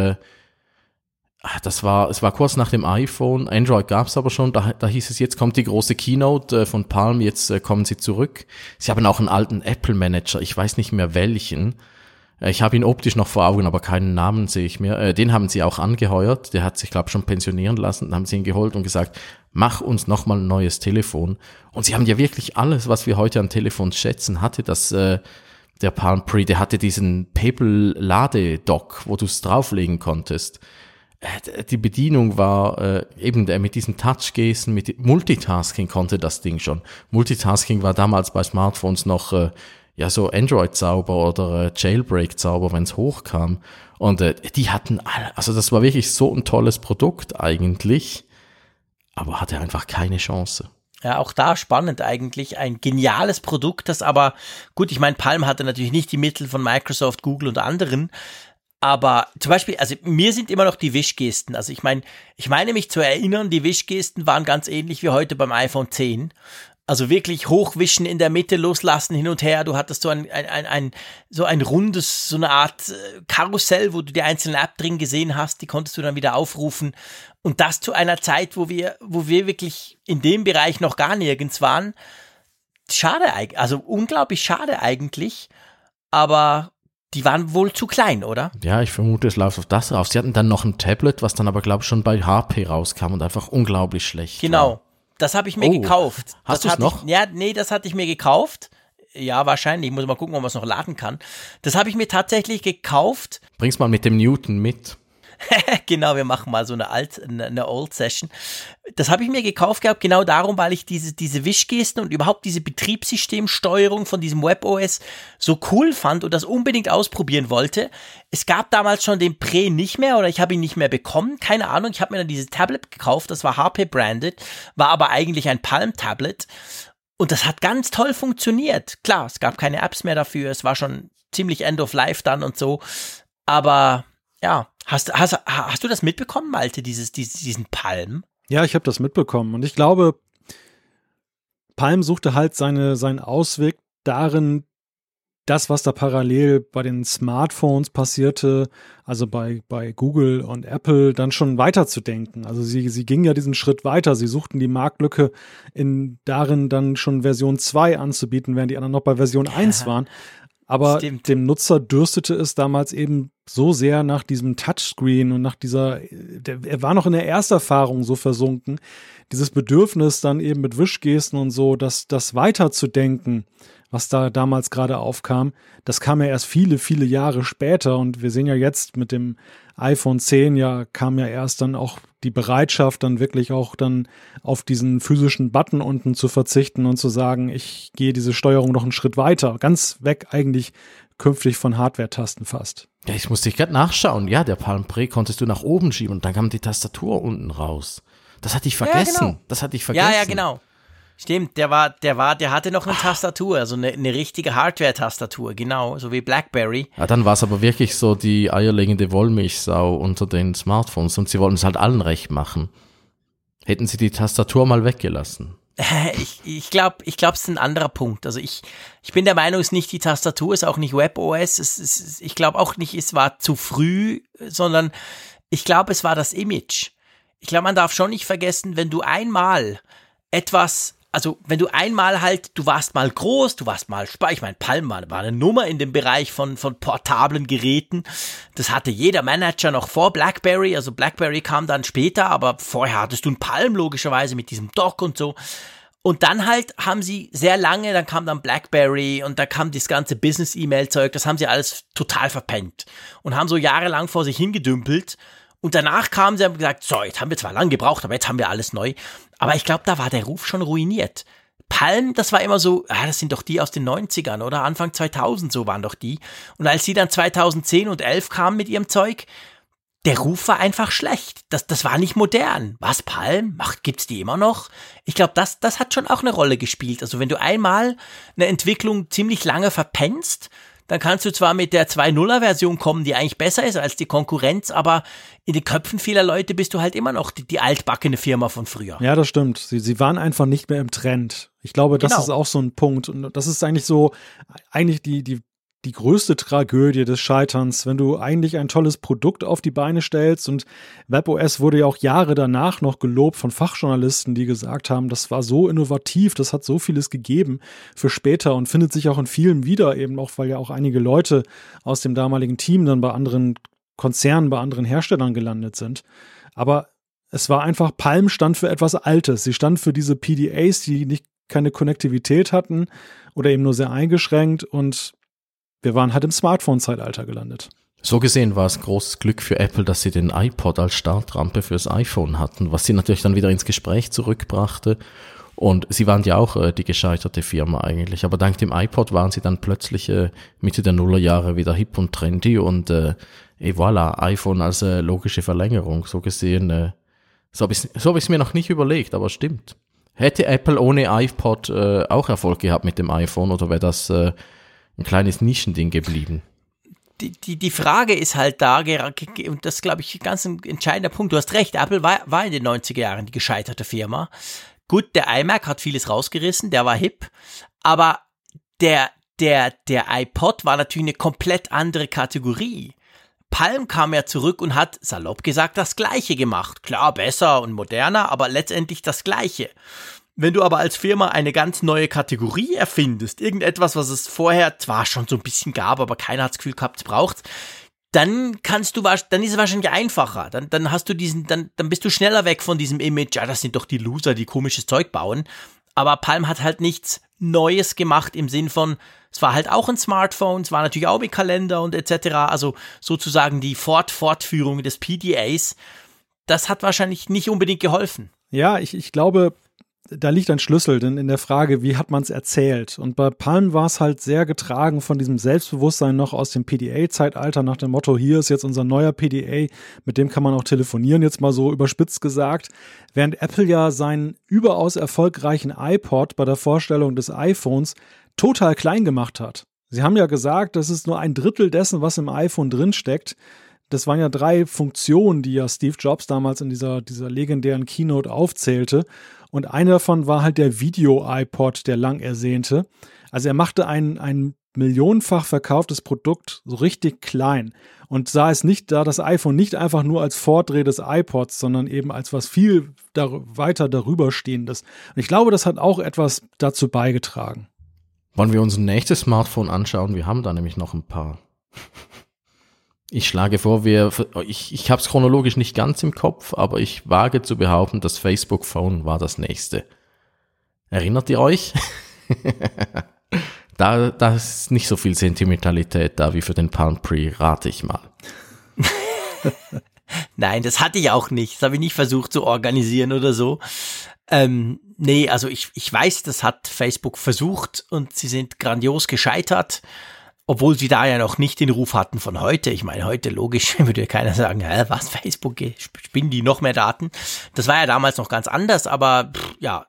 es war kurz nach dem iPhone, Android gab es aber schon, da hieß es, jetzt kommt die große Keynote von Palm, jetzt kommen sie zurück. Sie haben auch einen alten Apple-Manager, ich weiß nicht mehr welchen. Ich habe ihn optisch noch vor Augen, aber keinen Namen sehe ich mehr. Den haben sie auch angeheuert. Der hat sich, glaube ich, schon pensionieren lassen. Dann haben sie ihn geholt und gesagt, mach uns nochmal ein neues Telefon. Und sie haben ja wirklich alles, was wir heute an Telefons schätzen, hatte das, der Palm Pre, der hatte diesen Pebble-Ladedock, wo du es drauflegen konntest. Die Bedienung war eben mit diesen Touchgesten, mit Multitasking konnte das Ding schon. Multitasking war damals bei Smartphones noch so Android-Zauber oder Jailbreak-Zauber, wenn es hochkam. Und die hatten also das war wirklich so ein tolles Produkt eigentlich, aber hatte einfach keine Chance. Ja, auch da spannend eigentlich. Ein geniales Produkt, das aber, gut, ich meine, Palm hatte natürlich nicht die Mittel von Microsoft, Google und anderen, aber zum Beispiel, also mir sind immer noch die Wischgesten, also ich meine mich zu erinnern, die Wischgesten waren ganz ähnlich wie heute beim iPhone 10. Also wirklich hochwischen in der Mitte, loslassen, hin und her. Du hattest so ein rundes, so eine Art Karussell, wo du die einzelnen App drin gesehen hast, die konntest du dann wieder aufrufen. Und das zu einer Zeit, wo wir wirklich in dem Bereich noch gar nirgends waren. Schade, also unglaublich schade eigentlich, aber die waren wohl zu klein, oder? Ja, ich vermute, es läuft auf das raus. Sie hatten dann noch ein Tablet, was dann aber, glaube ich, schon bei HP rauskam und einfach unglaublich schlecht Genau. war. Das habe ich mir gekauft. Hast du es noch? Das hatte ich mir gekauft. Ja, wahrscheinlich. Ich muss mal gucken, ob man es noch laden kann. Das habe ich mir tatsächlich gekauft. Bring's mal mit dem Newton mit. Genau, wir machen mal so eine Old-Session. Das habe ich mir gekauft gehabt, genau darum, weil ich diese Wischgesten und überhaupt diese Betriebssystemsteuerung von diesem WebOS so cool fand und das unbedingt ausprobieren wollte. Es gab damals schon den Pre nicht mehr oder ich habe ihn nicht mehr bekommen, keine Ahnung. Ich habe mir dann dieses Tablet gekauft, das war HP-branded, war aber eigentlich ein Palm-Tablet und das hat ganz toll funktioniert. Klar, es gab keine Apps mehr dafür, es war schon ziemlich End of Life dann und so, aber ja, hast du das mitbekommen, Malte, diesen Palm? Ja, ich habe das mitbekommen und ich glaube, Palm suchte halt seinen Ausweg darin, das, was da parallel bei den Smartphones passierte, also bei Google und Apple, dann schon weiterzudenken. Also sie gingen ja diesen Schritt weiter. Sie suchten die Marktlücke darin, dann schon Version 2 anzubieten, während die anderen noch bei Version 1 waren. Aber dem Nutzer dürstete es damals eben so sehr nach diesem Touchscreen und nach er war noch in der Ersterfahrung so versunken, dieses Bedürfnis dann eben mit Wischgesten und so, das weiterzudenken, was da damals gerade aufkam, das kam ja erst viele, viele Jahre später und wir sehen ja jetzt mit dem iPhone 10 kam ja erst dann auch die Bereitschaft, dann wirklich auch dann auf diesen physischen Button unten zu verzichten und zu sagen, ich gehe diese Steuerung noch einen Schritt weiter, ganz weg eigentlich künftig von Hardware-Tasten fast. Ja, ich musste gerade nachschauen. Ja, der Palm Pre konntest du nach oben schieben und dann kam die Tastatur unten raus. Das hatte ich vergessen. Ja, genau. Das hatte ich vergessen. Ja, genau. Stimmt, der hatte noch eine Tastatur, also eine richtige Hardware-Tastatur, genau, so wie BlackBerry. Ja, dann war es aber wirklich so die eierlegende Wollmilchsau unter den Smartphones und sie wollten es halt allen recht machen. Hätten sie die Tastatur mal weggelassen? Ich glaube, es ist ein anderer Punkt. Also ich bin der Meinung, es ist nicht die Tastatur, es ist auch nicht WebOS, ich glaube auch nicht, es war zu früh, sondern ich glaube, es war das Image. Ich glaube, man darf schon nicht vergessen, wenn du einmal halt, du warst mal groß, du warst mal ich meine, Palm war eine Nummer in dem Bereich von portablen Geräten. Das hatte jeder Manager noch vor BlackBerry, also BlackBerry kam dann später, aber vorher hattest du einen Palm logischerweise mit diesem Dock und so. Und dann halt haben sie sehr lange, dann kam dann BlackBerry und da kam das ganze Business-E-Mail-Zeug, das haben sie alles total verpennt und haben so jahrelang vor sich hingedümpelt. Und danach kamen sie und haben gesagt, so, jetzt haben wir zwar lang gebraucht, aber jetzt haben wir alles neu. Aber ich glaube, da war der Ruf schon ruiniert. Palm, das war immer so, das sind doch die aus den 90ern, oder? Anfang 2000, so waren doch die. Und als sie dann 2010 und 11 kamen mit ihrem Zeug, der Ruf war einfach schlecht. Das war nicht modern. Was, Palm? Gibt's die immer noch? Ich glaube, das hat schon auch eine Rolle gespielt. Also wenn du einmal eine Entwicklung ziemlich lange verpennst, dann kannst du zwar mit der 2.0er-Version kommen, die eigentlich besser ist als die Konkurrenz, aber in den Köpfen vieler Leute bist du halt immer noch die altbackene Firma von früher. Ja, das stimmt. Sie waren einfach nicht mehr im Trend. Ich glaube, das ist auch so ein Punkt. Und das ist eigentlich die größte Tragödie des Scheiterns, wenn du eigentlich ein tolles Produkt auf die Beine stellst, und WebOS wurde ja auch Jahre danach noch gelobt von Fachjournalisten, die gesagt haben, das war so innovativ, das hat so vieles gegeben für später und findet sich auch in vielen wieder, eben auch, weil ja auch einige Leute aus dem damaligen Team dann bei anderen Konzernen, bei anderen Herstellern gelandet sind. Aber es war einfach, Palm stand für etwas Altes. Sie stand für diese PDAs, die keine Konnektivität hatten oder eben nur sehr eingeschränkt, und wir waren halt im Smartphone-Zeitalter gelandet. So gesehen war es großes Glück für Apple, dass sie den iPod als Startrampe fürs iPhone hatten, was sie natürlich dann wieder ins Gespräch zurückbrachte. Und sie waren ja auch die gescheiterte Firma eigentlich. Aber dank dem iPod waren sie dann plötzlich Mitte der Nullerjahre wieder hip und trendy und voilà, iPhone als logische Verlängerung. So gesehen, so hab ich's mir noch nicht überlegt, aber stimmt. Hätte Apple ohne iPod auch Erfolg gehabt mit dem iPhone, oder wäre das ein kleines Nischending geblieben? Die Frage ist halt da, und das glaube ich ganz ein entscheidender Punkt. Du hast recht, Apple war in den 90er Jahren die gescheiterte Firma. Gut, der iMac hat vieles rausgerissen, der war hip, aber der iPod war natürlich eine komplett andere Kategorie. Palm kam ja zurück und hat, salopp gesagt, das Gleiche gemacht. Klar, besser und moderner, aber letztendlich das Gleiche. Wenn du aber als Firma eine ganz neue Kategorie erfindest, irgendetwas, was es vorher zwar schon so ein bisschen gab, aber keiner hat das Gefühl gehabt, es braucht's, dann ist es wahrscheinlich einfacher. Dann hast du dann bist du schneller weg von diesem Image, das sind doch die Loser, die komisches Zeug bauen. Aber Palm hat halt nichts Neues gemacht im Sinn von, es war halt auch ein Smartphone, es war natürlich auch mit Kalender und etc. Also sozusagen die Fortführung des PDAs. Das hat wahrscheinlich nicht unbedingt geholfen. Ja, ich glaube, da liegt ein Schlüssel, denn in der Frage, wie hat man es erzählt? Und bei Palm war es halt sehr getragen von diesem Selbstbewusstsein noch aus dem PDA-Zeitalter, nach dem Motto, hier ist jetzt unser neuer PDA, mit dem kann man auch telefonieren, jetzt mal so überspitzt gesagt. Während Apple ja seinen überaus erfolgreichen iPod bei der Vorstellung des iPhones total klein gemacht hat. Sie haben ja gesagt, das ist nur ein Drittel dessen, was im iPhone drinsteckt. das waren ja 3 Funktionen, die ja Steve Jobs damals in dieser legendären Keynote aufzählte. Und eine davon war halt der Video-iPod, der lang ersehnte. Also er machte ein millionenfach verkauftes Produkt so richtig klein und sah das iPhone nicht einfach nur als Vordreh des iPods, sondern eben als was viel weiter darüber stehendes. Und ich glaube, das hat auch etwas dazu beigetragen. Wollen wir uns ein nächstes Smartphone anschauen? Wir haben da nämlich noch ein paar. Ich schlage vor, ich habe es chronologisch nicht ganz im Kopf, aber ich wage zu behaupten, das Facebook Phone war das nächste. Erinnert ihr euch? Da ist nicht so viel Sentimentalität da wie für den Palm Pre, rate ich mal. Nein, das hatte ich auch nicht. Das habe ich nicht versucht zu organisieren oder so. Nee, also ich weiß, das hat Facebook versucht und sie sind grandios gescheitert. Obwohl sie da ja noch nicht den Ruf hatten von heute. Ich meine, heute logisch würde ja keiner sagen, was, Facebook, spinnen die noch mehr Daten? Das war ja damals noch ganz anders, aber ja,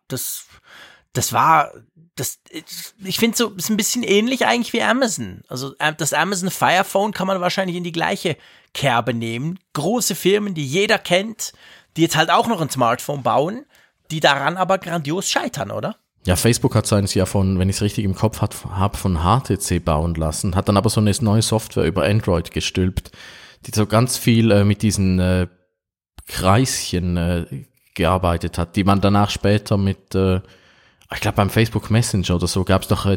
ich finde so, ist ein bisschen ähnlich eigentlich wie Amazon. Also das Amazon Fire Phone kann man wahrscheinlich in die gleiche Kerbe nehmen. Große Firmen, die jeder kennt, die jetzt halt auch noch ein Smartphone bauen, die daran aber grandios scheitern, oder? Ja, Facebook hat seins ja wenn ich es richtig im Kopf habe, von HTC bauen lassen, hat dann aber so eine neue Software über Android gestülpt, die so ganz viel mit diesen Kreischen gearbeitet hat, die man danach später mit, ich glaube beim Facebook Messenger oder so gab es doch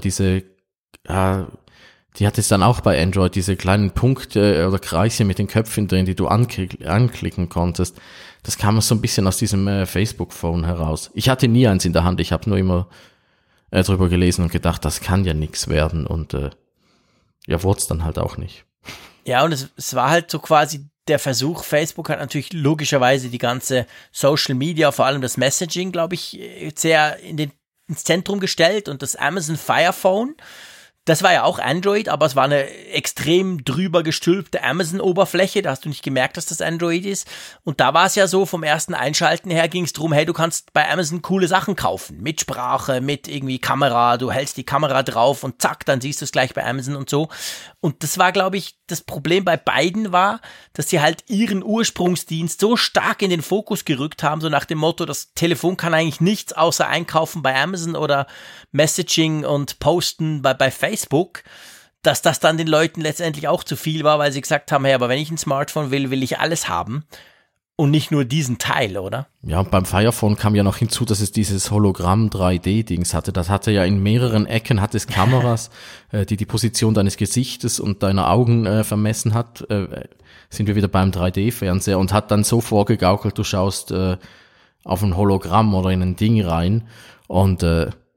die hat es dann auch bei Android, diese kleinen Punkte oder Kreise mit den Köpfen drin, die du anklicken konntest. Das kam so ein bisschen aus diesem Facebook-Phone heraus. Ich hatte nie eins in der Hand, ich habe nur immer drüber gelesen und gedacht, das kann ja nichts werden und wurde es dann halt auch nicht. Ja, und es war halt so quasi der Versuch, Facebook hat natürlich logischerweise die ganze Social Media, vor allem das Messaging, glaube ich, sehr ins Zentrum gestellt und das Amazon Fire Phone, das war ja auch Android, aber es war eine extrem drüber gestülpte Amazon-Oberfläche, da hast du nicht gemerkt, dass das Android ist. Und da war es ja so, vom ersten Einschalten her ging es darum, hey, du kannst bei Amazon coole Sachen kaufen, mit Sprache, mit irgendwie Kamera, du hältst die Kamera drauf und zack, dann siehst du es gleich bei Amazon und so. Und das war, glaube ich, das Problem bei beiden war, dass sie halt ihren Ursprungsdienst so stark in den Fokus gerückt haben, so nach dem Motto, das Telefon kann eigentlich nichts außer einkaufen bei Amazon oder Messaging und Posten bei Facebook, dass das dann den Leuten letztendlich auch zu viel war, weil sie gesagt haben, hey, aber wenn ich ein Smartphone will ich alles haben und nicht nur diesen Teil, oder? Ja, und beim Fire Phone kam ja noch hinzu, dass es dieses Hologramm 3D-Dings hatte. Das hatte ja in mehreren Ecken, hat es Kameras, die Position deines Gesichtes und deiner Augen vermessen hat. Sind wir wieder beim 3D-Fernseher und hat dann so vorgegaukelt, du schaust auf ein Hologramm oder in ein Ding rein und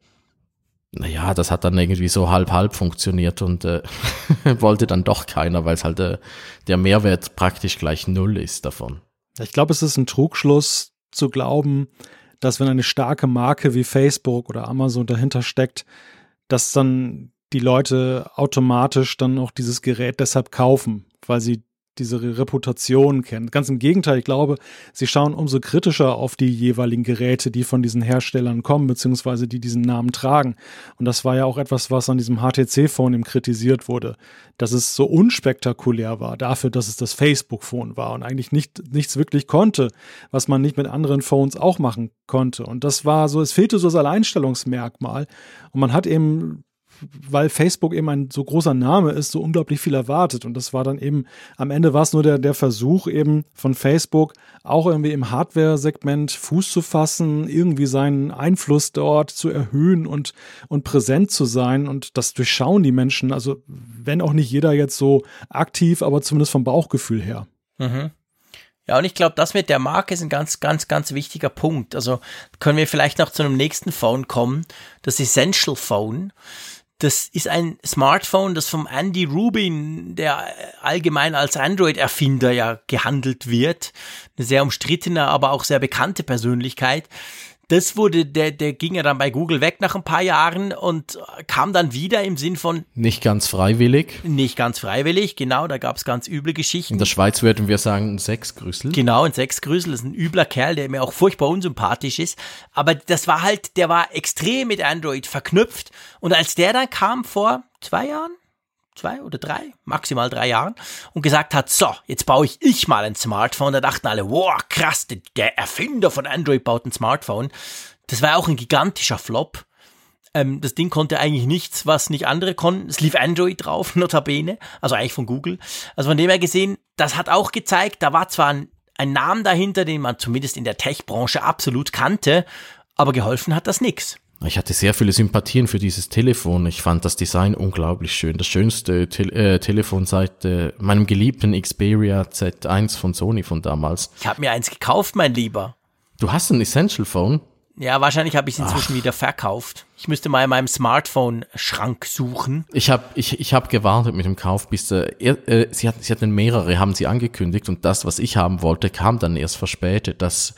naja, das hat dann irgendwie so halb funktioniert und wollte dann doch keiner, weil es halt der Mehrwert praktisch gleich 0 ist davon. Ich glaube, es ist ein Trugschluss zu glauben, dass wenn eine starke Marke wie Facebook oder Amazon dahinter steckt, dass dann die Leute automatisch dann auch dieses Gerät deshalb kaufen, weil sie diese Reputation kennen. Ganz im Gegenteil, ich glaube, sie schauen umso kritischer auf die jeweiligen Geräte, die von diesen Herstellern kommen, beziehungsweise die diesen Namen tragen. Und das war ja auch etwas, was an diesem HTC-Phone eben kritisiert wurde, dass es so unspektakulär war dafür, dass es das Facebook-Phone war und eigentlich nichts wirklich konnte, was man nicht mit anderen Phones auch machen konnte. Und das war so, es fehlte so das Alleinstellungsmerkmal. Und man hat eben, weil Facebook eben ein so großer Name ist, so unglaublich viel erwartet. Und das war dann eben, am Ende war es nur der Versuch eben von Facebook, auch irgendwie im Hardware-Segment Fuß zu fassen, irgendwie seinen Einfluss dort zu erhöhen und präsent zu sein. Und das durchschauen die Menschen, also wenn auch nicht jeder jetzt so aktiv, aber zumindest vom Bauchgefühl her. Mhm. Ja, und ich glaube, das mit der Marke ist ein ganz, ganz, ganz wichtiger Punkt. Also können wir vielleicht noch zu einem nächsten Phone kommen, das Essential Phone. Das ist ein Smartphone, das vom Andy Rubin, der allgemein als Android-Erfinder ja gehandelt wird. Eine sehr umstrittene, aber auch sehr bekannte Persönlichkeit. Das wurde, der ging ja dann bei Google weg nach ein paar Jahren und kam dann wieder im Sinn von... Nicht ganz freiwillig. Nicht ganz freiwillig, genau, da gab es ganz üble Geschichten. In der Schweiz würden wir sagen, ein Sexgrüssel. Genau, ein Sexgrüssel, das ist ein übler Kerl, der mir auch furchtbar unsympathisch ist. Aber das war halt, der war extrem mit Android verknüpft. Und als der dann kam vor 2 Jahren, 2 oder 3, maximal 3 Jahren und gesagt hat, so, jetzt baue ich mal ein Smartphone. Da dachten alle, wow, krass, der Erfinder von Android baut ein Smartphone. Das war auch ein gigantischer Flop. Das Ding konnte eigentlich nichts, was nicht andere konnten. Es lief Android drauf, notabene, also eigentlich von Google. Also von dem her gesehen, das hat auch gezeigt, da war zwar ein Name dahinter, den man zumindest in der Tech-Branche absolut kannte, aber geholfen hat das nix. Ich hatte sehr viele Sympathien für dieses Telefon. Ich fand das Design unglaublich schön. Das schönste Telefon seit meinem geliebten Xperia Z1 von Sony von damals. Ich habe mir eins gekauft, mein Lieber. Du hast ein Essential Phone? Ja, wahrscheinlich habe ich es inzwischen wieder verkauft. Ich müsste mal in meinem Smartphone-Schrank suchen. Ich hab gewartet mit dem Kauf, bis sie hatten mehrere, haben sie angekündigt, und das, was ich haben wollte, kam dann erst verspätet. Das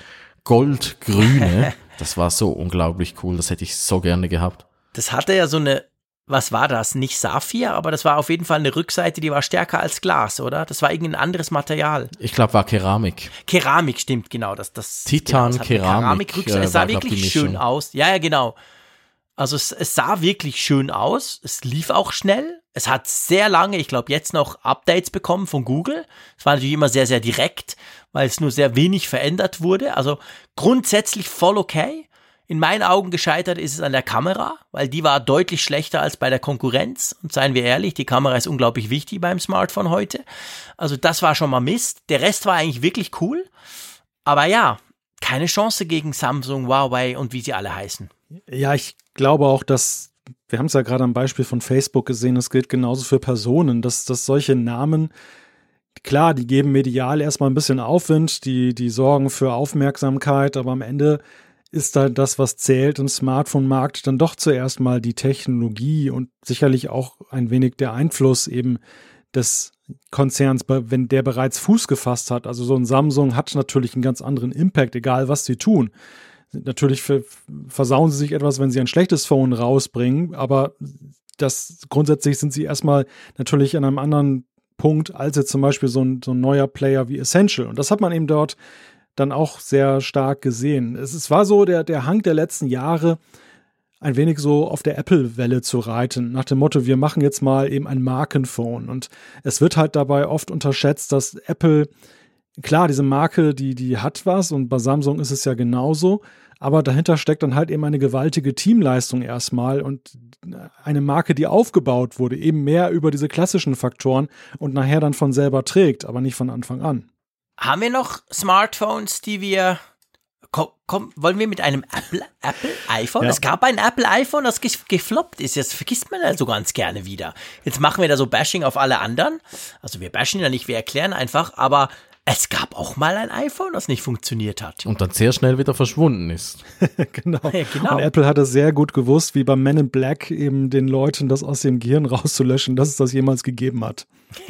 Goldgrüne, das war so unglaublich cool, das hätte ich so gerne gehabt. Das hatte ja so eine, was war das? Nicht Saphir, aber das war auf jeden Fall eine Rückseite, die war stärker als Glas, oder? Das war irgendein anderes Material. Ich glaube, war Keramik. Keramik, stimmt, genau. Das Titan, genau, Keramik. Es sah wirklich schön aus. Ja, genau. Also es sah wirklich schön aus. Es lief auch schnell. Es hat sehr lange, ich glaube jetzt noch Updates bekommen von Google. Es war natürlich immer sehr, sehr direkt, weil es nur sehr wenig verändert wurde. Also grundsätzlich voll okay. In meinen Augen gescheitert ist es an der Kamera, weil die war deutlich schlechter als bei der Konkurrenz. Und seien wir ehrlich, die Kamera ist unglaublich wichtig beim Smartphone heute. Also das war schon mal Mist. Der Rest war eigentlich wirklich cool. Aber ja, keine Chance gegen Samsung, Huawei und wie sie alle heißen. Ja, ich glaube auch, dass, wir haben es ja gerade am Beispiel von Facebook gesehen, das gilt genauso für Personen, dass solche Namen, klar, die geben medial erstmal ein bisschen Aufwind, die sorgen für Aufmerksamkeit, aber am Ende ist da das, was zählt im Smartphone-Markt, dann doch zuerst mal die Technologie und sicherlich auch ein wenig der Einfluss eben des Konzerns, wenn der bereits Fuß gefasst hat. Also so ein Samsung hat natürlich einen ganz anderen Impact, egal was sie tun. Natürlich versauen sie sich etwas, wenn sie ein schlechtes Phone rausbringen, aber grundsätzlich sind sie erstmal natürlich an einem anderen Punkt als jetzt zum Beispiel so ein neuer Player wie Essential. Und das hat man eben dort dann auch sehr stark gesehen. Es war so der Hang der letzten Jahre, ein wenig so auf der Apple-Welle zu reiten, nach dem Motto, wir machen jetzt mal eben ein Markenphone. Und es wird halt dabei oft unterschätzt, dass Apple, klar, diese Marke, die hat was, und bei Samsung ist es ja genauso, aber dahinter steckt dann halt eben eine gewaltige Teamleistung erstmal und eine Marke, die aufgebaut wurde, eben mehr über diese klassischen Faktoren und nachher dann von selber trägt, aber nicht von Anfang an. Haben wir noch Smartphones, die wir... wollen wir mit einem Apple iPhone? Ja. Es gab ein Apple iPhone, das gefloppt ist. Das vergisst man also ganz gerne wieder. Jetzt machen wir da so Bashing auf alle anderen. Also wir bashen ja nicht, wir erklären einfach, aber es gab auch mal ein iPhone, das nicht funktioniert hat. Und dann sehr schnell wieder verschwunden ist. Genau. Ja, genau. Und Apple hat es sehr gut gewusst, wie beim Men in Black, eben den Leuten das aus dem Gehirn rauszulöschen, dass es das jemals gegeben hat.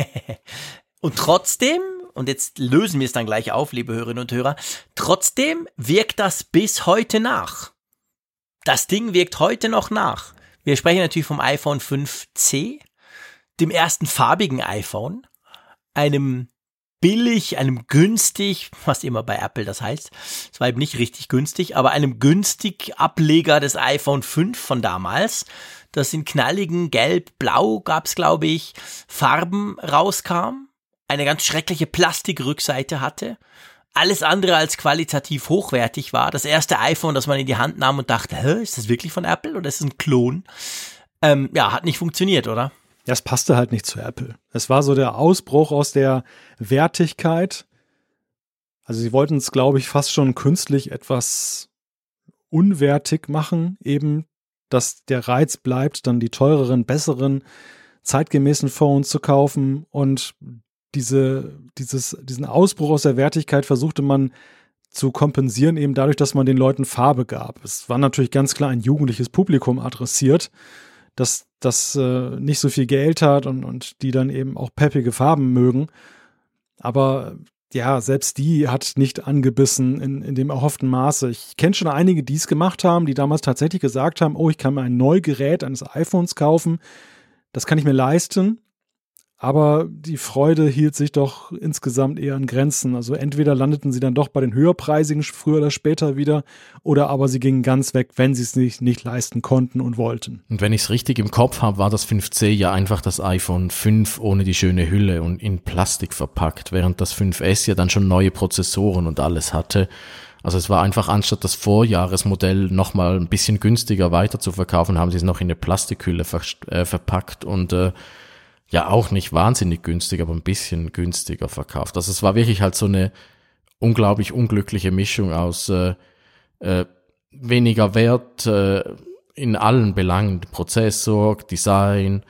Und trotzdem, und jetzt lösen wir es dann gleich auf, liebe Hörerinnen und Hörer, trotzdem wirkt das bis heute nach. Das Ding wirkt heute noch nach. Wir sprechen natürlich vom iPhone 5C, dem ersten farbigen iPhone, einem billig, einem günstig, was immer bei Apple das heißt, es war eben nicht richtig günstig, aber einem günstig Ableger des iPhone 5 von damals, das in knalligen Gelb-Blau, gab's glaube ich, Farben rauskam, eine ganz schreckliche Plastikrückseite hatte, alles andere als qualitativ hochwertig war, das erste iPhone, das man in die Hand nahm und dachte, ist das wirklich von Apple oder ist es ein Klon? Ja, hat nicht funktioniert, oder? Das passte halt nicht zu Apple. Es war so der Ausbruch aus der Wertigkeit. Also sie wollten es, glaube ich, fast schon künstlich etwas unwertig machen, eben, dass der Reiz bleibt, dann die teureren, besseren, zeitgemäßen Phones zu kaufen. Und diesen Ausbruch aus der Wertigkeit versuchte man zu kompensieren, eben dadurch, dass man den Leuten Farbe gab. Es war natürlich ganz klar ein jugendliches Publikum adressiert, das nicht so viel Geld hat und die dann eben auch peppige Farben mögen. Aber ja, selbst die hat nicht angebissen in dem erhofften Maße. Ich kenne schon einige, die es gemacht haben, die damals tatsächlich gesagt haben, oh, ich kann mir ein Neugerät eines iPhones kaufen, das kann ich mir leisten, Aber die Freude hielt sich doch insgesamt eher in Grenzen. Also entweder landeten sie dann doch bei den höherpreisigen früher oder später wieder, oder aber sie gingen ganz weg, wenn sie es nicht leisten konnten und wollten. Und wenn ich es richtig im Kopf habe, war das 5C ja einfach das iPhone 5 ohne die schöne Hülle und in Plastik verpackt, während das 5S ja dann schon neue Prozessoren und alles hatte. Also es war einfach, anstatt das Vorjahresmodell nochmal ein bisschen günstiger weiter zu verkaufen, haben sie es noch in eine Plastikhülle verpackt und ja auch nicht wahnsinnig günstig, aber ein bisschen günstiger verkauft. Also es war wirklich halt so eine unglaublich unglückliche Mischung aus weniger Wert in allen Belangen, Prozessor, Design.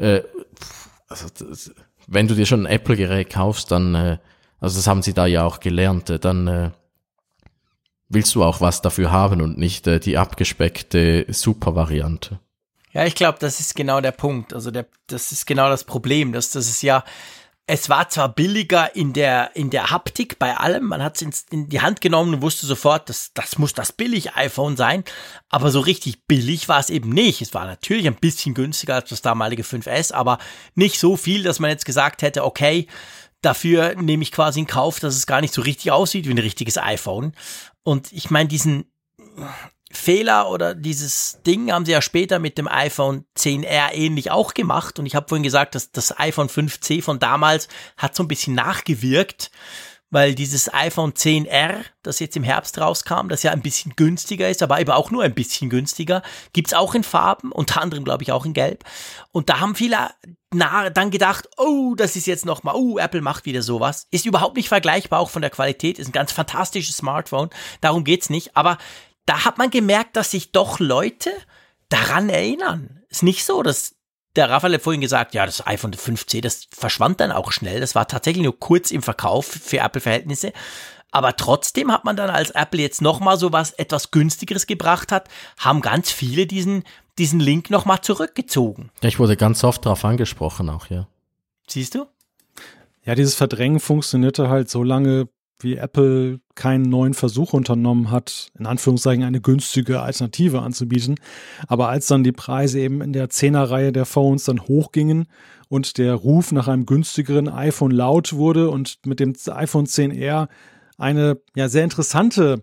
Wenn du dir schon ein Apple-Gerät kaufst, dann, also das haben sie da ja auch gelernt, dann willst du auch was dafür haben und nicht die abgespeckte Super-Variante. Ja, ich glaube, das ist genau der Punkt. Also das ist genau das Problem. Das ist ja, es war zwar billiger in der Haptik bei allem, man hat es in die Hand genommen und wusste sofort, das muss das Billig-iPhone sein, aber so richtig billig war es eben nicht. Es war natürlich ein bisschen günstiger als das damalige 5S, aber nicht so viel, dass man jetzt gesagt hätte, okay, dafür nehme ich quasi in Kauf, dass es gar nicht so richtig aussieht wie ein richtiges iPhone. Und ich meine, diesen Fehler oder dieses Ding haben sie ja später mit dem iPhone 10R ähnlich auch gemacht. Und ich habe vorhin gesagt, dass das iPhone 5C von damals hat so ein bisschen nachgewirkt, weil dieses iPhone 10R, das jetzt im Herbst rauskam, das ja ein bisschen günstiger ist, aber eben auch nur ein bisschen günstiger, gibt's auch in Farben, unter anderem glaube ich auch in Gelb. Und da haben viele dann gedacht, oh, das ist jetzt nochmal, Apple macht wieder sowas. Ist überhaupt nicht vergleichbar, auch von der Qualität, ist ein ganz fantastisches Smartphone, darum geht's nicht, aber da hat man gemerkt, dass sich doch Leute daran erinnern. Ist nicht so, dass der Raphael hat vorhin gesagt, ja, das iPhone 5C, das verschwand dann auch schnell. Das war tatsächlich nur kurz im Verkauf für Apple-Verhältnisse. Aber trotzdem hat man dann, als Apple jetzt nochmal so was etwas günstigeres gebracht hat, haben ganz viele diesen Link nochmal zurückgezogen. Ja, ich wurde ganz oft darauf angesprochen auch, ja. Siehst du? Ja, dieses Verdrängen funktionierte halt so lange, wie Apple keinen neuen Versuch unternommen hat, in Anführungszeichen eine günstige Alternative anzubieten. Aber als dann die Preise eben in der 10er-Reihe der Phones dann hochgingen und der Ruf nach einem günstigeren iPhone laut wurde und mit dem iPhone 10R eine sehr interessante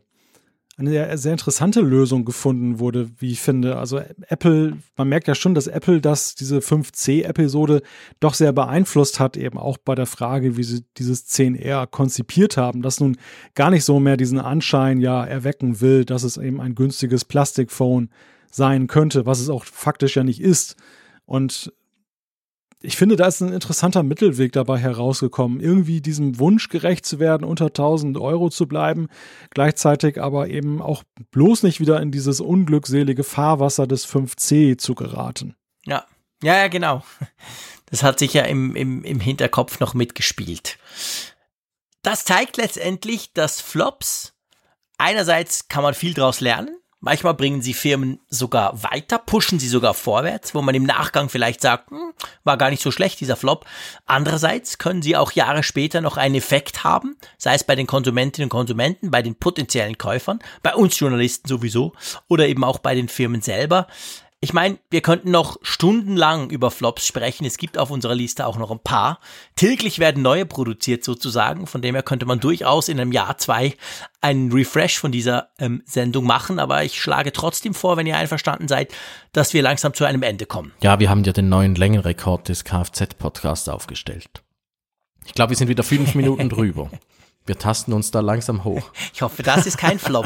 Lösung gefunden wurde, wie ich finde. Also Apple, man merkt ja schon, dass Apple diese 5C-Episode doch sehr beeinflusst hat, eben auch bei der Frage, wie sie dieses 10R konzipiert haben, das nun gar nicht so mehr diesen Anschein erwecken will, dass es eben ein günstiges Plastikphone sein könnte, was es auch faktisch ja nicht ist. Und ich finde, da ist ein interessanter Mittelweg dabei herausgekommen, irgendwie diesem Wunsch gerecht zu werden, unter 1.000 Euro zu bleiben, gleichzeitig aber eben auch bloß nicht wieder in dieses unglückselige Fahrwasser des 5C zu geraten. Ja, genau. Das hat sich ja im Hinterkopf noch mitgespielt. Das zeigt letztendlich, dass Flops, einerseits kann man viel draus lernen, manchmal bringen sie Firmen sogar weiter, pushen sie sogar vorwärts, wo man im Nachgang vielleicht sagt, war gar nicht so schlecht, dieser Flop. Andererseits können sie auch Jahre später noch einen Effekt haben, sei es bei den Konsumentinnen und Konsumenten, bei den potenziellen Käufern, bei uns Journalisten sowieso oder eben auch bei den Firmen selber. Ich meine, wir könnten noch stundenlang über Flops sprechen. Es gibt auf unserer Liste auch noch ein paar. Täglich werden neue produziert sozusagen. Von dem her könnte man durchaus in einem Jahr, 2 einen Refresh von dieser Sendung machen. Aber ich schlage trotzdem vor, wenn ihr einverstanden seid, dass wir langsam zu einem Ende kommen. Ja, wir haben ja den neuen Längenrekord des Kfz-Podcasts aufgestellt. Ich glaube, wir sind wieder 5 Minuten drüber. Wir tasten uns da langsam hoch. Ich hoffe, das ist kein Flop.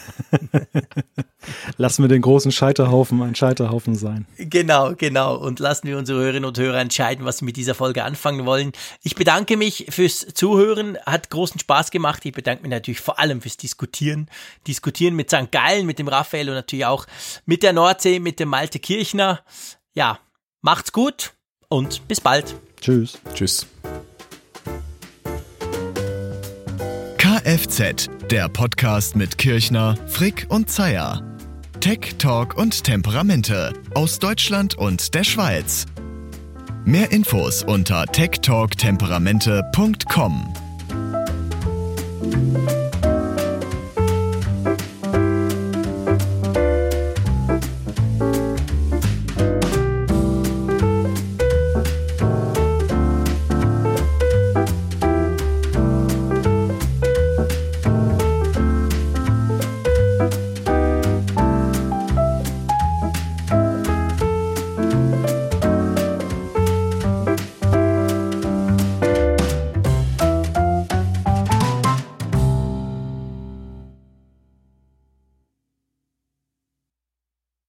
Lassen wir den großen Scheiterhaufen ein Scheiterhaufen sein. Genau. Und lassen wir unsere Hörerinnen und Hörer entscheiden, was sie mit dieser Folge anfangen wollen. Ich bedanke mich fürs Zuhören. Hat großen Spaß gemacht. Ich bedanke mich natürlich vor allem fürs Diskutieren. Diskutieren mit St. Gallen, mit dem Raphael und natürlich auch mit der Nordsee, mit dem Malte Kirchner. Ja, macht's gut und bis bald. Tschüss. Kfz, der Podcast mit Kirchner, Frick und Zeyer. Tech, Talk und Temperamente aus Deutschland und der Schweiz. Mehr Infos unter techtalktemperamente.com.